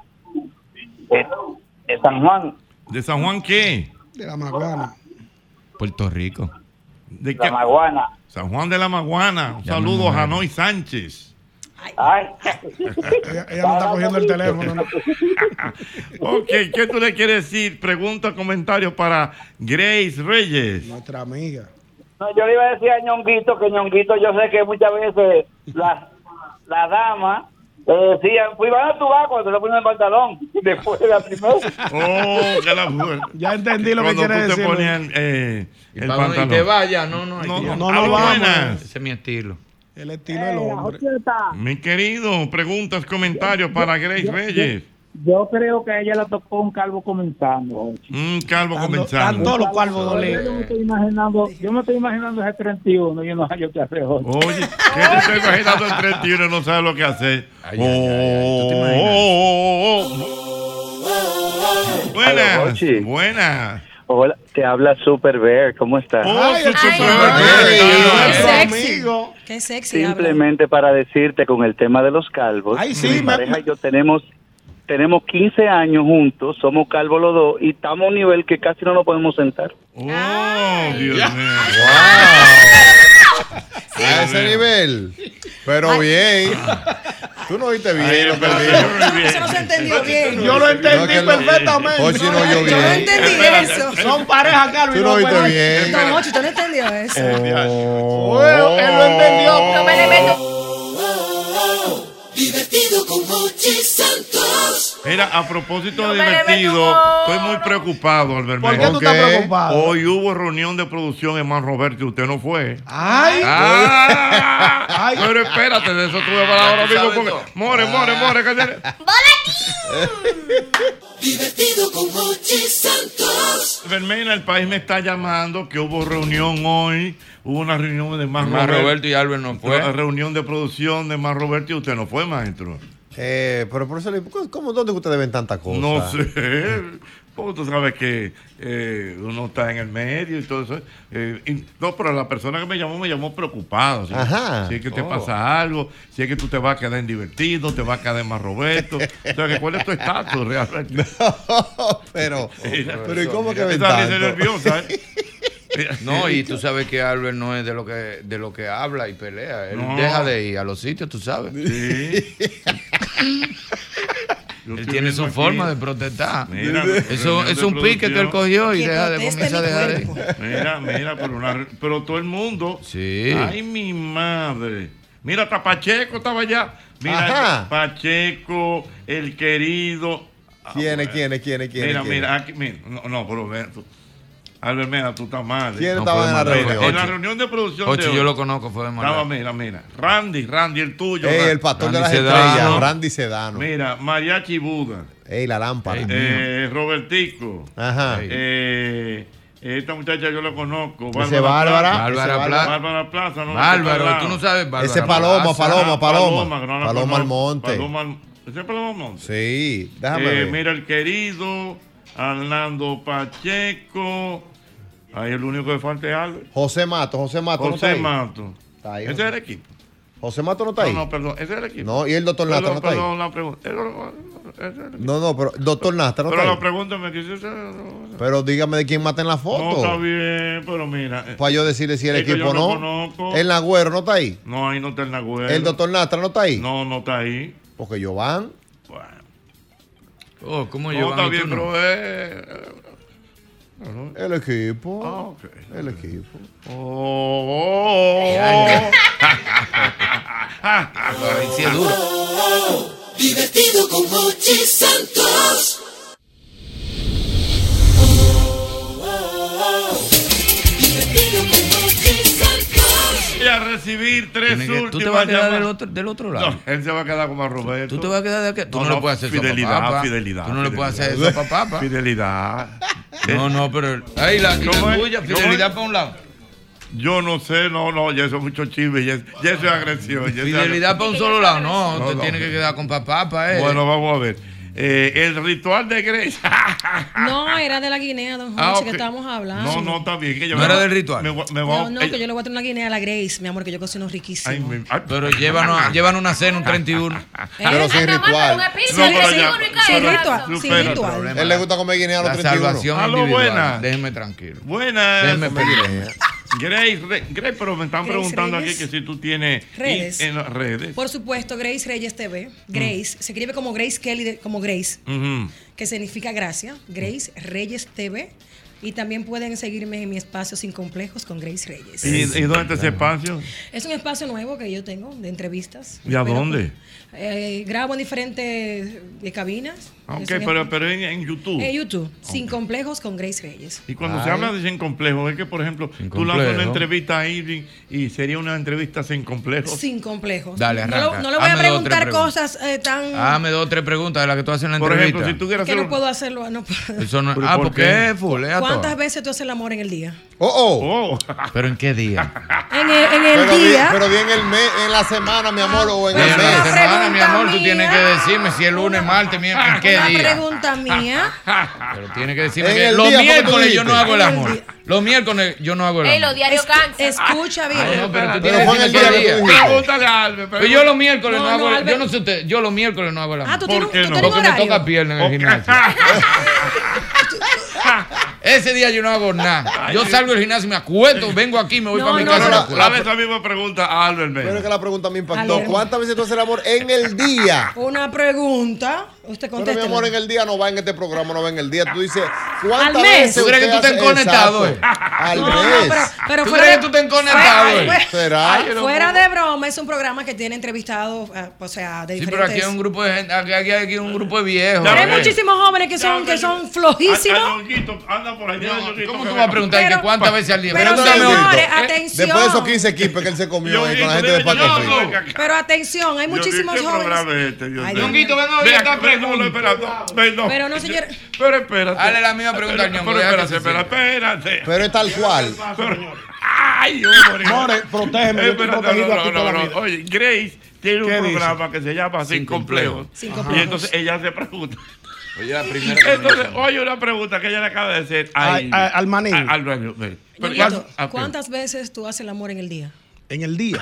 De San Juan. ¿De San Juan qué? De la Maguana. Puerto Rico. ¿De La Maguana. San Juan de la Maguana. Un Ya saludo me a muero. Hanoi Sánchez. Ay. Ella, ella no está cogiendo el teléfono. ¿no? Ok, ¿qué tú le quieres decir? Pregunta, comentario para Grace Reyes. Nuestra amiga. No, yo le iba a decir a Ñonguito que Ñonguito, yo sé que muchas veces las la damas le decían, pues van a tu bar cuando te ponen el pantalón, después de la primera. Oh, que la Ya entendí lo que Cuando quiere tú te decir. ponías eh, Y, el pa' dónde- y pantalón. te vaya, no, no. hay No, tiempo. no, no aló, vamos. buenas. Ese es mi estilo. El estilo del hombre. Mi querido, preguntas, comentarios para Grace Reyes. Yo creo que a ella le tocó un calvo comenzando. Un calvo Están comenzando. todos los calvos Yo dolidos. me estoy imaginando, yo me estoy imaginando ese treinta y uno, yo no sé yo qué hacer hoy. Oye, ¿qué te estoy imaginando el treinta y uno? No sabe lo que hacer. Ay, ay, ay, ay, ¿tú te imaginas? Oh, oh, oh, oh. Buenas. Aló, Jochi. Buenas. Hola, te habla Super Bear, ¿cómo estás? Oh, Ay, el su- Ay, super- ay, Ay, qué ay, sexy. amigo. Qué sexy habla. Simplemente para decirte con el tema de los calvos, Ay, sí, mi me- pareja y yo tenemos tenemos quince años juntos, somos calvos los dos y estamos a un nivel que casi no nos podemos sentar. Oh, Dios mío. A ese nivel. Pero bien. Tú no oíste bien. Ay, lo pero que yo dijo. no vi bien. Eso no se entendió bien. Yo lo No, entendí que lo- perfectamente. Ochi no oyó Yo no bien. entendí eso. Son pareja, Calvin. Tú no oíste puedes- bien. Don Ocho, ¿tú no entendió eso? Bueno, él lo entendió. no me le meto. Divertido con Jochi Santos. Mira, a propósito No de me le divertido, meto. estoy muy preocupado, Albert ¿Por qué Mena. tú estás Ok. preocupado? Hoy hubo reunión de producción en Man Roberto y usted no fue. Ay. Ah, Ay. pero espérate, de eso tuve para ahora tú mismo. sabes Porque, todo. more, more, more. que tiene- Divertido con Jochi Santos. Albert Mena, el país me está llamando que hubo reunión hoy. Hubo una reunión de Man Más Roberto. Roberto y Albert no Una fue. reunión de producción de Man Roberto y usted no fue, maestro. Eh, pero por eso, le- ¿cómo, ¿dónde ustedes ven tanta cosa? No sé. Porque tú sabes que eh, uno está en el medio y todo eso. Eh, y- no, pero la persona que me llamó me llamó preocupado. Si, Ajá. si es que te Oh. pasa algo, si es que tú te vas a quedar en divertido, te vas a quedar en más Roberto. O sea, que ¿cuál es tu estatus realmente? pero, Mira, pero ¿y cómo que ven esa risa tanto? nerviosa, ¿eh? No, y tú sabes que Albert no es de lo que de lo que habla y pelea. Él No. deja de ir a los sitios, tú sabes. Sí. Yo Él estoy tiene su viendo forma aquí. de protestar. Mira, Eso reunión es de un pique que él producción. cogió y Que deja de proteste comienza a mi dejar de ir. cuerpo. Mira, mira, pero, una- pero todo el mundo. Sí. Ay, mi madre. Mira, hasta Pacheco estaba allá. Mira, Ajá. Pacheco, el querido. ¿Quiénes, quiénes, quiénes, quiénes? Mira, quiénes? mira, aquí, mira. No, no, pero ven tú. Albert Mena, tú estás mal. ¿eh? ¿Quiénes No estaban en la podemos Mira, reunión? en la Ocho. reunión de producción Ocho, de hoy, yo lo conozco, fue de estaba, maldad. mira, mira. Randy, Randy, el tuyo. Ey, Randy. el pastor de las Randy Sedano. estrellas, Randy Sedano. Mira, Mariachi Buda. Ey, la lámpara. Eh, Robertico. Ajá. Ey. Eh, esta muchacha yo la conozco. Ese Bárbara. Plaza. Bárbara ese Plaza. Bárbara Plaza. No, Bárbaro, no, tú no sabes Bárbara. Ese Paloma, Plaza. Paloma, Paloma. que no la Paloma conozco. Almonte. Paloma Al- ¿Ese es Paloma Almonte? Sí, déjame Eh, ver. mira, el querido. Arnando Pacheco. Ahí el único que falta es Albert. José Mato, José Mato no José está ahí. Mato. Está ahí, Ese José. es el equipo. José Mato no está ahí. No, no, perdón. Ese es el equipo. No, y el doctor Nastra no está ahí. Perdón, la pregunta. Ese es el equipo. No, no, pero doctor Nastra no Pero está la ahí. pregunta me quisiste. Pero dígame de quién mata en la No, foto. está bien, pero mira. eh, Para yo decirle si el es que equipo yo no no. conozco. El Nagüero no está ahí. No, ahí no está el Nagüero. El doctor Nastra no está ahí. No, no está ahí. Porque Giovanni. Oh, ¿cómo No, Giovanni está y bien, tú no? pero eh, El equipo. Ah, ok. El equipo. Oh, Ahí sí es duro. Divertido con Hochi Santos. Divertido con Hochi Santos. Y a recibir tres Tiene que- últimas ¿Tú te vas a quedar llamadas. del otro, del otro lado? No, él se va a quedar como a Roberto. ¿Tú te vas a quedar de aquí? Tú no, le puedes hacer fidelidad, eso a papá. fidelidad. Tú no le puedes hacer fidelidad. eso a papá. Fidelidad. No, no, pero. Ahí la, y la ¿Cómo es? tuya, ¿Cómo fidelidad es? para un lado. Yo no sé, no, no, ya eso es mucho chisme, ya, ya eso es agresión. ya eso es Fidelidad agresión. para un solo lado. No, No, te no. tienes que quedar con papá para él. Bueno, vamos a ver. Eh, el ritual de Grace. No, era de la Guinea, don Jorge, Ah, ok. que estábamos hablando. No, no, está bien. Que yo No era del ritual. Me, voy- me voy a- No, no, ey, que yo le voy a traer una guinea a la Grace, mi amor, que yo cocino riquísimo. ay, me- ay, Pero llévanos, llévanos una cena un treinta y uno. Pero sin ritual. No, pero ya, Sin pero- ritual, sin supera. ritual. Él le gusta comer guinea a los La treinta y uno. salvación Aló, individual. buena. Déjeme tranquilo. Buenas. Déjeme pedir. Grace, Re- Grace, pero me están Grace preguntando Reyes. aquí que si tú tienes Redes. y- en las redes. Por supuesto, Grace Reyes T V. Grace, se escribe como Grace Kelly, de- como Grace, Ujú. que significa gracia. Grace Reyes T V. Y también pueden seguirme en mi espacio Sin Complejos con Grace Reyes. ¿Y, y dónde está ese espacio? Es un espacio nuevo que yo tengo de entrevistas. ¿Y a Pero, dónde? eh, grabo en diferentes eh, cabinas. Ah, Es ok, un pero, esp- pero en, en YouTube. En YouTube, Sin Complejos con Grace Reyes. Y cuando Ay. se habla de sin complejo, es que, por ejemplo, tú complejo. lanzas una entrevista a Irving y sería una entrevista sin complejo. Sin complejos. Dale, no, arranca. lo- no le voy a Hazme dos o tres preguntar preguntas. cosas eh, tan. Dame dos o tres preguntas de las que tú haces en la Por entrevista. ejemplo, si tú quieres que hacer. no puedo hacerlo. No puedo. Eso no- ¿Pero ah, por porque qué? es full, es a ¿Cuántas todo. veces tú haces el amor en el día? Oh, oh. Oh. ¿Pero en qué día? En el, en el Pero di, día. pero di en el mes, en la semana, mi amor, o en En el la mes. semana, mi amor, tú mía. tienes que decirme si es lunes, martes, miércoles, en qué Una día. pregunta mía. Pero tienes que decirme En que el los día, ¿cómo tú miércoles yo dijiste? no hago el En el amor. día. Los miércoles yo no hago el Ey, amor. los diarios cansan. Escucha bien. Ay, no, pero tú Pero tienes fue en que el decirme día qué que tú día. dijiste. Pregúntale a Albert. Pero yo los miércoles no, No, hago no, el Albert. Yo no sé usted, yo los miércoles no hago el amor. Ah, tú ¿Por tienes, qué tú no? tienes Porque me horario. toca pierna en el Ok. gimnasio. Ese día yo no hago nada. Yo salgo del gimnasio, me acuesto, vengo aquí, me voy No, para mi no, casa. no. me Dale acuesto. esa misma pregunta a Albert Pero es Mena. que la pregunta me impactó. Albert. ¿Cuántas veces tú haces el amor en el día? Una pregunta. Usted Pero mi contesta. amor, en el día no va en este programa, no va en el día. Tú dices, ¿cuántas Al mes. veces ¿Tú crees que usted tú estés hace- conectado, Exacto. eh? Al No, no, mes. pero, pero ¿Tú fuera crees de- que tú estés conectado, fuera- eh? fuera- ¿Será? Ay, yo no Fuera puedo. de broma, es un programa que tiene entrevistados, eh, o sea, de Sí, diferentes. pero aquí hay un grupo de gente, aquí aquí hay aquí un grupo de viejos. Ya, Pero hay ok. muchísimos jóvenes que son, que son flojísimos. A- a Ñonguito, anda por ahí. dile a Ñonguito ¿Cómo que tú vas a venga. preguntar Pero- que cuántas veces al día? Pero Pregúntale a señores, Ñonguito. atención. Después de esos quince equipos que él se comió ahí con la gente de Ñonguito, Paco ven, Frío. ven acá. Pero atención, hay Dios mío, muchísimos ¿qué programa jóvenes. es este, Dios Ay, mío? Ñonguito, ven a oír Ven esta acá, ven, no, no, pregunta. espera, no, ven, no. Pero no, señor. Pero espérate. Dale la misma pregunta al Ñongo, Pero deja que espérate, se espera, espérate. Pero es tal cual. Pero- Ay, yo morí. More, protégeme, yo estoy Espérate, protegido no, aquí no, toda la no, vida. no. Oye, Grace tiene un ¿Qué dice? programa que se llama Sin Complejos. Sin Y complejos. entonces ella se pregunta. Oye, la primera que me Entonces, hizo. oye una pregunta que ella le acaba de hacer a Ay, ay, al manín. Al, al dueño, ven. Pero- Ñonguito, ah, ok. ¿cuántas veces tú haces el amor en el día? En el día.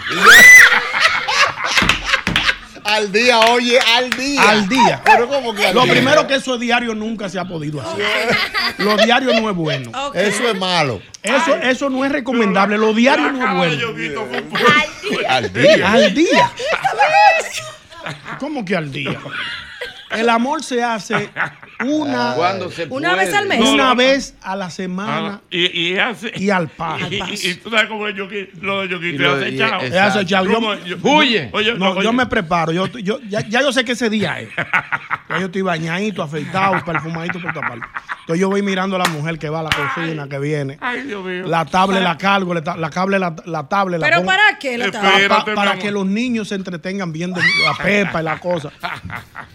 Al día, oye, al día. Al día. Pero ¿cómo que al Lo día? primero que eso es diario nunca se ha podido hacer. Lo diario no es bueno. Ok. Eso es malo. Eso, eso no es recomendable. Lo diario no es Acaba de bueno. Ñonguito, fue un poco- Al día. Al día. ¿Cómo que al día? El amor se hace una, ¿Cuándo se Una puede? vez al mes. No, una no. vez a la Ah, semana y, y hace. y al par. Y, y- y tú sabes cómo es Ñonguito, lo de Y Ñonguito lo es de- acechado. y- Es acechado. Yo- ¿Cómo? Yo- Huye. Oye, No, oye. yo me preparo. Yo, yo, ya, ya yo sé que ese día es. Ya yo estoy bañadito, afeitado, perfumadito por todas partes. Entonces yo voy mirando a la mujer que va a la cocina, que viene. Ay, Dios mío. La tabla la cargo, la, ta- la cable la, la tabla la ¿Pero pongo- para qué la Espera. tabla? Pa- Espérate, mi para amor. que los niños se entretengan viendo la pepa y la cosa.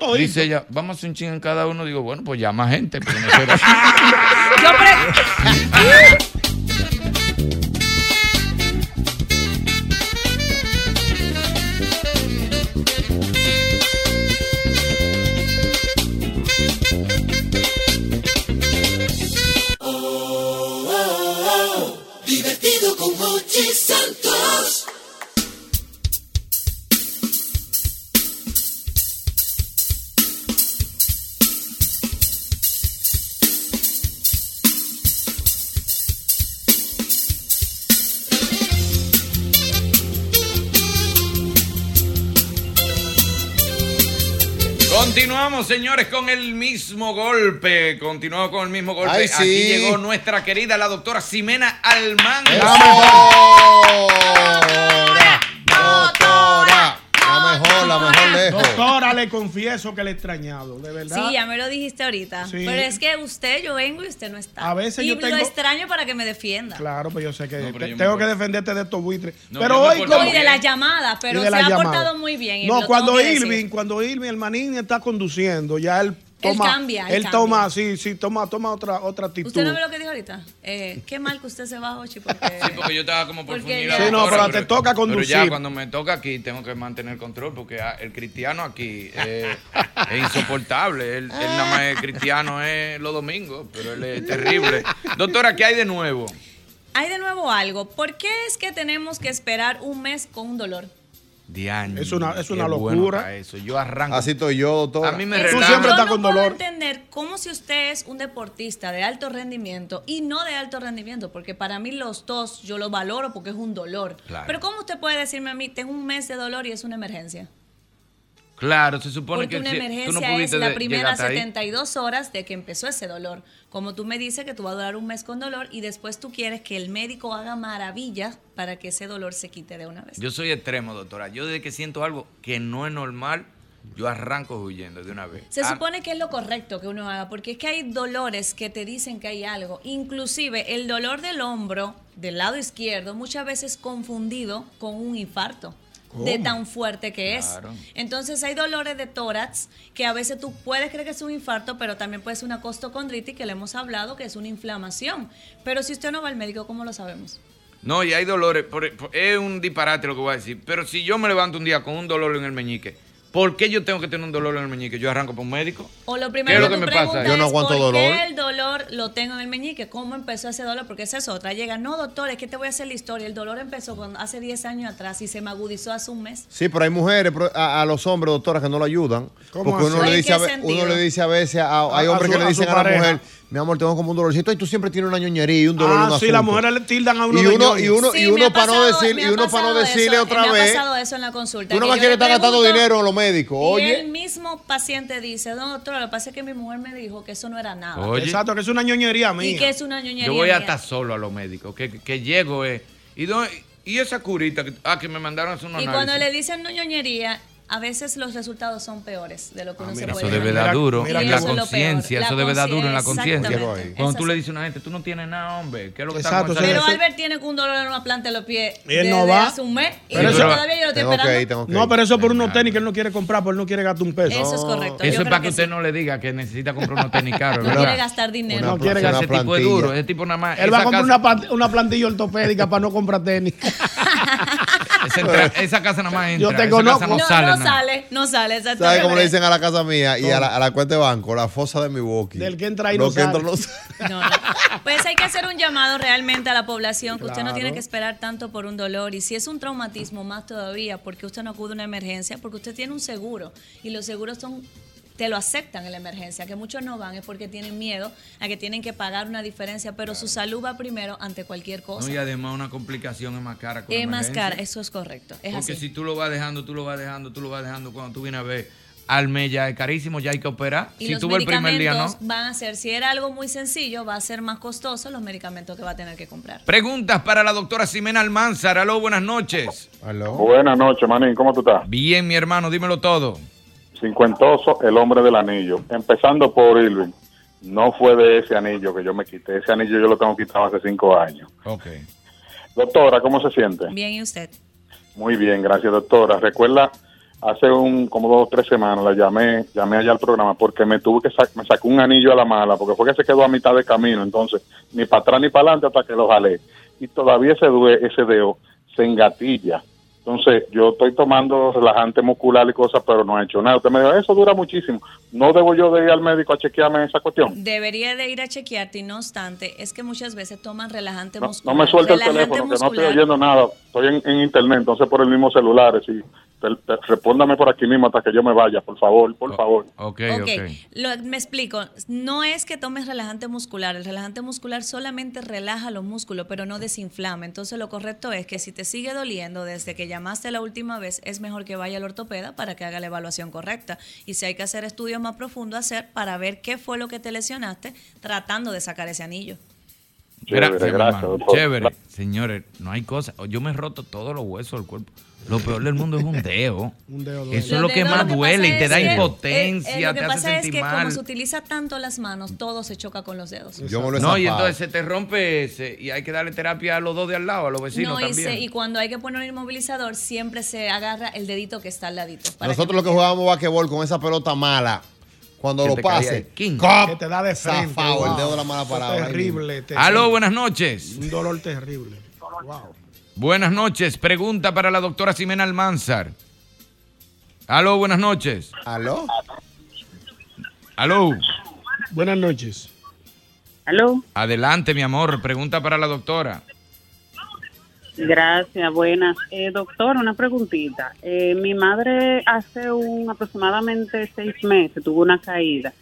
todito. Dice ella, vamos a hacer un ching en cada uno. Digo, bueno, pues llama gente. Porque no será. Yo pre- Divertido con Mochi Santos. Continuamos, señores, con el mismo golpe. Continuamos con el mismo golpe. Ay, sí. Aquí llegó nuestra querida, la doctora Ximena Almanza. Doctora, la mejor, la mejor lejos. Doctora, le confieso que le he extrañado, de verdad. Sí, ya me lo dijiste ahorita. Sí. Pero es que usted, yo vengo y usted no está. A veces y yo tengo- lo extraño para que me defienda. Claro, pero yo sé que No, pero te- yo me tengo que acuerdo. defenderte de estos buitres. No, pero yo me hoy acuerdo como- Y de las llamadas, pero y de se las ha llamadas. portado muy bien. y No, lo cuando tengo que decir. Irving, cuando Irving, el manín está conduciendo, ya él Él toma, cambia, él él cambia. toma, sí, sí, toma, toma otra, otra actitud. ¿Usted no ve lo que dijo ahorita? Eh, qué mal que usted se va, Ochi, porque... Sí, porque yo estaba como por Porque funir ya- la Sí, no, doctora, pero te toca conducir. Pero ya cuando me toca aquí tengo que mantener control porque ah, el cristiano aquí eh, es insoportable. Él, él nada más es cristiano es los domingos, pero él es terrible. Doctora, ¿qué hay de nuevo? Hay de nuevo algo. ¿Por qué es que tenemos que esperar un mes con un dolor? Diaño, Es una- es qué una bueno locura. está eso. Yo arranco. Así estoy yo, doctora. A mí me Es que Tú relaja. siempre yo estás no con puedo dolor. entender cómo si usted es un deportista de alto rendimiento y no de alto rendimiento, porque para mí los dos yo los valoro porque es un dolor. Claro. Pero ¿cómo usted puede decirme a mí, tengo un mes de dolor y es una emergencia? Claro, se supone Porque que una si- tú emergencia no es pudiste la de- primera llegar hasta ahí. setenta y dos horas de que empezó ese dolor. Como tú me dices que tú vas a durar un mes con dolor y después tú quieres que el médico haga maravillas para que ese dolor se quite de una vez. Yo soy extremo, doctora. Yo desde que siento algo que no es normal, yo arranco huyendo de una vez. Se Ah, supone que es lo correcto que uno haga, porque es que hay dolores que te dicen que hay algo. Inclusive el dolor del hombro, del lado izquierdo, muchas veces confundido con un infarto. De ¿Cómo? tan fuerte que Claro. es. Entonces hay dolores de tórax que a veces tú puedes creer que es un infarto, pero también puede ser una costocondritis que le hemos hablado que es una inflamación. Pero si usted no va al médico, ¿cómo lo sabemos? No, y hay dolores. por- por- es un disparate lo que voy a decir. Pero si yo me levanto un día con un dolor en el meñique, ¿por qué yo tengo que tener un dolor en el meñique? ¿Yo arranco por un médico? O lo ¿Qué primero es lo que, que tú me pasa? preguntas Yo no es, aguanto ¿por dolor. qué el dolor lo tengo en el meñique? ¿Cómo empezó ese dolor? Porque esa es otra. Llega, no, doctor, es que te voy a hacer la historia. El dolor empezó cuando, hace diez años atrás y se me agudizó hace un mes. Sí, pero hay mujeres, pero a, a los hombres, doctora, que no lo ayudan. ¿Cómo Porque uno así? le, ¿En dice qué a, ve- sentido? uno le dice a veces, a- hay A- a hombres su- que le a dicen su a, la pareja. mujer, mi amor, tengo como un dolorcito, y tú siempre tienes una ñoñería y un dolor y Ah, un sí, asunto. las mujeres le tildan a uno Y de uno, ñoño. y uno, y Sí, me uno ha para no pasado- decir, me y ha uno para no pasado decirle eso, otra me vez. ha pasado eso en la consulta. Tú no que me yo quieres le estar gastando pregunto- dinero en los médicos. Y Oye. el mismo paciente dice, no, doctora, lo que pasa es que mi mujer me dijo que eso no era nada. Oye. Exacto, que es una ñoñería mía. Y que es una ñoñería Yo voy mía. hasta solo a los médicos. Que, que llego, eh. ¿Y, dónde- y esa curita que, ah, que me mandaron a hacer una Y cuando le dicen no ñoñería, a veces los resultados son peores de lo que uno se Eso puede debe imaginar. dar duro Y en la eso es lo conciencia. peor. Eso La debe dar duro en la conciencia, conciencia. exactamente. Cuando tú Eso le dices a una gente, tú no tienes nada, hombre. ¿Qué es lo que Exacto, está pasando? Pero Albert tiene un dolor en una planta de los pies Y él desde no va. hace un mes y Pero eso- todavía yo lo estoy esperando. No, pero eso por unos tenis que él no quiere comprar, porque él no quiere gastar un peso. Eso es correcto. Yo Eso es creo para que que usted no le diga que necesita comprar unos tenis caros, No ¿verdad? quiere gastar dinero. No quiere Ese gastar tipo es plantilla. duro. Ese tipo nada más. Él va a esa comprar casa- una, pan- una plantilla ortopédica para no comprar tenis. esa, entra- esa casa nada más entra. Yo te esa conozco. casa no, No, sale. no nada. sale, no sale, ¿Sabes exactamente. cómo le dicen a la casa mía y a la, a la cuenta de banco? La fosa de Milwaukee. Del que entra y Lo no que sale. entra no sale. No, no. Pues hay que hacer un llamado realmente a la población que usted no Claro. tiene que esperar tanto por un dolor y si es un traumatismo más todavía porque usted no acude a una emergencia porque usted tiene un seguro y los seguros son te lo aceptan en la emergencia, que muchos no van es porque tienen miedo a que tienen que pagar una diferencia, pero su salud va primero ante cualquier cosa. No, y además una complicación es más cara. con es más emergencia. cara, eso es correcto, es Porque así. si tú lo vas dejando, tú lo vas dejando, tú lo vas dejando, cuando tú vienes a ver, al mes ya es carísimo, ya hay que operar. Y si los tú vas el primer día, medicamentos ¿no? van a ser, si era algo muy sencillo, va a ser más costoso los medicamentos que va a tener que comprar. Preguntas para la doctora Ximena Almanzar. Aló, buenas noches. Aló. Buenas noches, manín. ¿Cómo tú estás? Bien, mi hermano, dímelo todo. Cincuentoso, el hombre del anillo. Empezando por Irving. No fue de ese anillo que yo me quité. Ese anillo yo lo tengo quitado hace cinco años. Ok. Doctora, ¿cómo se siente? Bien, ¿y usted? Muy bien, gracias, doctora. Recuerda, hace un como dos o tres semanas la llamé, llamé allá al programa porque me tuve que sac me sacó un anillo a la mala porque fue que se quedó a mitad de camino, entonces ni para atrás ni para adelante hasta que lo jalé y todavía ese due, ese dedo se engatilla. Entonces yo estoy tomando relajante muscular y cosas, pero no he hecho nada. Usted me dijo, eso dura muchísimo. ¿No debo yo de ir al médico a chequearme esa cuestión? Debería de ir a chequearte y no obstante, es que muchas veces toman relajante No, muscular. no me suelte el Relajante teléfono, que no estoy muscular. oyendo nada. Estoy en, en internet, entonces por el mismo celular. Si te- te- respóndame por aquí mismo hasta que yo me vaya, por favor, por favor. Ok, Ok, Lo- me explico. No es que tomes relajante muscular. El relajante muscular solamente relaja los músculos, pero no desinflama. Entonces, lo correcto es que si te sigue doliendo desde que llamaste la última vez, es mejor que vaya al ortopeda para que haga la evaluación correcta. Y si hay que hacer estudios más profundos, hacer para ver qué fue lo que te lesionaste tratando de sacar ese anillo. Gracias, Chévere, mi gracias, hermano. doctor. Chévere. Señores, no hay cosa. Yo me he roto todos los huesos del cuerpo. Lo peor del mundo es un dedo. Un dedo Eso es Los lo que dedos, más lo que duele y pasa te es da que- impotencia, eh, eh, lo que te hace pasa es sentir que mal. como se utiliza tanto las manos, todo se choca con los dedos. Yo me lo he No, y zafado. entonces se te rompe ese y hay que darle terapia a los dos de al lado, a los vecinos No, y, también. se- y cuando hay que poner un inmovilizador, siempre se agarra el dedito que está al ladito. para Nosotros que los que jugábamos basquetbol con esa pelota mala, cuando Que lo te caía pase, el king. ¡cop! Que te da de frente. Zafado, wow. el dedo de la mala Eso palabra. es terrible. terrible. Aló, buenas noches. Un dolor terrible. Wow. Buenas noches. Pregunta para la doctora Ximena Almanzar. Aló, buenas noches. Aló. Aló. Buenas noches. Aló. Adelante, mi amor. Pregunta para la doctora. Gracias, buenas. Eh, doctor, una preguntita. Eh, mi madre hace un aproximadamente seis meses tuvo una caída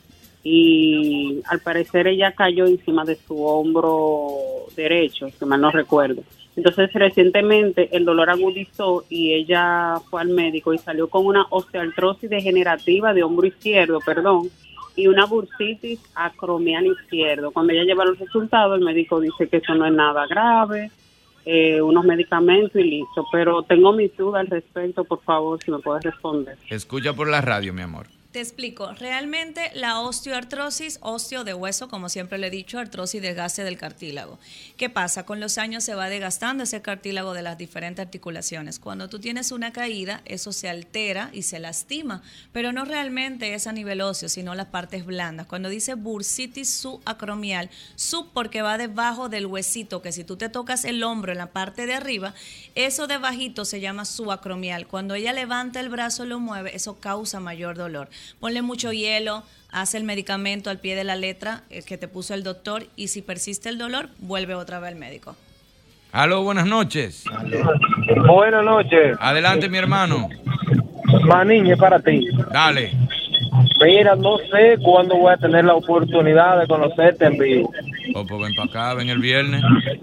y al parecer ella cayó encima de su hombro derecho, si mal no recuerdo. Entonces recientemente el dolor agudizó y ella fue al médico y salió con una osteoartrosis degenerativa de hombro izquierdo, perdón, y una bursitis acromial izquierdo. Cuando ella lleva los resultados, el médico dice que eso no es nada grave, eh, unos medicamentos y listo. Pero tengo mis dudas al respecto, por favor, si me puedes responder. Escucha por la radio, mi amor. Te explico. Realmente la osteoartrosis, osteo de hueso, como siempre le he dicho, artrosis, desgaste del cartílago. ¿Qué pasa? Con los años se va desgastando ese cartílago de las diferentes articulaciones. Cuando tú tienes una caída, eso se altera y se lastima, pero no realmente es a nivel óseo, sino las partes blandas. Cuando dice bursitis subacromial, sub porque va debajo del huesito, que si tú te tocas el hombro en la parte de arriba, eso debajito se llama subacromial. Cuando ella levanta el brazo y lo mueve, eso causa mayor dolor. Ponle mucho hielo, haz el medicamento al pie de la letra eh, que te puso el doctor y si persiste el dolor, vuelve otra vez al médico. Aló, buenas noches. Buenas noches. Adelante, mi hermano. Maniñe, para ti. Dale. Mira, no sé cuándo voy a tener la oportunidad de conocerte en vivo. Oh, pues ven para acá, ven el viernes.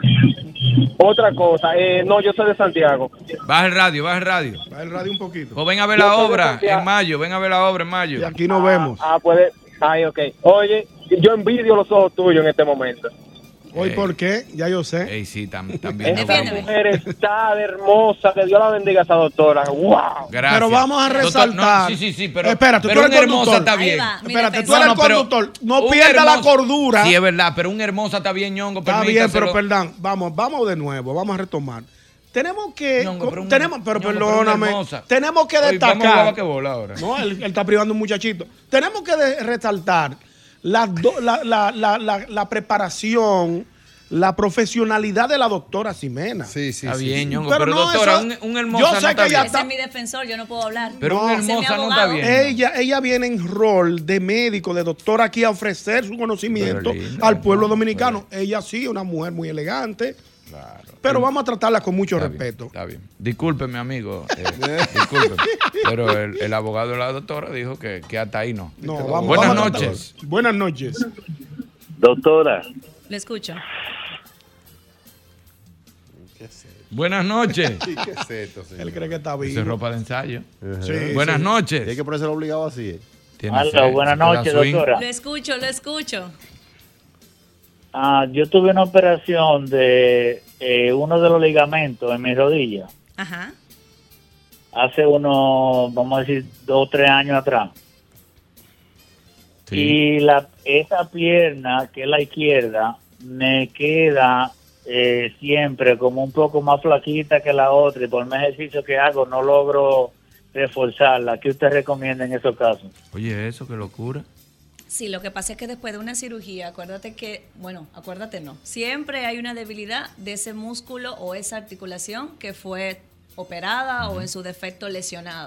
Otra cosa, eh, no, yo soy de Santiago. Baja el radio, baja el radio. Baja el radio un poquito. Pues ven a ver Yo la soy de obra Santiago. en mayo, ven a ver la obra en mayo. Y aquí nos vemos. Ah, puede. Ay, ok. Oye, yo envidio los ojos tuyos en este momento. Hoy, ¿por qué? Ya yo sé. Ey, sí, tam- también. Esta mujer está hermosa, que Dios la bendiga a esa doctora. ¡Wow! Gracias. Pero vamos a Doctor, resaltar. no, sí, sí, sí, pero. Espérate, pero tú eres una hermosa conductor. está bien. Ahí va, mira, Espérate, tú No, eres no, el pero conductor. No un pierda la hermoso- cordura. Sí, es verdad, pero una hermosa está bien, Ñongo. Está bien, permítaselo. pero perdón. Vamos, vamos de nuevo. Vamos a retomar. Tenemos que. Ñongo, pero un- tenemos, pero Ñongo, pero una perdóname. hermosa. Tenemos que Oye, vamos a jugar destacar. basquetbol ahora. No, él, él está privando a un muchachito. Tenemos que de- resaltar la, do- la, la, la, la, la preparación, la profesionalidad de la doctora Ximena. Sí, sí, Está bien, Ñongo, Pero pero, no, doctora, eso- un, un hermosa yo no sé está que ella bien. Ese es mi defensor, yo no puedo hablar. Pero un Ese es mi hermosa no está abogado. bien. Ella, ella viene en rol de médico, de doctor aquí a ofrecer su conocimiento Pero linda, al pueblo dominicano. Ella sí, una mujer muy elegante. Pero vamos a tratarla con mucho Está respeto. Bien, está bien. Discúlpeme, amigo. eh, discúlpeme. Pero el, el abogado de la doctora dijo que, que hasta ahí no. No, vamos, Buenas vamos a noches. tratarlo. Buenas noches. Doctora. Le escucho. Buenas noches. ¿Qué es esto, señor? Él cree que está Esa vivo. es ropa de ensayo. Sí, Buenas sí. noches. Hay que ponerse obligado así. ¿eh? Tiene Aló, sed, buenas se queda noches, swing. doctora. Lo escucho, lo escucho. Ah, yo tuve una operación de eh, uno de los ligamentos en mi rodilla Ajá. hace unos, vamos a decir, dos o tres años atrás. Y la esa pierna, que es la izquierda, me queda eh, siempre como un poco más flaquita que la otra y por más ejercicio que hago no logro reforzarla. ¿Qué usted recomienda en esos casos? Oye, eso, qué locura. Sí, lo que pasa es que después de una cirugía, acuérdate que, bueno, acuérdate no, siempre hay una debilidad de ese músculo o esa articulación que fue operada o en su defecto lesionada.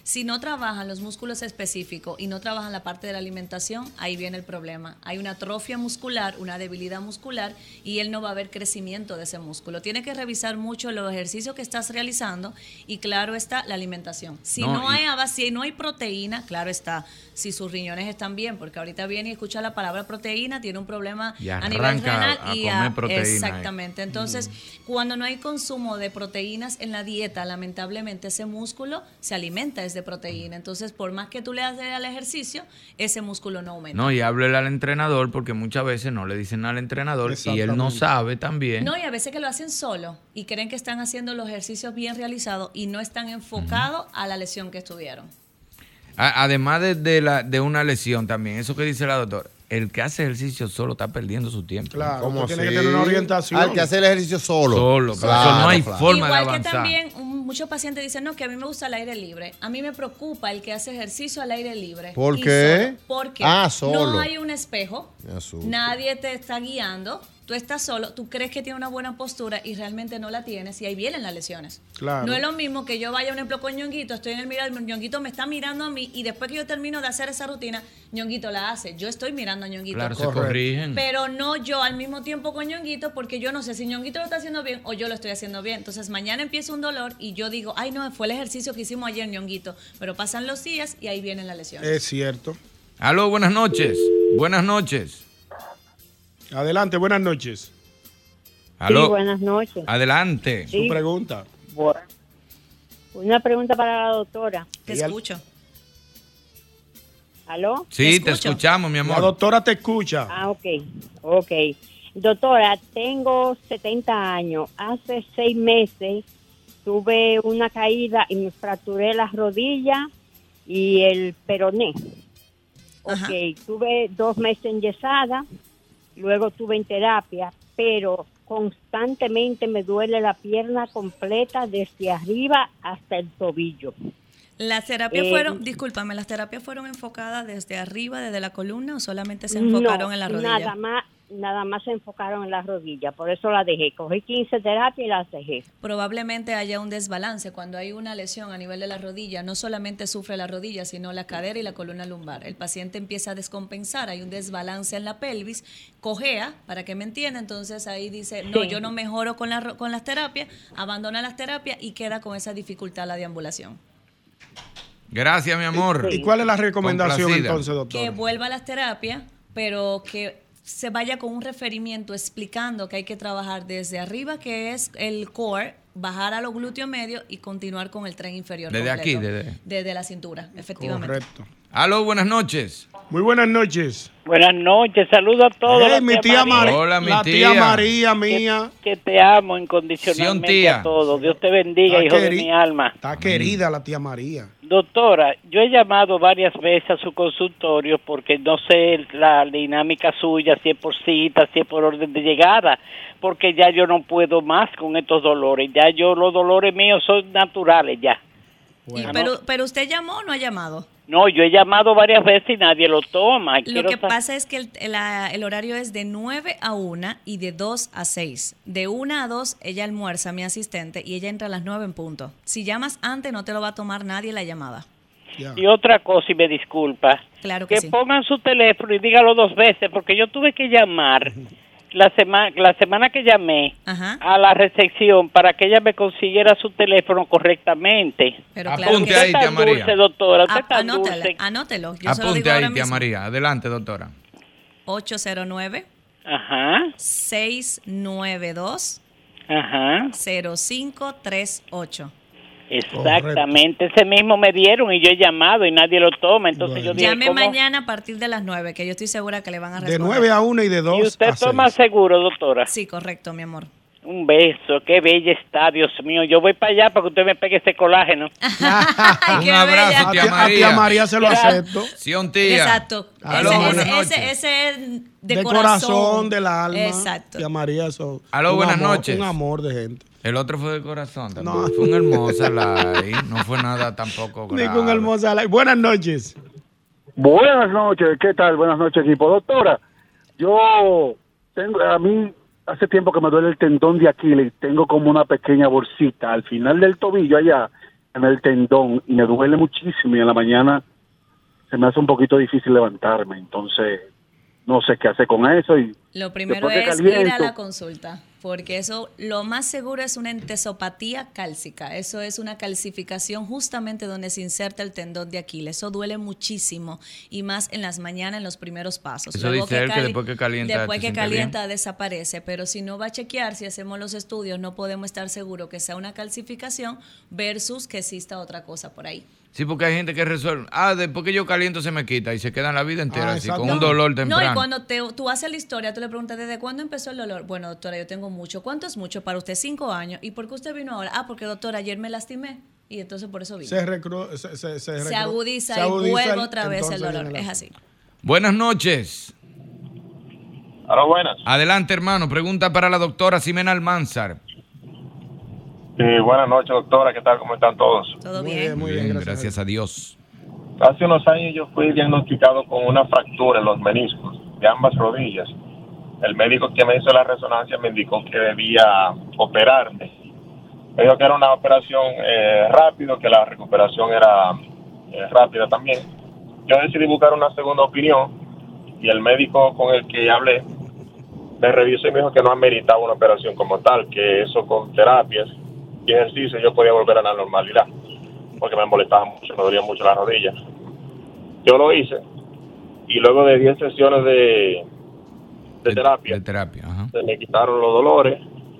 Si no trabajan los músculos específicos y no trabajan la parte de la alimentación, ahí viene el problema. Hay una atrofia muscular, una debilidad muscular y él no va a ver crecimiento de ese músculo. Tiene que revisar mucho los ejercicios que estás realizando y claro está la alimentación. Si No, no, y- hay aba- si no hay proteína, claro está, si sus riñones están bien, porque ahorita viene y escucha la palabra proteína, tiene un problema Y a nivel arranca renal a y comer proteína ahí. exactamente. Entonces, cuando no hay consumo de proteínas en la dieta, lamentablemente ese músculo se alimenta es de proteína. Entonces, por más que tú le hagas al ejercicio, ese músculo no aumenta. No, y háblele al entrenador porque muchas veces no le dicen al entrenador y él no Exactamente. sabe también. No, y a veces que lo hacen solo y creen que están haciendo los ejercicios bien realizados y no están enfocados a la lesión que estuvieron. A- Además de, de la, de una lesión también, eso que dice la doctora, el que hace ejercicio solo está perdiendo su tiempo. Claro, ¿Cómo tiene así? que tener una orientación. Al que hace el ejercicio solo. Solo, Claro, profesor, no hay claro. forma de Igual que avanzar. también un- muchos pacientes dicen, no, que a mí me gusta el aire libre. A mí me preocupa el que hace ejercicio al aire libre. ¿Por y qué? solo. Porque Ah, solo. no hay un espejo, Me asusta. nadie te está guiando, tú estás solo, tú crees que tiene una buena postura y realmente no la tienes y ahí vienen las lesiones. Claro. No es lo mismo que yo vaya, un ejemplo, con Ñonguito, estoy en el mirador, Ñonguito me está mirando a mí y después que yo termino de hacer esa rutina, Ñonguito la hace. Yo estoy mirando a Ñonguito. Claro, se corrigen. Pero no yo al mismo tiempo con Ñonguito porque yo no sé si Ñonguito lo está haciendo bien o yo lo estoy haciendo bien. Entonces mañana empieza un dolor y yo digo, ay no, fue el ejercicio que hicimos ayer, Ñonguito. Pero pasan los días y ahí vienen las lesiones. Es cierto. Aló, buenas noches. Buenas noches. Adelante, buenas noches. Aló. Sí, buenas noches. Adelante. Sí. Su pregunta. Bueno, una pregunta para la doctora. Te escucho. ¿Aló? Sí, te escuchamos, mi amor. La doctora te escucha. Ah, ok, ok. Doctora, tengo setenta años. Hace seis meses tuve una caída y me fracturé las rodillas y el peroné. Ok, tuve dos meses enyesada, luego estuve en terapia, pero constantemente me duele la pierna completa desde arriba hasta el tobillo. Las terapias Eh, fueron, discúlpame, las terapias fueron enfocadas desde arriba, desde la columna o solamente se enfocaron No, en la rodilla. Nada más, nada más se enfocaron en la rodilla, por eso la dejé. Cogí quince terapias y las dejé. Probablemente haya un desbalance cuando hay una lesión a nivel de la rodilla. No solamente sufre la rodilla, sino la cadera y la columna lumbar. El paciente empieza a descompensar, hay un desbalance en la pelvis, cojea, para que me entienda. Entonces ahí dice, no, Sí. yo no mejoro con, la, ro- con las terapias, abandona las terapias y queda con esa dificultad la deambulación. Gracias, mi amor. ¿Y cuál es la recomendación Complacida. entonces, doctor? Que vuelva a las terapias, pero que se vaya con un referimiento explicando que hay que trabajar desde arriba, que es el core, bajar a los glúteos medios y continuar con el tren inferior. Desde completo. aquí, desde- Desde la cintura, efectivamente. Correcto. Aló, buenas noches. Muy buenas noches. Buenas noches, saludos a todos. Hey, la mi tía María. Hola, mi la tía. tía María mía. Que, que te amo incondicionalmente Sí, tía. a todos. Dios te bendiga, Está hijo de queri- mi alma. Está querida la tía María. Doctora, yo he llamado varias veces a su consultorio porque no sé la dinámica suya, si es por cita, si es por orden de llegada, porque ya yo no puedo más con estos dolores. Ya yo, los dolores míos son naturales ya. Y- pero, pero usted llamó o no ha llamado. No, yo he llamado varias veces y nadie lo toma. Lo Quiero que sa- pasa es que el, la- el horario es de nueve a una y de dos a seis. De una a dos ella almuerza, mi asistente, y ella entra a las nueve en punto. Si llamas antes no te lo va a tomar nadie la llamada. Y otra cosa, y me disculpa, Claro que que sí. pongan su teléfono y dígalo dos veces, porque yo tuve que llamar la semana la semana que llamé a la recepción para que ella me consiguiera su teléfono correctamente. Pero claro Apunte que sí. ahí, Usted es tía tan María. dulce, doctora, usted A- es tan anótale, dulce. anótelo. Yo se lo Apunte digo ahora ahí, tía mismo. María. Adelante, doctora. ocho cero nueve, Ajá. seis nueve dos, Ajá. cero cinco tres ocho. Exactamente, ese mismo me dieron y yo he llamado y nadie lo toma, entonces yo dije, Llame ¿cómo? mañana a partir de las nueve, que yo estoy segura que le van a De responder. nueve a una y de dos ¿Y usted a toma seis. seguro, doctora? Sí, correcto, mi amor. Un beso, qué bella está, Dios mío. Yo voy para allá para que usted me pegue ese colágeno. Un abrazo, A tía tía- a María. tía María se lo acepto. Sí, un tía. Exacto. Aló, ese, buenas ese, noches. ese, ese es de, De corazón. corazón, del alma. Exacto. Tía María, eso. Aló, un buenas amor, noches. Un amor de gente. El otro fue de corazón también. No. Fue un hermoso like. No fue nada tampoco grave. Ningún hermosa. la- Buenas noches. Buenas noches, ¿qué tal? Buenas noches, equipo. Doctora, yo tengo, a mí hace tiempo que me duele el tendón de Aquiles, tengo como una pequeña bolsita al final del tobillo allá, en el tendón y me duele muchísimo y en la mañana se me hace un poquito difícil levantarme, entonces no sé qué hacer con eso y Lo primero después que es ir a caliento- la consulta, porque eso lo más seguro es una entesopatía cálcica. Eso es una calcificación justamente donde se inserta el tendón de Aquiles. Eso duele muchísimo y más en las mañanas, en los primeros pasos. Eso dice él, que cali- después que calienta Después te que sientes calienta desaparece, pero si no va a chequear, si hacemos los estudios, no podemos estar seguros que sea una calcificación versus que exista otra cosa por ahí. Sí, porque hay gente que resuelve, ah, después que yo caliento se me quita y se quedan la vida entera Ah, así, exacto. con un No, dolor No, temprano. y cuando te, tú haces la historia, tú le preguntas, ¿desde cuándo empezó el dolor? Bueno, doctora, yo tengo mucho. ¿Cuánto es mucho para usted? Cinco años. ¿Y por qué usted vino ahora? Ah, porque, doctora, ayer me lastimé y entonces por eso vino. Se, recru- se, se, se, Se recru- agudiza, se y agudiza vuelve el- otra vez el entonces dolor. viene Es la- así. Buenas noches. Hola, buenas. Adelante, hermano. Pregunta para la doctora Ximena Almanzar. Sí, buenas noches, doctora. ¿Qué tal? ¿Cómo están todos? Todo Muy bien, muy bien, gracias, a Dios. Hace unos años yo fui diagnosticado con una fractura en los meniscos de ambas rodillas. El médico que me hizo la resonancia me indicó que debía operarme. Me dijo que era una operación eh, rápida, que la recuperación era eh, rápida también. Yo decidí buscar una segunda opinión y el médico con el que hablé me revisó y me dijo que no ameritaba una operación como tal, que eso con terapias y ejercicio yo podía volver a la normalidad, porque me molestaba mucho, me dolía mucho las rodillas. Yo lo hice y luego de diez sesiones de, de terapia, De terapia, ajá. se me quitaron los dolores.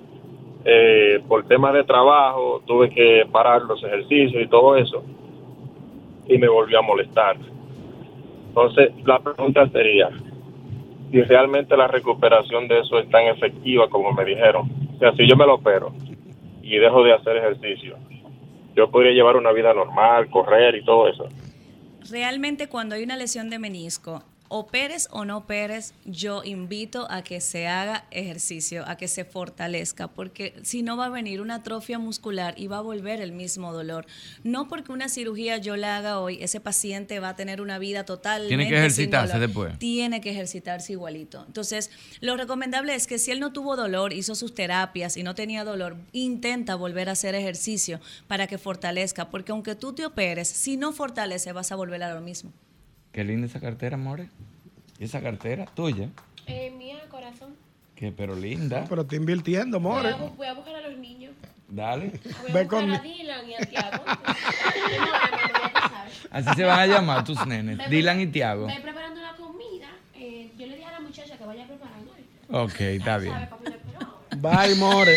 Eh, por temas de trabajo tuve que parar los ejercicios y todo eso y me volvió a molestar. Entonces la pregunta sería si realmente la recuperación de eso es tan efectiva como me dijeron. O sea, si yo me lo opero y dejo de hacer ejercicio, yo podría llevar una vida normal, correr y todo eso. Realmente cuando hay una lesión de menisco, operes o no operes, yo invito a que se haga ejercicio, a que se fortalezca, porque si no va a venir una atrofia muscular y va a volver el mismo dolor. No porque una cirugía yo la haga hoy, ese paciente va a tener una vida totalmente Tiene que sin ejercitarse dolor. después. Tiene que ejercitarse igualito. Entonces, lo recomendable es que si él no tuvo dolor, hizo sus terapias y no tenía dolor, intenta volver a hacer ejercicio para que fortalezca, porque aunque tú te operes, si no fortalece, vas a volver a lo mismo. Qué linda esa cartera, more. ¿Y esa cartera tuya? Eh, mía, corazón. Qué pero linda. Pero te invirtiendo, Voy more. a, bu- voy a buscar a los niños. Dale. Voy a Ve buscar con- a Dylan y a Tiago. No, Emma, ya tú sabes. Así se van a llamar tus nenes, Dylan y Tiago. Estoy preparando la comida. Eh, yo le dije a la muchacha que vaya preparando. Ok, está bien. Bye, more.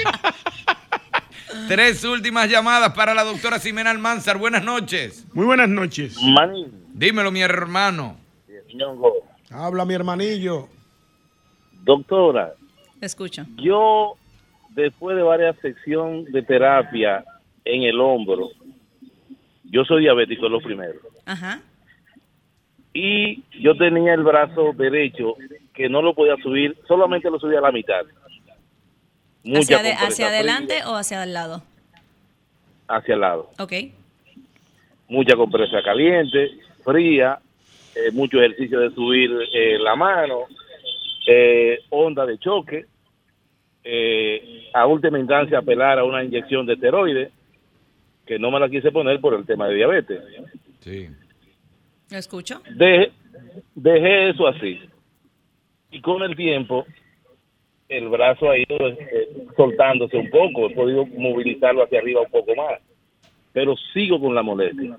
Tres últimas llamadas para la doctora Ximena Almanzar. Buenas noches. Muy buenas noches. Dímelo, mi hermano. Habla, mi hermanillo. Doctora, escucho. Yo, después de varias secciones de terapia en el hombro, yo soy diabético, es lo primero. Ajá. Y yo tenía el brazo derecho que no lo podía subir, solamente lo subía a la mitad. Mucha ¿Hacia, de- compresa hacia fría, adelante o hacia el lado? hacia el lado. Ok. Mucha compresa caliente, fría, eh, mucho ejercicio de subir eh, la mano, eh, onda de choque, eh, a última instancia apelar a una inyección de esteroides, que no me la quise poner por el tema de diabetes. Sí. ¿Lo escucho? De- dejé eso así. Y con el tiempo, el brazo ha ido eh, soltándose un poco, he podido movilizarlo hacia arriba un poco más, pero sigo con la molestia.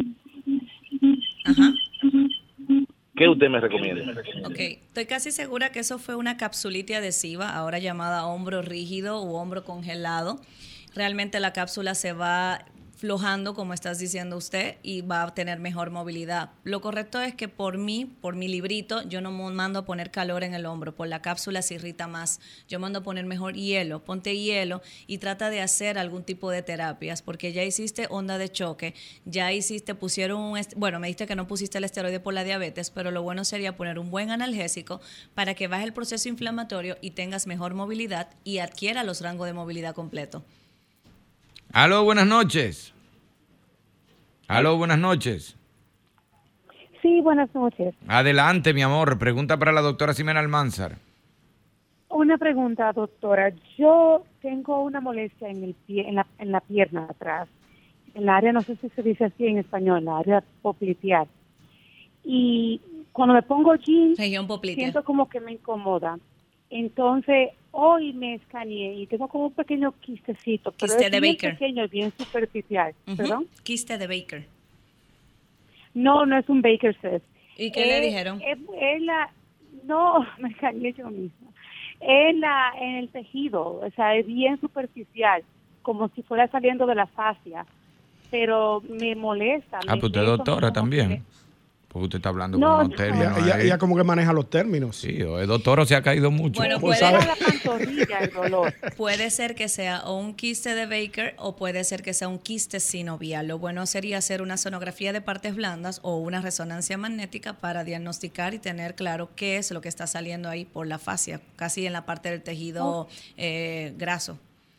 ¿Qué usted me recomienda? Ok, estoy casi segura que eso fue una capsulitis adhesiva, ahora llamada hombro rígido u hombro congelado. Realmente la cápsula se va flojando, como estás diciendo usted, y va a tener mejor movilidad. Lo correcto es que por mí, por mi librito, yo no mando a poner calor en el hombro, por la cápsula se irrita más. Yo mando a poner mejor hielo, ponte hielo y trata de hacer algún tipo de terapias, porque ya hiciste onda de choque, ya hiciste, pusieron un, est- bueno, me dijiste que no pusiste el esteroide por la diabetes, pero lo bueno sería poner un buen analgésico para que baje el proceso inflamatorio y tengas mejor movilidad y adquiera los rangos de movilidad completo. Aló, buenas noches. Aló, buenas noches. Sí, buenas noches. Adelante, mi amor. Pregunta para la doctora Ximena Almanzar. Una pregunta, doctora. Yo tengo una molestia en el pie, en la, en la pierna atrás. en la área, no sé si se dice así en español, en la área popliteal. Y cuando me pongo jeans, Región poplitea. siento como que me incomoda. Entonces, hoy me escaneé y tengo como un pequeño quistecito, pero Quiste es de bien Baker. pequeño, bien superficial. Ujú. ¿Perdón? Quiste de Baker. No, no es un Baker Cyst. ¿Y qué le Es- dijeron? Es, es la, no, me escaneé yo misma. Es la, en el tejido, o sea, es bien superficial, como si fuera saliendo de la fascia, pero me molesta. Ah, me pues usted es siento doctora como también. Porque usted está hablando No, con unos no. términos. Ella, ahí. ella como que maneja los términos. Sí, o es doctora o se ha caído mucho. Bueno, Pues puede, sabe. la pantorrilla, el dolor. puede ser que sea o un quiste de Baker o puede ser que sea un quiste sinovial. Lo bueno sería hacer una sonografía de partes blandas o una resonancia magnética para diagnosticar y tener claro qué es lo que está saliendo ahí por la fascia, casi en la parte del tejido eh, graso.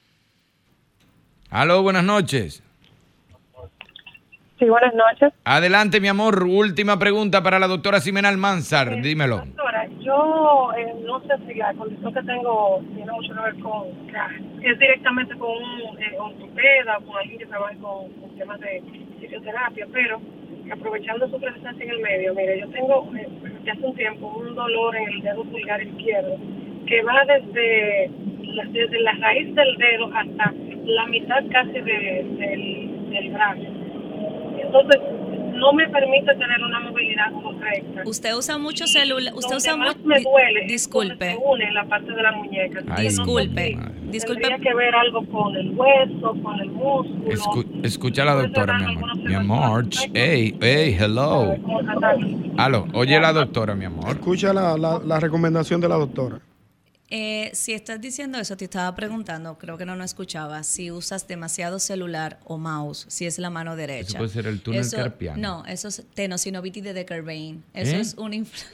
Aló, buenas noches. Sí, buenas noches. Adelante, mi amor. Última pregunta para la doctora Ximena Almanzar. Dímelo. Doctora, yo eh, no sé si la condición que tengo tiene mucho que ver con, es directamente con un eh, ortopeda o con alguien que trabaje con, con temas de fisioterapia, pero aprovechando su presencia en el medio, mire, yo tengo eh, desde hace un tiempo un dolor en el dedo pulgar izquierdo que va desde la, desde la raíz del dedo hasta la mitad casi de, del, del brazo. Entonces, no me permite tener una movilidad correcta. Usted usa mucho celular, usted Donde usa más mucho. me duele, Disculpe. se une en la parte de la muñeca. Ay, Disculpe, disculpe. Tendría que ver algo con el hueso, con el músculo. Escu- escucha a la doctora, mi amor. Mi amor. Hey, hey, hello. Aló, oye la doctora, mi amor. Escucha la, la, la recomendación de la doctora. Eh, si estás diciendo eso, te estaba preguntando, creo que no lo escuchaba, si usas demasiado celular o mouse, si es la mano derecha. Eso puede ser el túnel Eso- carpiano. No, eso es tenosinovitis de Decker-Vein. Eso ¿Eh? es un inf-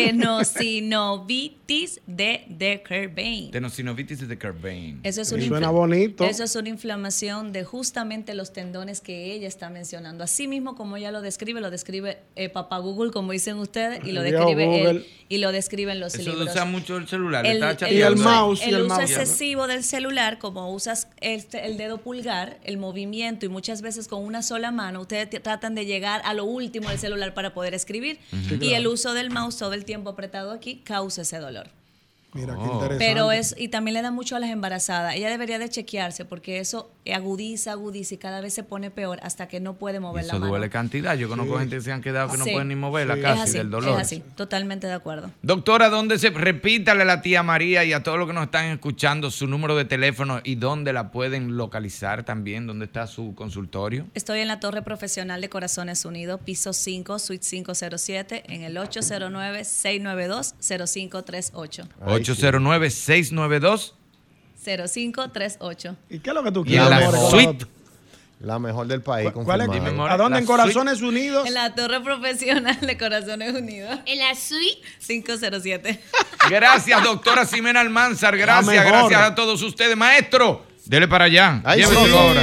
tenosinovitis de Decker-Vein. Tenosinovitis de Carvain. Eso es, una Suena infla- bonito. eso es una inflamación de justamente los tendones que ella está mencionando. Así mismo como ella lo describe, lo describe eh, papá Google, como dicen ustedes, y lo Dios, describe él, Google. y lo describen los Eso de libros. usar mucho el celular. El, está el chateando. uso- el uso excesivo del celular, como usas este, el dedo pulgar, el movimiento y muchas veces con una sola mano, ustedes t- tratan de llegar a lo último del celular para poder escribir. Ujú. Sí, Y claro. el uso del mouse todo el tiempo apretado aquí causa ese dolor. Mira, qué Oh. interesante. Pero es, y también le da mucho a las embarazadas. Ella debería de chequearse porque eso agudiza, agudiza y cada vez se pone peor hasta que no puede mover Eso la mano. duele cantidad. Yo conozco gente que se han quedado que no Sí. pueden ni moverla Es casi así, del dolor. Es así, totalmente de acuerdo. Doctora, ¿dónde se repítale a la tía María y a todos los que nos están escuchando su número de teléfono y dónde la pueden localizar también? ¿Dónde está su consultorio? Estoy en la Torre Profesional de Corazones Unidos, piso cinco, suite quinientos siete, en el ocho cero nueve, seis nueve dos, cero cinco tres ocho. ocho cero nueve, seis nueve dos. cero cinco tres ocho. ¿Y qué es lo que tú Y en la quieres? suite. La mejor del país. ¿Cuál es? confirmado. ¿A dónde? La ¿En Corazones Unidos? En la Torre Profesional de Corazones Unidos. En la suite quinientos siete. Gracias, doctora Ximena Almanzar. Gracias, mejor. gracias a todos ustedes. Maestro, dele para allá. Ay, Lléveselo sí. ahora.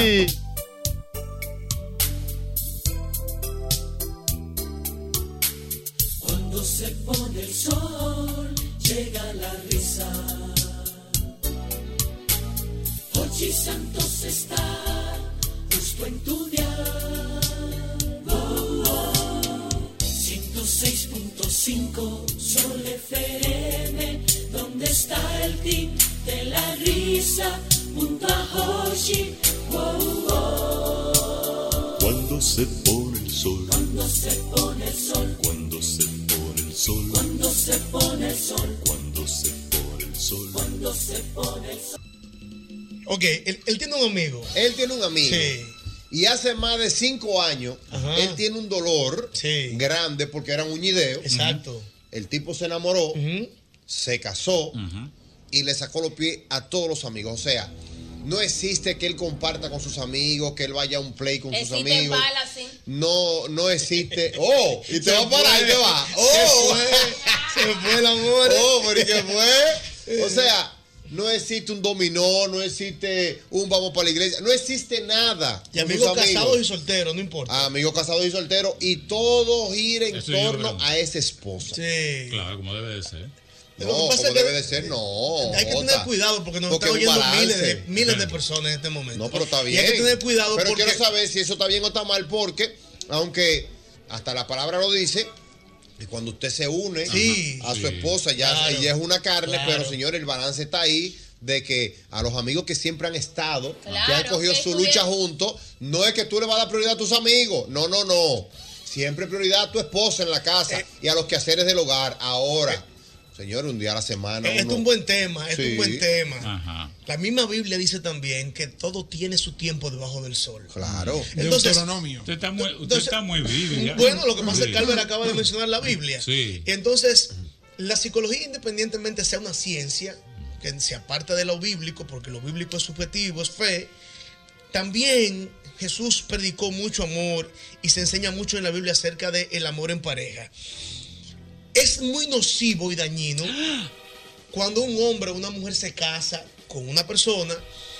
Cuando se pone el sol, llega la risa. Hochi Santos está justo en tu dial. Oh, oh. ciento seis punto cinco Sol F M, donde está el team de la risa, junto a Hochi. Oh, oh. Cuando se pone el sol, Cuando se pone el sol, cuando se pone el sol, cuando se pone el sol, cuando se pone el sol. cuando se pone el sol. Ok, él, él tiene un amigo. Él tiene un amigo. Sí. Y hace más de cinco años, Ajá. él tiene un dolor grande porque era un uñideo. Exacto. El tipo se enamoró, se casó y le sacó los pies a todos los amigos. O sea, no existe que él comparta con sus amigos, que él vaya a un play con sus Existe amigos. bala, sí. No, no existe. Oh, y te Se va a parar y fue. te va. Se Oh, fue. Se fue el amor. Oh, pero ¿y qué fue? O sea, no existe un dominó, no existe un vamos para la iglesia, no existe nada. Y con amigos sus casados y solteros, no importa. Amigos casados y solteros, y todo gira en Eso yo torno creo. a esa esposa. Sí. Claro, como debe de ser. Lo No, que pasa como es que- debe de ser, no. Hay que Jota. tener cuidado porque nos Porque están es un oyendo balance. miles de, miles de personas en este momento. No, pero está Y bien. hay que tener cuidado Pero porque... quiero saber si eso está bien o está mal, porque aunque hasta la palabra lo dice, y cuando usted se une Sí. a su Sí. esposa, ya Claro. ella es una carne, Claro. pero señor, el balance está ahí de que a los amigos que siempre han estado, que han Claro, cogido que su estuvieron- lucha juntos, no es que tú le vas a dar prioridad a tus amigos, no, no, no. Siempre prioridad a tu esposa en la casa Eh. y a los quehaceres del hogar. Ahora, señor, un día a la semana. Este es uno- un buen tema, este es Sí. un buen tema. Ajá. La misma Biblia dice también que todo tiene su tiempo debajo del sol. Claro. Entonces, Usted está muy, usted entonces, está muy Biblia. bueno, lo que pasa es Sí. que Albert acaba de mencionar la Biblia. Sí. Entonces, la psicología, independientemente sea una ciencia, que se aparta de lo bíblico, porque lo bíblico es subjetivo, es fe, también Jesús predicó mucho amor y se enseña mucho en la Biblia acerca del amor en pareja. Es muy nocivo y dañino cuando un hombre o una mujer se casa con una persona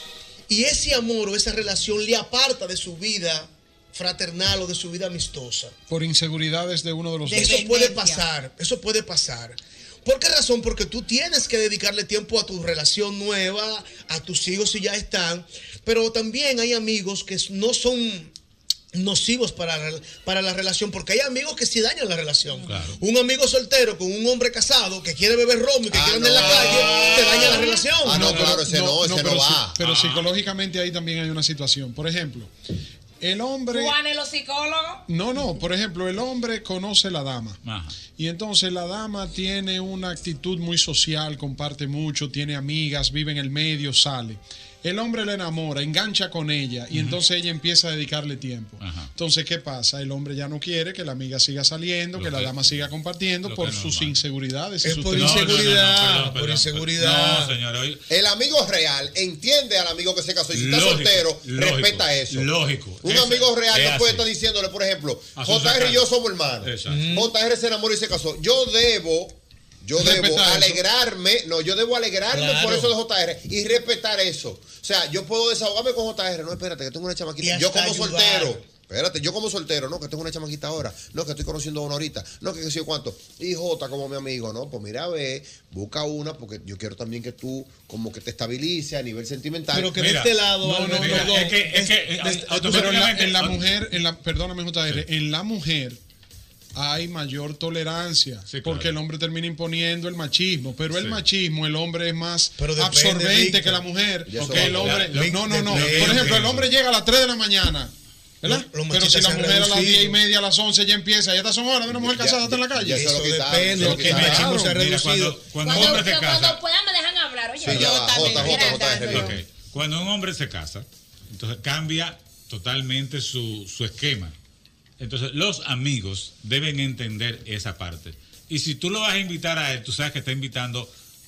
y ese amor o esa relación le aparta de su vida fraternal o de su vida amistosa. Por inseguridades de uno de los dos. Eso puede pasar, eso puede pasar. ¿Por qué razón? Porque tú tienes que dedicarle tiempo a tu relación nueva, a tus hijos si ya están, pero también hay amigos que no son nocivos para, para la relación, porque hay amigos que sí dañan la relación. Claro. Un amigo soltero con un hombre casado que quiere beber ron y que quiere andar en la calle, te daña la relación. Ah, no, claro, ese no, ese no pero, va. sí- pero Ah. psicológicamente ahí también hay una situación. Por ejemplo, el hombre... Juan es los psicólogos. No, no, por ejemplo, el hombre conoce la dama. Ajá. Y entonces la dama tiene una actitud muy social, comparte mucho, tiene amigas, vive en el medio, sale. El hombre la enamora, engancha con ella y entonces ella empieza a dedicarle tiempo. Ajá. Entonces, ¿qué pasa? El hombre ya no quiere que la amiga siga saliendo, Lo que la que- dama siga compartiendo lo por que es sus normal. inseguridades. y Es sus por temores. inseguridad, perdón, por perdón, inseguridad. No, señor, hoy- El amigo real entiende al amigo que se casó y si está Lógico, soltero, lógico, respeta eso. lógico. Un Eso- amigo real es no puede así. estar diciéndole, por ejemplo, A su J R y yo somos hermanos. Exacto. J R se enamoró y se casó. Yo debo, yo Respetar debo eso. alegrarme, no, yo debo alegrarme Claro. por eso de J R y respetar eso. O sea, yo puedo desahogarme con J R. No, espérate, que tengo una Y chamaquita. hasta Yo como ayudar. soltero. Espérate, yo como soltero, no, que tengo una chamaquita ahora, no, que estoy conociendo a una ahorita, no, que qué sé yo cuánto. Y Jota como mi amigo, no, pues mira, ve, busca una, porque yo quiero también que tú como que te estabilice a nivel sentimental. Pero que de Mira, este lado, no, Albert, no, Mira, perdón, es que, es que es- eh, de- Pero en la, automáticamente- en la mujer, en la, perdóname J R, en la mujer hay mayor tolerancia, Sí, claro. porque el hombre termina imponiendo el machismo, pero el Sí. machismo, el hombre es más Pero depende, absorbente Víctor. que la mujer, Y eso porque va el a hombre, la- no, no, no, depende. por ejemplo, el hombre llega a las tres de la mañana, ¿verdad? Los- los Pero si machistas la se han mujer a las reducido. diez y media, a las once ya empieza, ya estas son horas de una mujer Ya- casada ya- está en la ya calle. se lo Eso quitaron, depende, se lo lo que quitaron. machismo se ha Mira, reducido. cuando, cuando un Cuando, hombre se cuando casa, puedan me dejan hablar, oye. Sí, ya va, J, J, J R. ok, cuando un hombre se casa, entonces cambia totalmente su, su esquema. Entonces los amigos deben entender esa parte. Y si tú lo vas a invitar a él, tú sabes que está invitando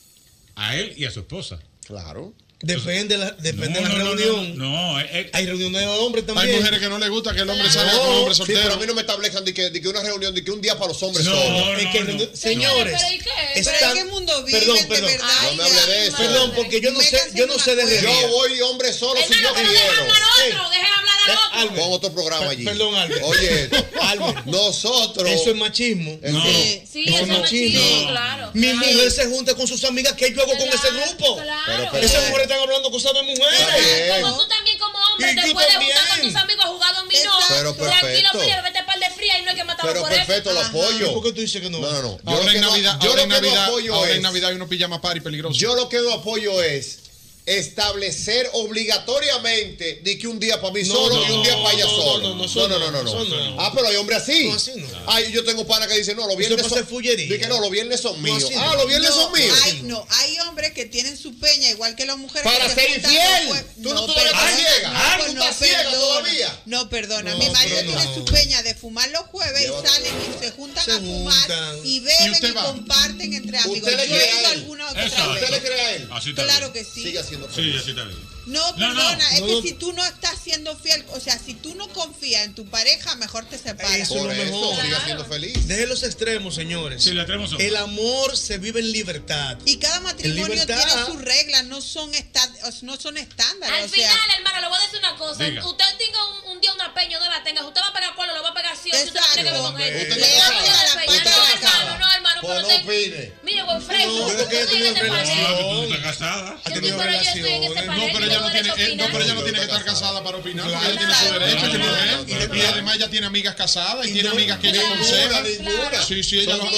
a él y a su esposa. Claro. Depende, la, depende No, de la no, no, reunión. No, no, es- Hay reuniones de hombres también. Hay mujeres que no les gusta que el hombre salga No, con un hombre Sí, pero soltero. a mí no me establezcan de que, de que una reunión, de que un día para los hombres No, solo. no, Es que, no. señores, ¿Pero y qué? están- ¿Pero en qué mundo viven, perdón, de perdón. verdad? No me hable de eso. Perdón, porque yo no sé, yo no sé de Yo realidad. voy hombre solo si yo Hermano, pero quiero. dejan al Ey. otro, deje hablar Eh, al otro. Albert, Pon otro programa per- allí. Perdón, Albert. Oye, Albert, nosotros. eso es machismo. ¿El No. qué? Sí, Eso eso es es machismo. machismo, claro. Mi Claro. mujer se junta con sus amigas que yo hago con ese grupo. Claro. Pero- Esas mujeres están hablando cosas de Está mujeres. bien. Como tú también como hombre Y te tú puedes también. juntar con tus amigos a jugar dominó. Pero Tranquilo, perfecto. fría, vete par de fría y no hay que matarlo Pero por perfecto, lo eso. apoyo. ¿Por qué tú dices que no? No, no, no. Yo Ahora lo en que no- Navidad, yo ahora en lo que no Navidad, apoyo ahora es- en Navidad hay unos pijama party peligrosos. Yo lo que no apoyo es establecer obligatoriamente de que un día para mí No, solo no, y un día para ella no, solo. no, no, No, eso no, no, no, no, no. eso no. Ah, pero hay hombres así. No, así no. Ay, yo tengo pana que dicen, no, los viernes pasa son fullería. Dice que no, los viernes son míos. así Ah, no. los viernes No, son míos. Hay, no, hay hombres que tienen su peña, igual que las mujeres. Para que se ser juntan infiel. los jue- Tú no todavía perdona, estás ciega. No, Ah, pues tú no, estás ciega perdona. todavía. No, perdona. No, Mi marido pero tiene no. su peña de fumar los jueves y Llévatelo. salen y se juntan Se a fumar juntan. y ¿Y beben usted y, va? comparten entre amigos. ¿Usted le Yo cree he a ido él? alguna otra Exacto. vez. ¿Usted le cree a él? Así está Claro bien. que sí. Sigue haciendo Sí, feliz. así está bien. No, No, no. perdona, es No, que no. si tú no estás siendo fiel, o sea, si tú no confías en tu pareja, mejor te separas. Eso es Por lo eso, mejor. sigue siendo feliz. Deje los extremos, señores. Sí, los extremos son- El amor se vive en libertad. Y cada matrimonio libertad. tiene sus reglas, no son, esta- no son estándares. Al o sea, final, hermano, le voy a decir una cosa. Diga. Usted tenga un, un día una peña, no la tenga. Usted va a pegar cuerno, lo va a pegar sí o sí. Usted no tiene que ver con Exacto. gente. Usted Le está da casada. la peña. Usted No, está hermano, casada. no, hermano. Pues pero no te- opine. Mire, buen fresco. No, porque ella tiene relación. Tú estás casada. Ha tenido pero yo estoy en ese relaciones. panel. No, pero ella no tiene, eh, no, pero ella no tiene que estar casada para opinar, porque ella tiene su derecho, ella es mujer, y además ella tiene amigas casadas y tiene amigas que ella aconseja. Sí, sí, ella lo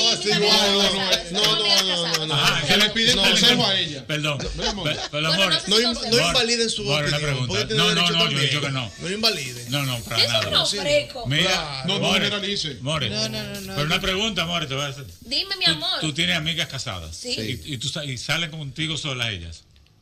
No, no, no, no, no. Que le piden consejo a ella. Perdón. Pero amor, No invaliden su More, una opinión. pregunta. Porque tiene No, no, derecho no, yo he también. dicho que no. No lo invaliden. No, no, para Eso nada. es unos frescos. Mira, No, no More, generalice. More, No, no, no, no. pero una pregunta, More, te voy a hacer. Dime, mi Tú- amor. Tú tienes amigas casadas. Sí. Y, y, tú, sa- y salen contigo solas ellas.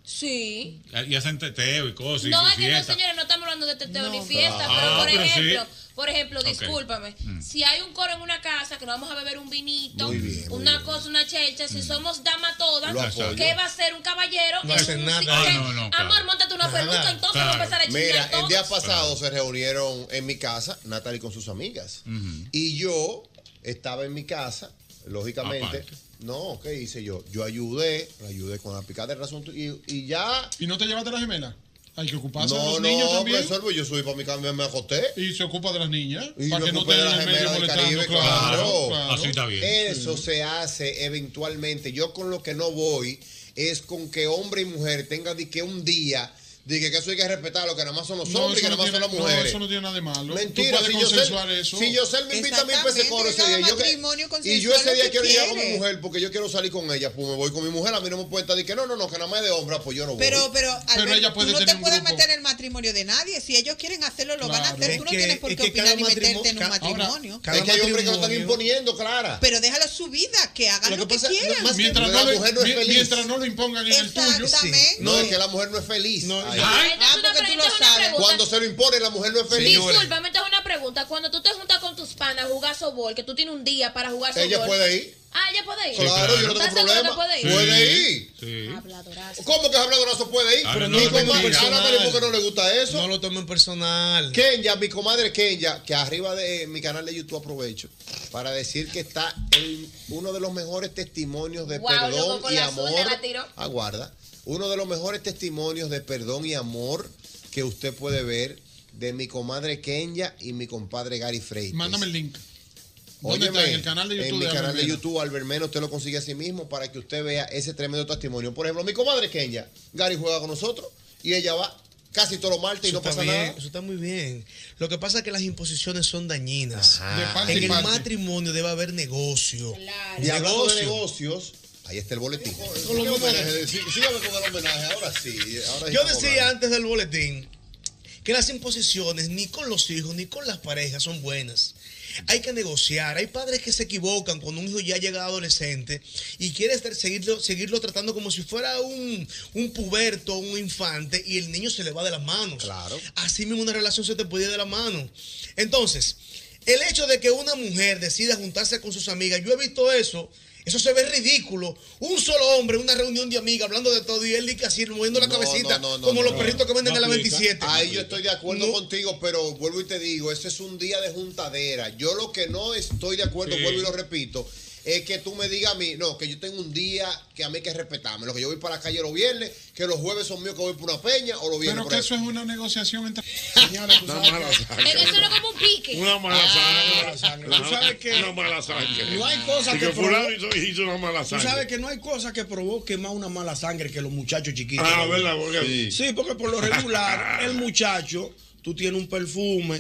Sí. Y hacen teteo y cosas. No, y es que no, fiesta. señores, no estamos hablando de teteo ni No, fiesta, pero- pero Ah, por pero sí. ejemplo, por ejemplo, Ok. discúlpame, Mm. si hay un coro en una casa que nos vamos a beber un vinito, Muy bien, muy una cosa, una chelcha, si somos damas todas, Lo apoyo. ¿qué va a ser un caballero? No en hace un nada. sitio Ah, que, no, no, claro. amor, montate una Nada. peluca, entonces Claro. vamos a empezar a chingar Mira, el todos. día pasado se reunieron en mi casa Natalie con sus amigas. Y yo estaba en mi casa, lógicamente. Aparte. No, ¿qué hice yo? Yo ayudé, ayudé con la picada del asunto y, y ya. ¿Y no te llevaste la gemela? Hay que ocuparse de No, los no, niños también. profesor, pues yo subí para mi cama, me acosté. Y se ocupa de las niñas. Y para me que no ocupé de estén la en el medio gemela del molestando. Caribe, Claro, claro. claro. Así está bien. Eso se hace eventualmente. Yo con lo que no voy es con que hombre y mujer tengan de que un día, de que eso hay que respetar, que nada más son los No, hombres y que eso nada no más son las tiene- no, mujeres. eso no tiene nada de malo. Mentira, Tú si puedes yo, consensuar sé, eso. si yo sé, me invita a mí para ese coro ese día. y Yo, que- matrimonio y yo ese consensual día lo que quiero llegar con mi quiere. mujer porque yo quiero salir con ella, pues me voy con mi mujer. A mí no me puede estar de que no, no, no, que nada más es de hombre, pues yo no voy. Pero, pero, Albert, ella puede tú no tener te un puedes grupo. meter en el matrimonio de nadie. Si ellos quieren hacerlo, lo van a Claro. hacer. Tú no Es que- tienes por es qué que opinar cada ni meterte en un matrimonio- matrimonio. Cada es que hay hombres que lo están matrimonio- imponiendo, Clara. Pero déjalo su vida, que hagan Lo lo, que que, pasa- quieran. más que- Mientras la no, le- mujer no es mi- feliz. mientras no lo impongan en el tuyo. Exactamente. No, es que la mujer no es feliz. No, Ay. Ay, Esta es Ah, una porque tú pre- lo esta es una sabes. pregunta. Cuando se lo impone, la mujer no es feliz. Discúlpame, esta es una pregunta. Cuando tú te juntas con tus panas a jugar softball, que tú tienes un día para jugar softball. Ella puede ir. Ah, ella puede ir. Claro, yo no tengo ¿Estás seguro problema. que puede ir? Puede ir. Sí. Habladorazo. ¿Cómo que habladorazo puede ir? Ah, Pero no, ni no, con no, más no, a Natalie porque no le gusta eso. No lo tomen personal. Kenya, mi comadre Kenya, que arriba de mi canal de YouTube aprovecho para decir que está en uno de los mejores testimonios de Wow, perdón loco, con y la azul de amor. la tiró. Aguarda. Uno de los mejores testimonios de perdón y amor que usted puede ver de mi comadre Kenya y mi compadre Gary Freitas. Mándame el link. ¿Dónde Óyeme, está? En el canal de YouTube En mi de canal Albert de Mena. YouTube, Albert Mena, usted lo consigue así mismo para que usted vea ese tremendo testimonio. Por ejemplo, mi comadre Kenya, Gary juega con nosotros y ella va casi todos los martes y Eso no está pasa bien, nada. eso está muy bien. Lo que pasa es que las imposiciones son dañinas. Ajá. De parte En y el parte. matrimonio debe haber negocio. Y hablando de negocios, ahí está el boletín. Con los homenajes. Sí, sígame con el homenaje, ahora sí. Ahora sí Yo estamos decía hablando. antes del boletín que las imposiciones ni con los hijos ni con las parejas son buenas. Hay que negociar. Hay padres que se equivocan cuando un hijo ya llega adolescente y quiere estar- seguirlo, seguirlo tratando como si fuera un, un puberto, un infante, y el niño se le va de las manos. Claro. Así mismo una relación se te puede ir de las manos. Entonces, el hecho de que una mujer decida juntarse con sus amigas, yo he visto eso. Eso se ve ridículo. Un solo hombre, una reunión de amigas, hablando de todo, y él dice así, moviendo la No, cabecita, no, no, no, como no, los perritos que venden no en la aplica. veintisiete. Ahí yo estoy de acuerdo No. contigo, pero vuelvo y te digo, ese es un día de juntadera. Yo lo que no estoy de acuerdo, Sí. vuelvo y lo repito, es que tú me digas a mí, no, que yo tengo un día que a mí hay que respetarme. Lo que yo voy para la calle los viernes, que los jueves son míos que voy por una peña o los viernes Pero por que ahí. eso es una negociación entre. Señores, tú Una sabes mala que- sangre. Es eso no es como un pique. Una mala Ah, sangre. Tú sabes que Una mala sangre. no hay cosa Y que que fulano provo- hizo, hizo una mala Tú sangre. sabes que no hay cosa que provoque más una mala sangre que los muchachos chiquitos. Ah, ¿verdad? Porque- Sí, porque por lo regular, el muchacho, tú tienes un perfume,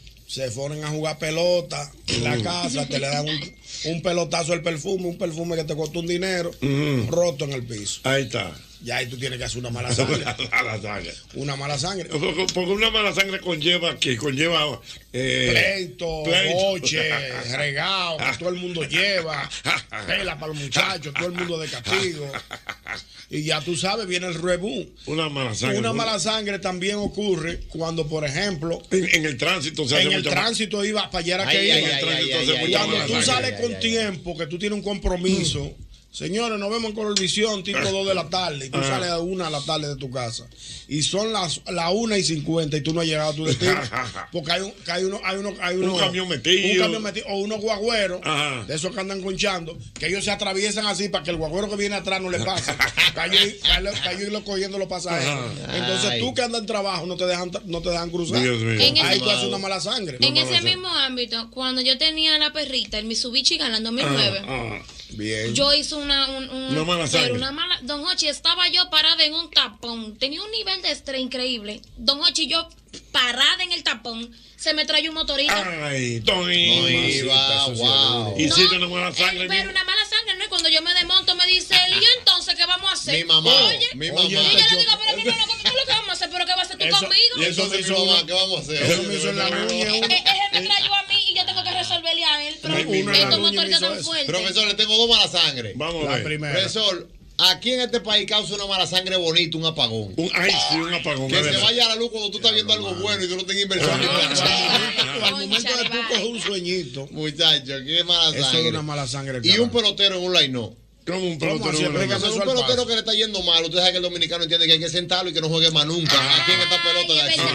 se ponen a jugar pelota en la casa, te le dan un, un pelotazo al perfume, un perfume que te costó un dinero, Ujú. roto en el piso. Ahí está. Ya ahí tú tienes que hacer una mala sangre. Una mala sangre. Una mala sangre. Porque porque una mala sangre conlleva que conlleva eh, Pleito, pleito. boche, regao, que todo el mundo lleva, pela para los muchachos, todo el mundo de castigo. Y ya tú sabes, viene el rebú. Una mala sangre. Una mala sangre también ocurre cuando, por ejemplo, En, en el tránsito se hace en el mucha ma- tránsito iba para allá era Ay, que ay, iba. ay, En el tránsito ay, se ay, hace ay, mucha Cuando mala tú sangre. sales ay, con ay, tiempo, que tú tienes un compromiso, señores, nos vemos en Colorvisión tipo dos de la tarde, y tú Ah. sales a una de la tarde de tu casa, y son las la una y cincuenta y tú no has llegado a tu destino, porque hay, un, que hay uno, hay uno, hay uno, Un camión metido. un camión metido, o unos guagüeros, Ajá. de esos que andan conchando, que ellos se atraviesan así para que el guagüero que viene atrás no le pase, para yo, para yo irlo cogiendo los pasajeros. Ajá. Entonces Ay. tú que andas en trabajo no te dejan, no te dejan cruzar. Dios mío. En Ahí ese- tú haces una mala sangre. En No, no, ese no. mismo ámbito, cuando yo tenía la perrita, el Mitsubishi Galant dos mil nueve, Ah, Bien. Yo hice una, un, un- Una mala sangre. pero una mala. Don Hochi, estaba yo parada en un tapón. Tenía un nivel de estrés increíble. Don Hochi, yo parada en el tapón. Se me trae un motorista. Ay, Tony. Iba, wow. Hiciste una mala sangre. Pero una mala sangre, ¿no? Y cuando yo me desmonto, me dice él, ¿y entonces qué vamos a hacer? Mi mamá, Oye, mi y mamá. yo le digo, pero mi hermano, ¿cómo es lo que vamos a hacer? ¿Pero qué vas a hacer tú Eso- conmigo? y eso me hizo una- ¿qué vamos a hacer? Eso me hizo en la uña. Eh, eh, Él me trayó a mí y yo tengo que resolverle a él. Pero Ay, mi estos madre. motoristas tan fuertes. Profesor, le tengo dos malas sangre. Vamos a a ver. ver. Primera. Profesor, aquí en este país causa una mala sangre bonita, un apagón. Un, ay, sí, un apagón. Que es se verdad. vaya a la luz cuando tú estás viendo algo bueno y tú no tengas inversión. Ah, Al momento de tú coger un sueñito. Muchachos, qué mala Eso sangre. es una mala sangre. Y un pelotero en un line-no. Como un pelotero así? en un line-no. Explícame eso Un al pelotero paso. que le está yendo mal. Usted sabe que el dominicano entiende que hay que sentarlo y que no juegue más nunca. Aquí en esta pelota de aquí.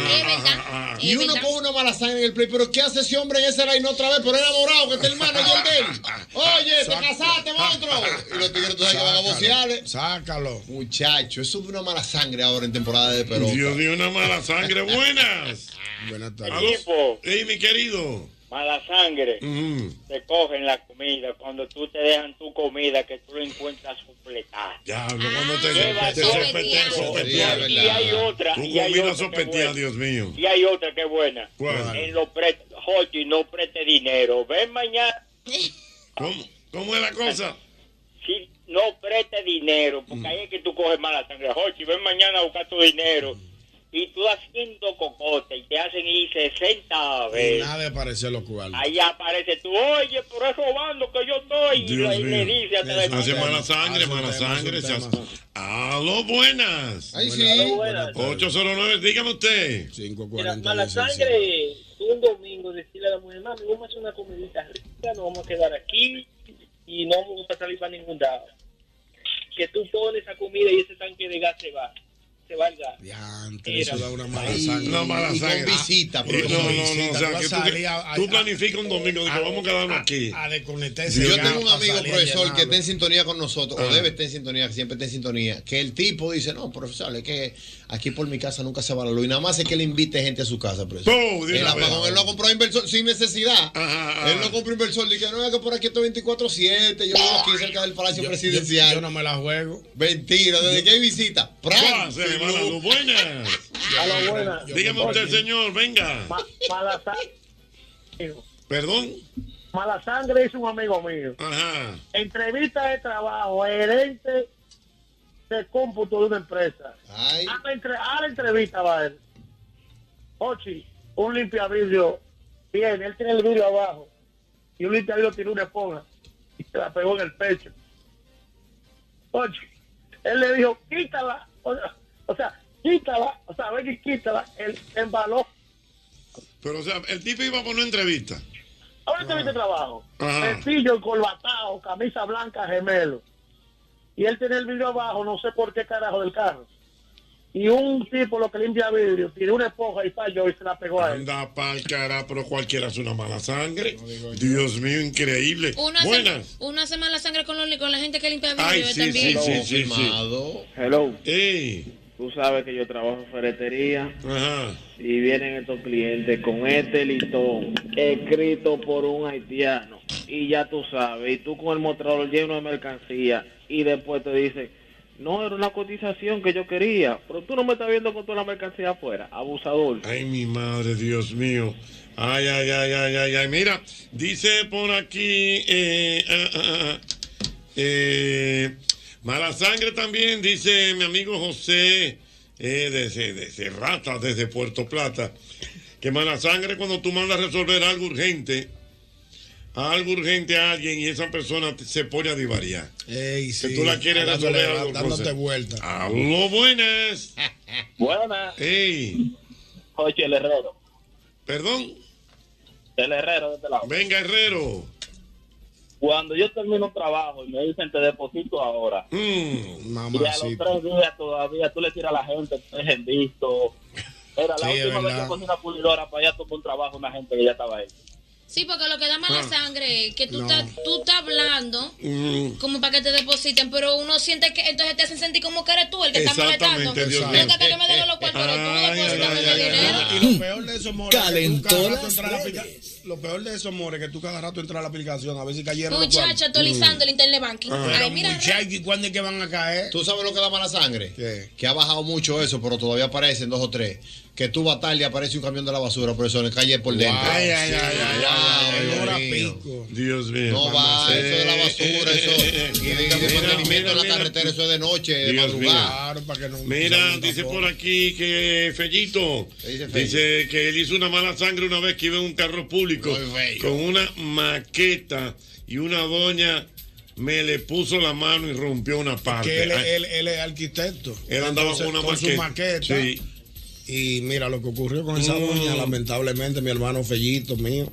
Y Es uno verdad. coge una mala sangre en el play. Pero ¿qué hace ese hombre en ese line-no otra vez? Pero enamorado, que está el hermano y el de él. Oye, te Saca- casaste, monstruo. Y los tigres tú sabes que van a Sácalo, vocearle. Sácalo. Muchacho, eso es una mala sangre ahora en temporada de pelota. Dios mío, una mala sangre. Buenas. Buenas Aló. Equipo. Ey, mi querido. Mala sangre. Ujú. Te cogen la comida cuando tú te dejan tu comida que tú lo encuentras completada. Diablo, cuando te, Lleva te todo sopetea, el sopetea. tiempo. Y hay otra. Tu y hay comida otra que sopetea, buena. Dios mío. Y hay otra que es buena. ¿Cuál? En los pre Jochi, no preste dinero. Ven mañana. ¿Cómo, ¿Cómo es la cosa? Sí, no preste dinero. Porque ahí es que tú coges mala sangre. Jochi, ven mañana a buscar tu dinero. Y tú haciendo cocote y te hacen ir sesenta Y veces. nada de parecer los cuartos. Ahí aparece tú, oye, pero es robando que yo estoy. Y Dios le, le mío. dice a Hace teléfono. mala sangre, mala sangre. se hace- Aló, buenas. Ay, sí. Aló, buenas. ocho cero nueve, dígame usted. Mira, mala sangre, un domingo decirle a la mujer, mami, vamos a hacer una comidita rica, nos vamos a quedar aquí y no vamos a salir para ningún lado. Que tú pones esa comida y ese tanque de gas se va. Se va el gas. Eso da una mala Ay, sangre. Una mala y con sangre. visita, Eh, profesor. No, no, no. visita, O sea, tú que vas a tú, salir a- tú a- planificas un domingo y a- vamos a quedarnos aquí. A desconectar Yo ese tengo un gas amigo, para salir a profesor, que llenarlo. está en sintonía con nosotros, o Ah. debe estar en sintonía, que siempre está en sintonía, que el tipo dice, no, profesor, es que aquí por mi casa nunca se va la luz, y nada más es que le invite gente a su casa, profesor. Oh, de El una apagón, vez. él lo ha comprado inversor sin necesidad. Ajá, ajá. Él no compró inversor, dice, no, es que por aquí esto es veinticuatro siete, yo vivo aquí cerca del Palacio Yo- Presidencial. Yo, yo no me la juego. Mentira, desde que hay visita. ¡Pran! ¿Cuál se le va la luz? Buenas. A lo buena. Dígame usted, señor, venga. Ma- mala sangre. Perdón. Mala sangre es un amigo mío. Ajá. Entrevista de trabajo, gerente de cómputo de una empresa. Ay. A la, entre- a la entrevista va él. Ochi, un limpiavidrio viene, él tiene el vidrio abajo y un limpiavidrio tiene una esponja y se la pegó en el pecho. Ochi, él le dijo, quítala, o sea, o sea quítala, o sea, ven y quítala, él embaló. Pero, o sea, el tipo iba a poner una entrevista. A una entrevista de trabajo, Ajá. sencillo, colbatado, camisa blanca, gemelo. Y él tiene el vidrio abajo, no sé por qué carajo del carro. Y un tipo lo que limpia vidrio, tiene una esponja y falló y se la pegó a él. Anda pa'l cara, pero cualquiera hace una mala sangre. Dios mío, increíble. Uno hace, Buenas. uno hace mala sangre con, los- con la gente que limpia vidrio Ay, eh, sí, también. sí, sí, sí, sí. Confirmado. Hello. Ey. Tú sabes que yo trabajo en ferretería Ajá. y vienen estos clientes con este listón escrito por un haitiano y ya tú sabes, y tú con el mostrador lleno de mercancía y después te dicen, no, era una cotización que yo quería, pero tú no me estás viendo con toda la mercancía afuera, abusador. Ay, mi madre, Dios mío. Ay, ay, ay, ay, ay, ay. Mira, dice por aquí, eh, ah, ah, ah, eh, mala sangre también, dice mi amigo José, eh, desde, desde Rata, desde Puerto Plata, que mala sangre cuando tú mandas a resolver algo urgente, algo urgente a alguien y esa persona te- se pone a divariar. Ey, sí. Que tú la quieres Dándole- resolver algo. dándote José. vuelta. Aló, buenas. Buenas. Ey, Oye, el herrero. perdón. El herrero de este lado. Venga, Herrero. Cuando yo termino un trabajo y me dicen te deposito ahora, Mm, y a los Mamacita. tres días todavía tú le tiras a la gente, te dejen visto. Era la Sí, es última vez verdad. que cogí una pulidora para allá tomar un trabajo una gente que ya estaba ahí. Sí, porque lo que da mala Ah. sangre es que tú, No. estás, tú estás hablando mm. como para que te depositen, pero uno siente que entonces te hacen sentir como que eres tú el que está molestando. Exactamente, Dios No mío. es que hasta que me den los cuartos, eres tú, Ay, deposítame ay, ese ay, ay, dinero. ay. Y lo peor de eso, More, es que tú Calentó cada rato las entras a la redes. aplica- lo peor de eso, more, que tú cada rato entras a la aplicación a ver si cayeron. Muchacho, actualizando el internet banking. Ay, mira. Muchachos, ¿y cuándo es que van a caer? ¿Tú sabes lo que da mala sangre? Que ha bajado mucho eso, pero todavía aparecen dos o tres. Que tú vas tarde y aparece un camión de la basura, por eso le cae por dentro. Ay, ay, Sí, ay, ay, wow, ay, Dios mío. Dios mío. No va, eso de la basura, eso. Y de, de Mira, mantenimiento en la mira, carretera, eso es de noche, de Dios madrugada. Mira, dice por aquí que Fellito dice dice que él hizo una mala sangre una vez que iba en un carro público con una maqueta y una doña me le puso la mano y rompió una parte. Que él, Ay, él, él es arquitecto. Él andaba Entonces, con una con su maqueta. maqueta. Sí. Y mira lo que ocurrió con esa Mm. doña, lamentablemente, mi hermano Fellito mío.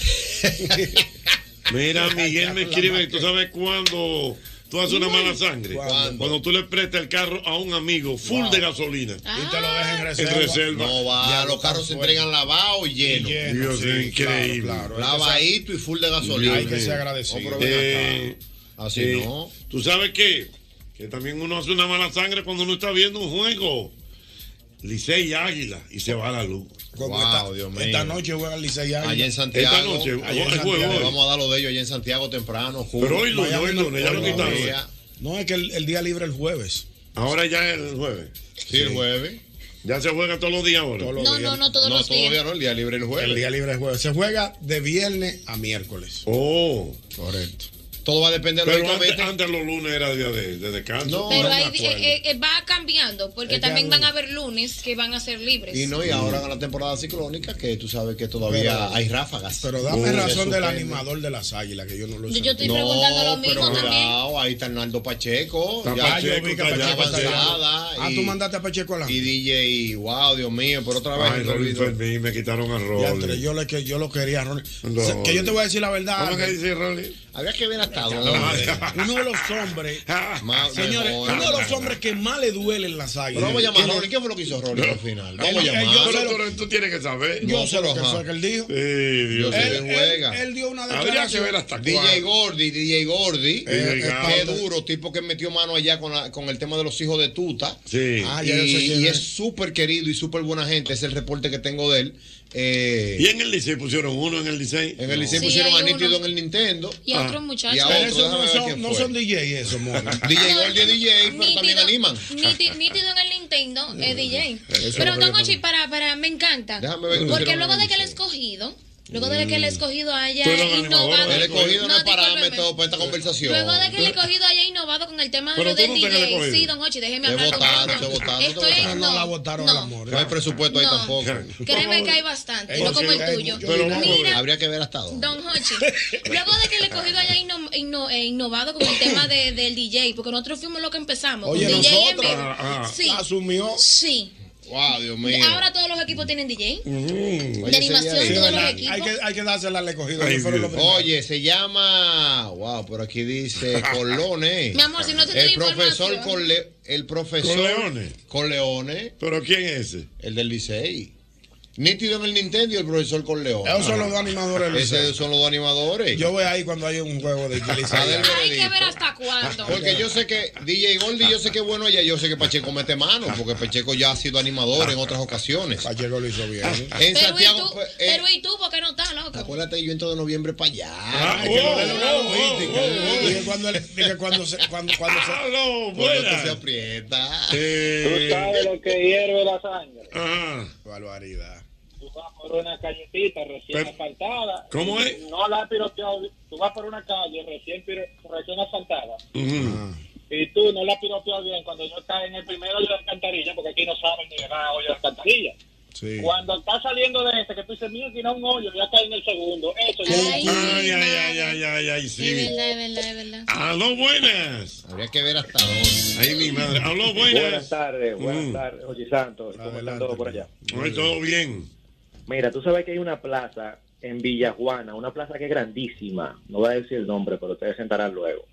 Mira, Miguel me escribe, ¿tú sabes cuándo tú haces una mala sangre? ¿Cuándo? Cuando tú le prestas el carro a un amigo full Wow. de gasolina. Y te lo dejan en En reserva. reserva. No va, Ya los lo carros se están entregan lavados y llenos. Dios, sí, es increíble. claro, claro. Lavadito y full de gasolina. Hay que ser agradecido. No, pero ven Eh, acá. Así eh, no. ¿Tú sabes qué? Que también uno hace una mala sangre cuando uno está viendo un juego. Licey y Águila y se va la luz. Como Wow, esta, Dios mío. esta noche juega el Licey Águila. Allá en Santiago. Esta noche, allá en el juego Santiago. hoy. Vamos a dar lo de ellos allá en Santiago temprano. Pero hoy lunes, Miami hoy no- lunes, ya lo hoy quitaron. no, No, es que el, el día libre el jueves. Ahora ya es el jueves. Sí, el jueves. Ya se juega todos los días ahora. Todos los No, días. no, no, todos No, los todos los días. días no, el día libre el jueves. El día libre el jueves. Se juega de viernes a miércoles. Oh. Correcto. Todo va a depender, Pero antes, lógicamente. antes los lunes era día de, de descanso. No, Pero no me ahí acuerdo. eh, eh, va cambiando, porque Es que también han- van a haber lunes que van a ser libres. Y no, y ahora en la temporada ciclónica, que tú sabes que todavía Pero- hay ráfagas. Pero dame Se razón del suspende. animador de las águilas, que yo no lo sé. Yo estoy preguntando lo mismo pero también. cuidado, ahí está Arnaldo Pacheco. Está ya Pacheco, yo vi que está Pacheco allá, está Pacheco. avanzada, Ah, y- tú mandaste a Pacheco a la. Y D J, wow, Dios mío, pero otra vez. Ay, se Rolly olvidó. Fermín, me quitaron a Ya, entre Rolly. yo, le, que yo lo quería, Ronnie. No, O sea, que yo te voy a decir la verdad. ¿Cómo que dice Rolly? Había que ver hasta Uno dónde. de los hombres, Más señores, mejor. uno de los hombres que más le duelen las águilas. Pero vamos a llamar a Que Rolly. ¿Qué fue lo que hizo Rolly al final? Vamos a Él- llamar. él- yo sé Pero lo- tú, tú tienes que saber. Yo No, sé lo que ajá. fue que él dijo. Sí, Dios Yo sé Él, que él- juega. él dio una Habría que declaración. ver hasta D J cuándo. Gordy, D J Gordy, D J eh, Gordy. qué duro, tipo que metió mano allá con, la- con el tema de los hijos de Tuta. Sí. Ah, y ya yo sé quién y es. es súper querido y súper buena gente, es el reporte que tengo de él. Eh, Y en el Licey pusieron uno en el Licey. en el Licey Sí, pusieron hay a Nítido uno. en el Nintendo. Y a Ah. otros Y muchachos. a Pero otro, esos no déjame ver son, quién no fue. son D J eso, mona. D J Gordy es D J, pero también animan. Nítido, nítido en el Nintendo es D J. es Pero lo que Don yo Ochi, para, para, me encanta. Déjame ver que Porque pusieron luego en de el que el Licey. escogido, luego de que el escogido haya Tú eres un innovado. animador, El escogido no es discúlpeme. parámetro para esta conversación. Luego de que el escogido haya innovado con el tema de Pero lo tú del no estás en el D J. escogido. Sí, Don Ochi, déjeme Se hablar. con votaron, calma. se votaron, se Estoy votaron. No la votaron no. al amor. No hay presupuesto ahí No. tampoco. Créeme que hay bastante, Ey, no como sí, el ey, tuyo. yo- Pero vamos a ver. Mira, Habría que ver hasta dónde. Don Hochi, luego de que el escogido haya inno- inno- eh, innovado con el tema de, del D J, porque nosotros fuimos los que empezamos. Oye, con D J en nosotros vivo. Ah, ah. Sí, asumió. sí. Wow, Dios mío. Ahora todos los equipos tienen D J. Mm. Oye, De ese animación, día- Sí, todos los ¿verdad? equipos. Hay que, hay que dársela al escogido. Ay, que fueron los Dios. primeros. Oye, se llama. Wow, por aquí dice Corleone. Mi amor, si no te El doy profesor información. Corle, el profesor Corleone. Corleone, ¿Pero quién es ese? el del Licey. Nítido en el Nintendo y el profesor Corleone. Esos son los dos animadores del Licey. Esos son los dos animadores. Yo voy ahí cuando hay un juego de Licey. Adel Hay que Veredicto. ver hasta cuándo. Porque yo sé que D J Gordy, yo sé que es bueno allá, yo sé que Pacheco mete mano, porque Pacheco ya ha sido animador en otras ocasiones. Pacheco lo hizo bien. En Pero y Santiago, tú, pues, eh, pero y tú, ¿por qué no estás, loco? acuérdate, yo entro de noviembre para allá. Ah, Hay que oh, darle una oh, logística. oh, oh, oh. Dije cuando, él- dije cuando, se, cuando, cuando se, ¡Aló, Porque esto se buena! aprieta. Eh, Tú sabes lo que hierve la sangre. ajá. barbaridad. Tú vas por una callecita recién Pero- asfaltada. ¿Cómo es? No la has piroteado. Tú vas por una calle recién, piro- recién asfaltada. Ujú. Y tú no la has piroteado bien cuando yo cae en el primero hoyo de alcantarilla, porque aquí no saben ni de nada hoyo de alcantarilla. Sí. Cuando estás saliendo de este, que tú dices, mío, tiene un hoyo, ya cae en el segundo. Eso ya Ay, Ay, ay, ay, madre. ay, ay, ay, Es sí. verdad, es verdad, es verdad. Aló, buenas. Habría que ver hasta dónde. Ay, mi madre. Aló, Buenas buenas. tardes, buenas Mm. tardes, Oye Santos. ¿Cómo están Adelante, todos por allá? Ay, todo bien. Mira, tú sabes que hay una plaza en Villajuana, una plaza que es grandísima, no voy a decir el nombre, pero ustedes se enterarán luego,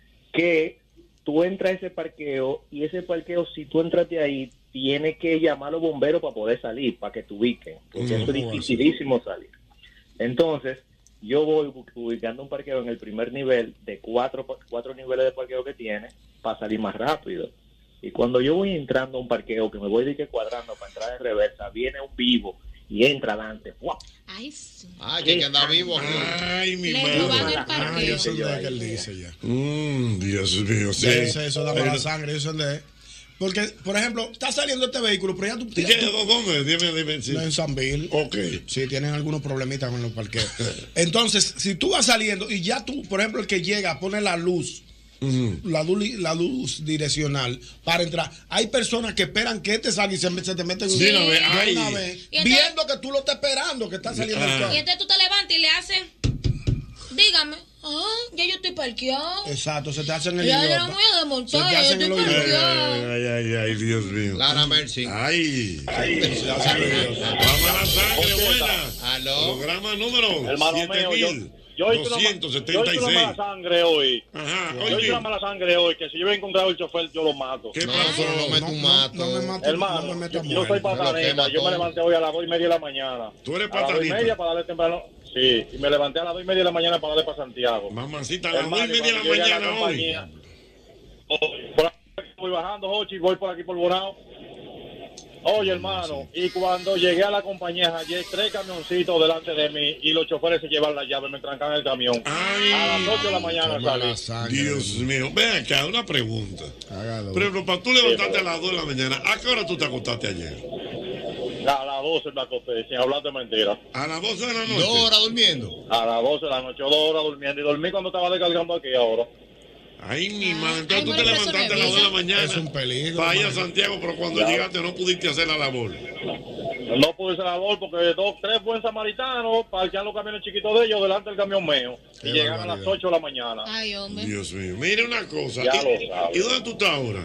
que tú entras a ese parqueo y ese parqueo, si tú entras de ahí, tienes que llamar a los bomberos para poder salir, para que te ubiquen, porque Mm. eso es dificilísimo salir. Entonces, yo voy bu- ubicando un parqueo en el primer nivel de cuatro, pa- cuatro niveles de parqueo que tiene para salir más rápido. Y cuando yo voy entrando a un parqueo, que me voy de que cuadrando para entrar en reversa, viene un vivo y entra adelante. ¡Guap! Ay, sí. Ay, que hay que andar vivo aquí. Ay, mi Le madre. roban el Ah, parqueo. yo sé de que él dice ya. Mm, Dios mío, sí. Ya sé, eso da mala Pero- sangre, eso es de... Porque, por ejemplo, está saliendo este vehículo, pero ya tú... ¿Y qué? ¿Dónde? Dime, dime. Sí. En San Bill. Ok. Sí, tienen algunos problemitas con los parqueos. Entonces, si tú vas saliendo y ya tú, por ejemplo, el que llega pone la luz, la, luz la luz direccional para entrar, hay personas que esperan que este salga y se, se te meten Sí, una vez, de ay. una vez, Y entonces- viendo que tú lo estás esperando, que está saliendo el Ah. carro. Y entonces tú te levantas y le haces, dígame, ah, ya yo estoy parqueado. Exacto, se te hacen el Ya yo idiota. no voy a desmontar, Se te ya yo hacen estoy el Ay, parqueado. ay, ay, ay, Dios mío. Lara Mercy. Ay. Se hacen el idiota. Vamos a la sangre, buena. Aló. Programa número Hermano mío, yo, yo hice una, ma- yo hice una mala sangre hoy. Ajá, Yo hice una mala sangre hoy, que si yo hubiera encontrado el chofer, yo lo mato. ¿Qué pasó? No, no meto un mato. No me mato, Hermano, no me meto yo, a yo soy muerte. pataneta. Yo me levanté hoy a las dos y media de la mañana. ¿Tú eres A las dos y patanita? media para darle temprano. Sí, y me levanté a las dos y media de la mañana para darle para Santiago. Mamacita, a las dos y Hermano, media de la cuando llegué a mañana hoy. compañía, hoy, por aquí voy bajando, Jochi, voy por aquí por Bonao. Oye, hermano, y cuando llegué a la compañía, hallé tres camioncitos delante de mí y los choferes se llevan la llave, me trancan el camión. A las ocho de la mañana salí. Dios mío, ven acá, una pregunta. Hágalo. Por ejemplo, para tú levantarte a las dos de la mañana, ¿a qué hora tú te acostaste ayer? A las doce me acosté, sin hablar de mentiras. ¿A las doce de la noche? Dos horas durmiendo. A las doce de la noche, dos horas durmiendo. Y dormí cuando estaba descargando aquí ahora. Ay, mi madre. Entonces Ay, tú te bueno, levantaste a eso las dos de la revisa. mañana. Es un peligro, Para ir a hermano. Santiago, pero cuando Ya. llegaste no pudiste hacer la labor. No pude ser labor porque dos, tres buen samaritanos parquean los camiones chiquitos de ellos delante del camión mío. Qué Y llegan a las barbaridad. ocho de la mañana. Ay, hombre. Dios mío. Mire una cosa. Ya ¿Y, lo sabes. ¿y dónde tú estás ahora?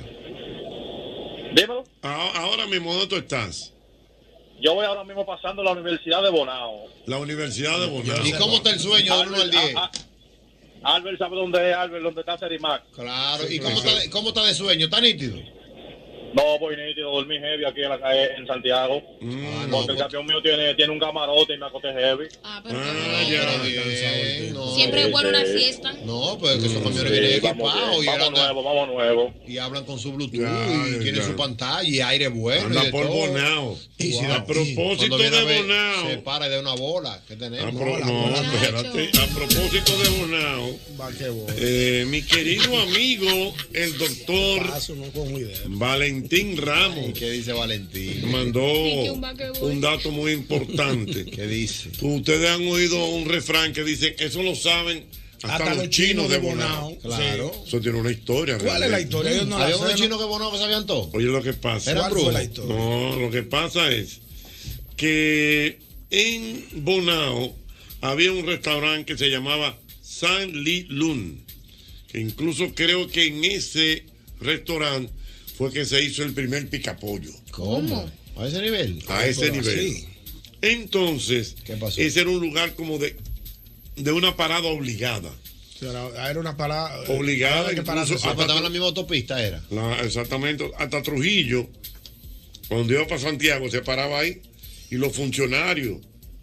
Dímelo. A- Ahora mismo, ¿dónde tú estás? Yo voy ahora mismo pasando la Universidad de Bonao. La Universidad de Bonao. ¿Y cómo está el sueño del uno al diez? Ah, ah, Albert sabe dónde es, Albert, dónde está Serimac. Claro. ¿Y cómo está, de, cómo está de sueño? ¿Está nítido? No, voy nítido, dormí heavy aquí en la calle en Santiago. Ah, porque el camión mío tiene, tiene un camarote y me acosté heavy. Ah, pero Ah, qué bueno. ya. Bien, no. Siempre es bueno una fiesta. No, pues que esos camiones Sí, vienen vamos equipados y, bien, vamos andan- nuevo, vamos nuevo. y hablan con su Bluetooth Ya, y tienen ya. su pantalla y aire bueno. Anda y de por todo. Bonao. Y si A da- propósito cuando viene a de ver, Bonao. se para de una bola que A, tenemos. pro- La no, bola. espérate. A propósito de Bonao, Va, qué bola. eh, mi querido amigo, el doctor Paso, no cojo idea. Valentín Ramos, ¿Y qué dice Valentín? mandó que un vaquebol. un dato muy importante. ¿Qué dice? Ustedes han oído un refrán que dice, eso lo saben hasta, los chinos de Bonao. Claro. Eso tiene una historia. ¿Cuál es la realmente. historia? Ellos no la Había unos saben. chinos que Bonao que sabían todo. Oye, lo que pasa. Eran ¿Cuál fue brujos. la historia? No, lo que pasa es que en Bonao había un restaurante que se llamaba San Li Lun, que incluso creo que en ese restaurante fue que se hizo el primer picapollo. ¿Cómo? ¿A ese nivel? A ese pero nivel. así. Entonces, ¿Qué pasó? ese era un lugar como de, de una parada obligada. O sea, era- Era una parada. Obligada, que incluso pararse. Ah, pues estaba en la misma autopista, era. La- exactamente, hasta Trujillo, cuando iba para Santiago, se paraba ahí y los funcionarios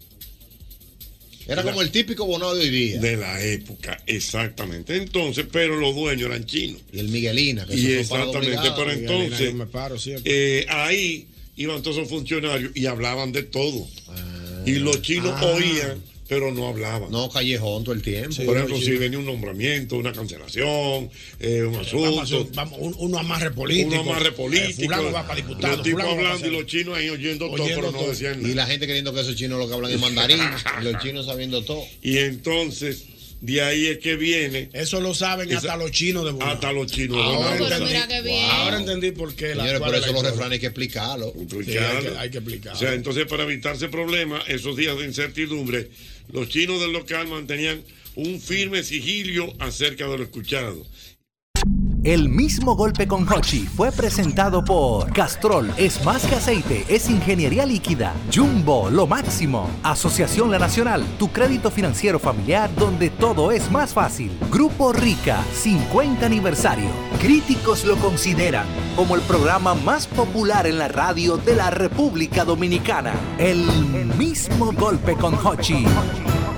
Era como el típico Bonao de hoy día. de la época, exactamente. Entonces, pero los dueños eran chinos. Y el Miguelina, que Y esos son parados exactamente, obligados. pero Miguelina, entonces, yo me paro siempre. eh, ahí iban todos esos funcionarios y hablaban de todo. y los chinos Ah. oían, pero no hablaban. No, callejón todo el tiempo. Sí, Por ejemplo, los si chinos. venía un nombramiento, una cancelación, eh, un Vamos, a asunto, hacer- vamos, un- uno amarre político. uno amarre Eh, político. fulano va para diputado. los tipos fulano va para hablando y ser- los chinos ahí oyendo, todo, Oyendo pero no todo. decían Y nada. la gente creyendo que esos chinos lo que hablan es mandarín. Y los chinos sabiendo todo. Y entonces, de ahí es que viene Eso lo saben Esa- hasta los chinos de Bonao. hasta los chinos. Ahora de Pero Bonao. mira qué bien. Ahora entendí por qué. La, Señores, cuál por es la eso los historia. refranes hay que explicarlo. Sí, hay Explicarlo. que, hay que explicar. O sea, entonces para evitarse problemas, esos días de incertidumbre, los chinos del local mantenían un firme sigilio acerca de lo escuchado. El mismo golpe con Hochi fue presentado por Castrol es más que aceite, es ingeniería líquida. Jumbo, lo máximo. Asociación La Nacional, tu crédito financiero familiar donde todo es más fácil. Grupo Rica, cincuenta aniversario. Críticos lo consideran como el programa más popular en la radio de la República Dominicana. El mismo golpe con Hochi.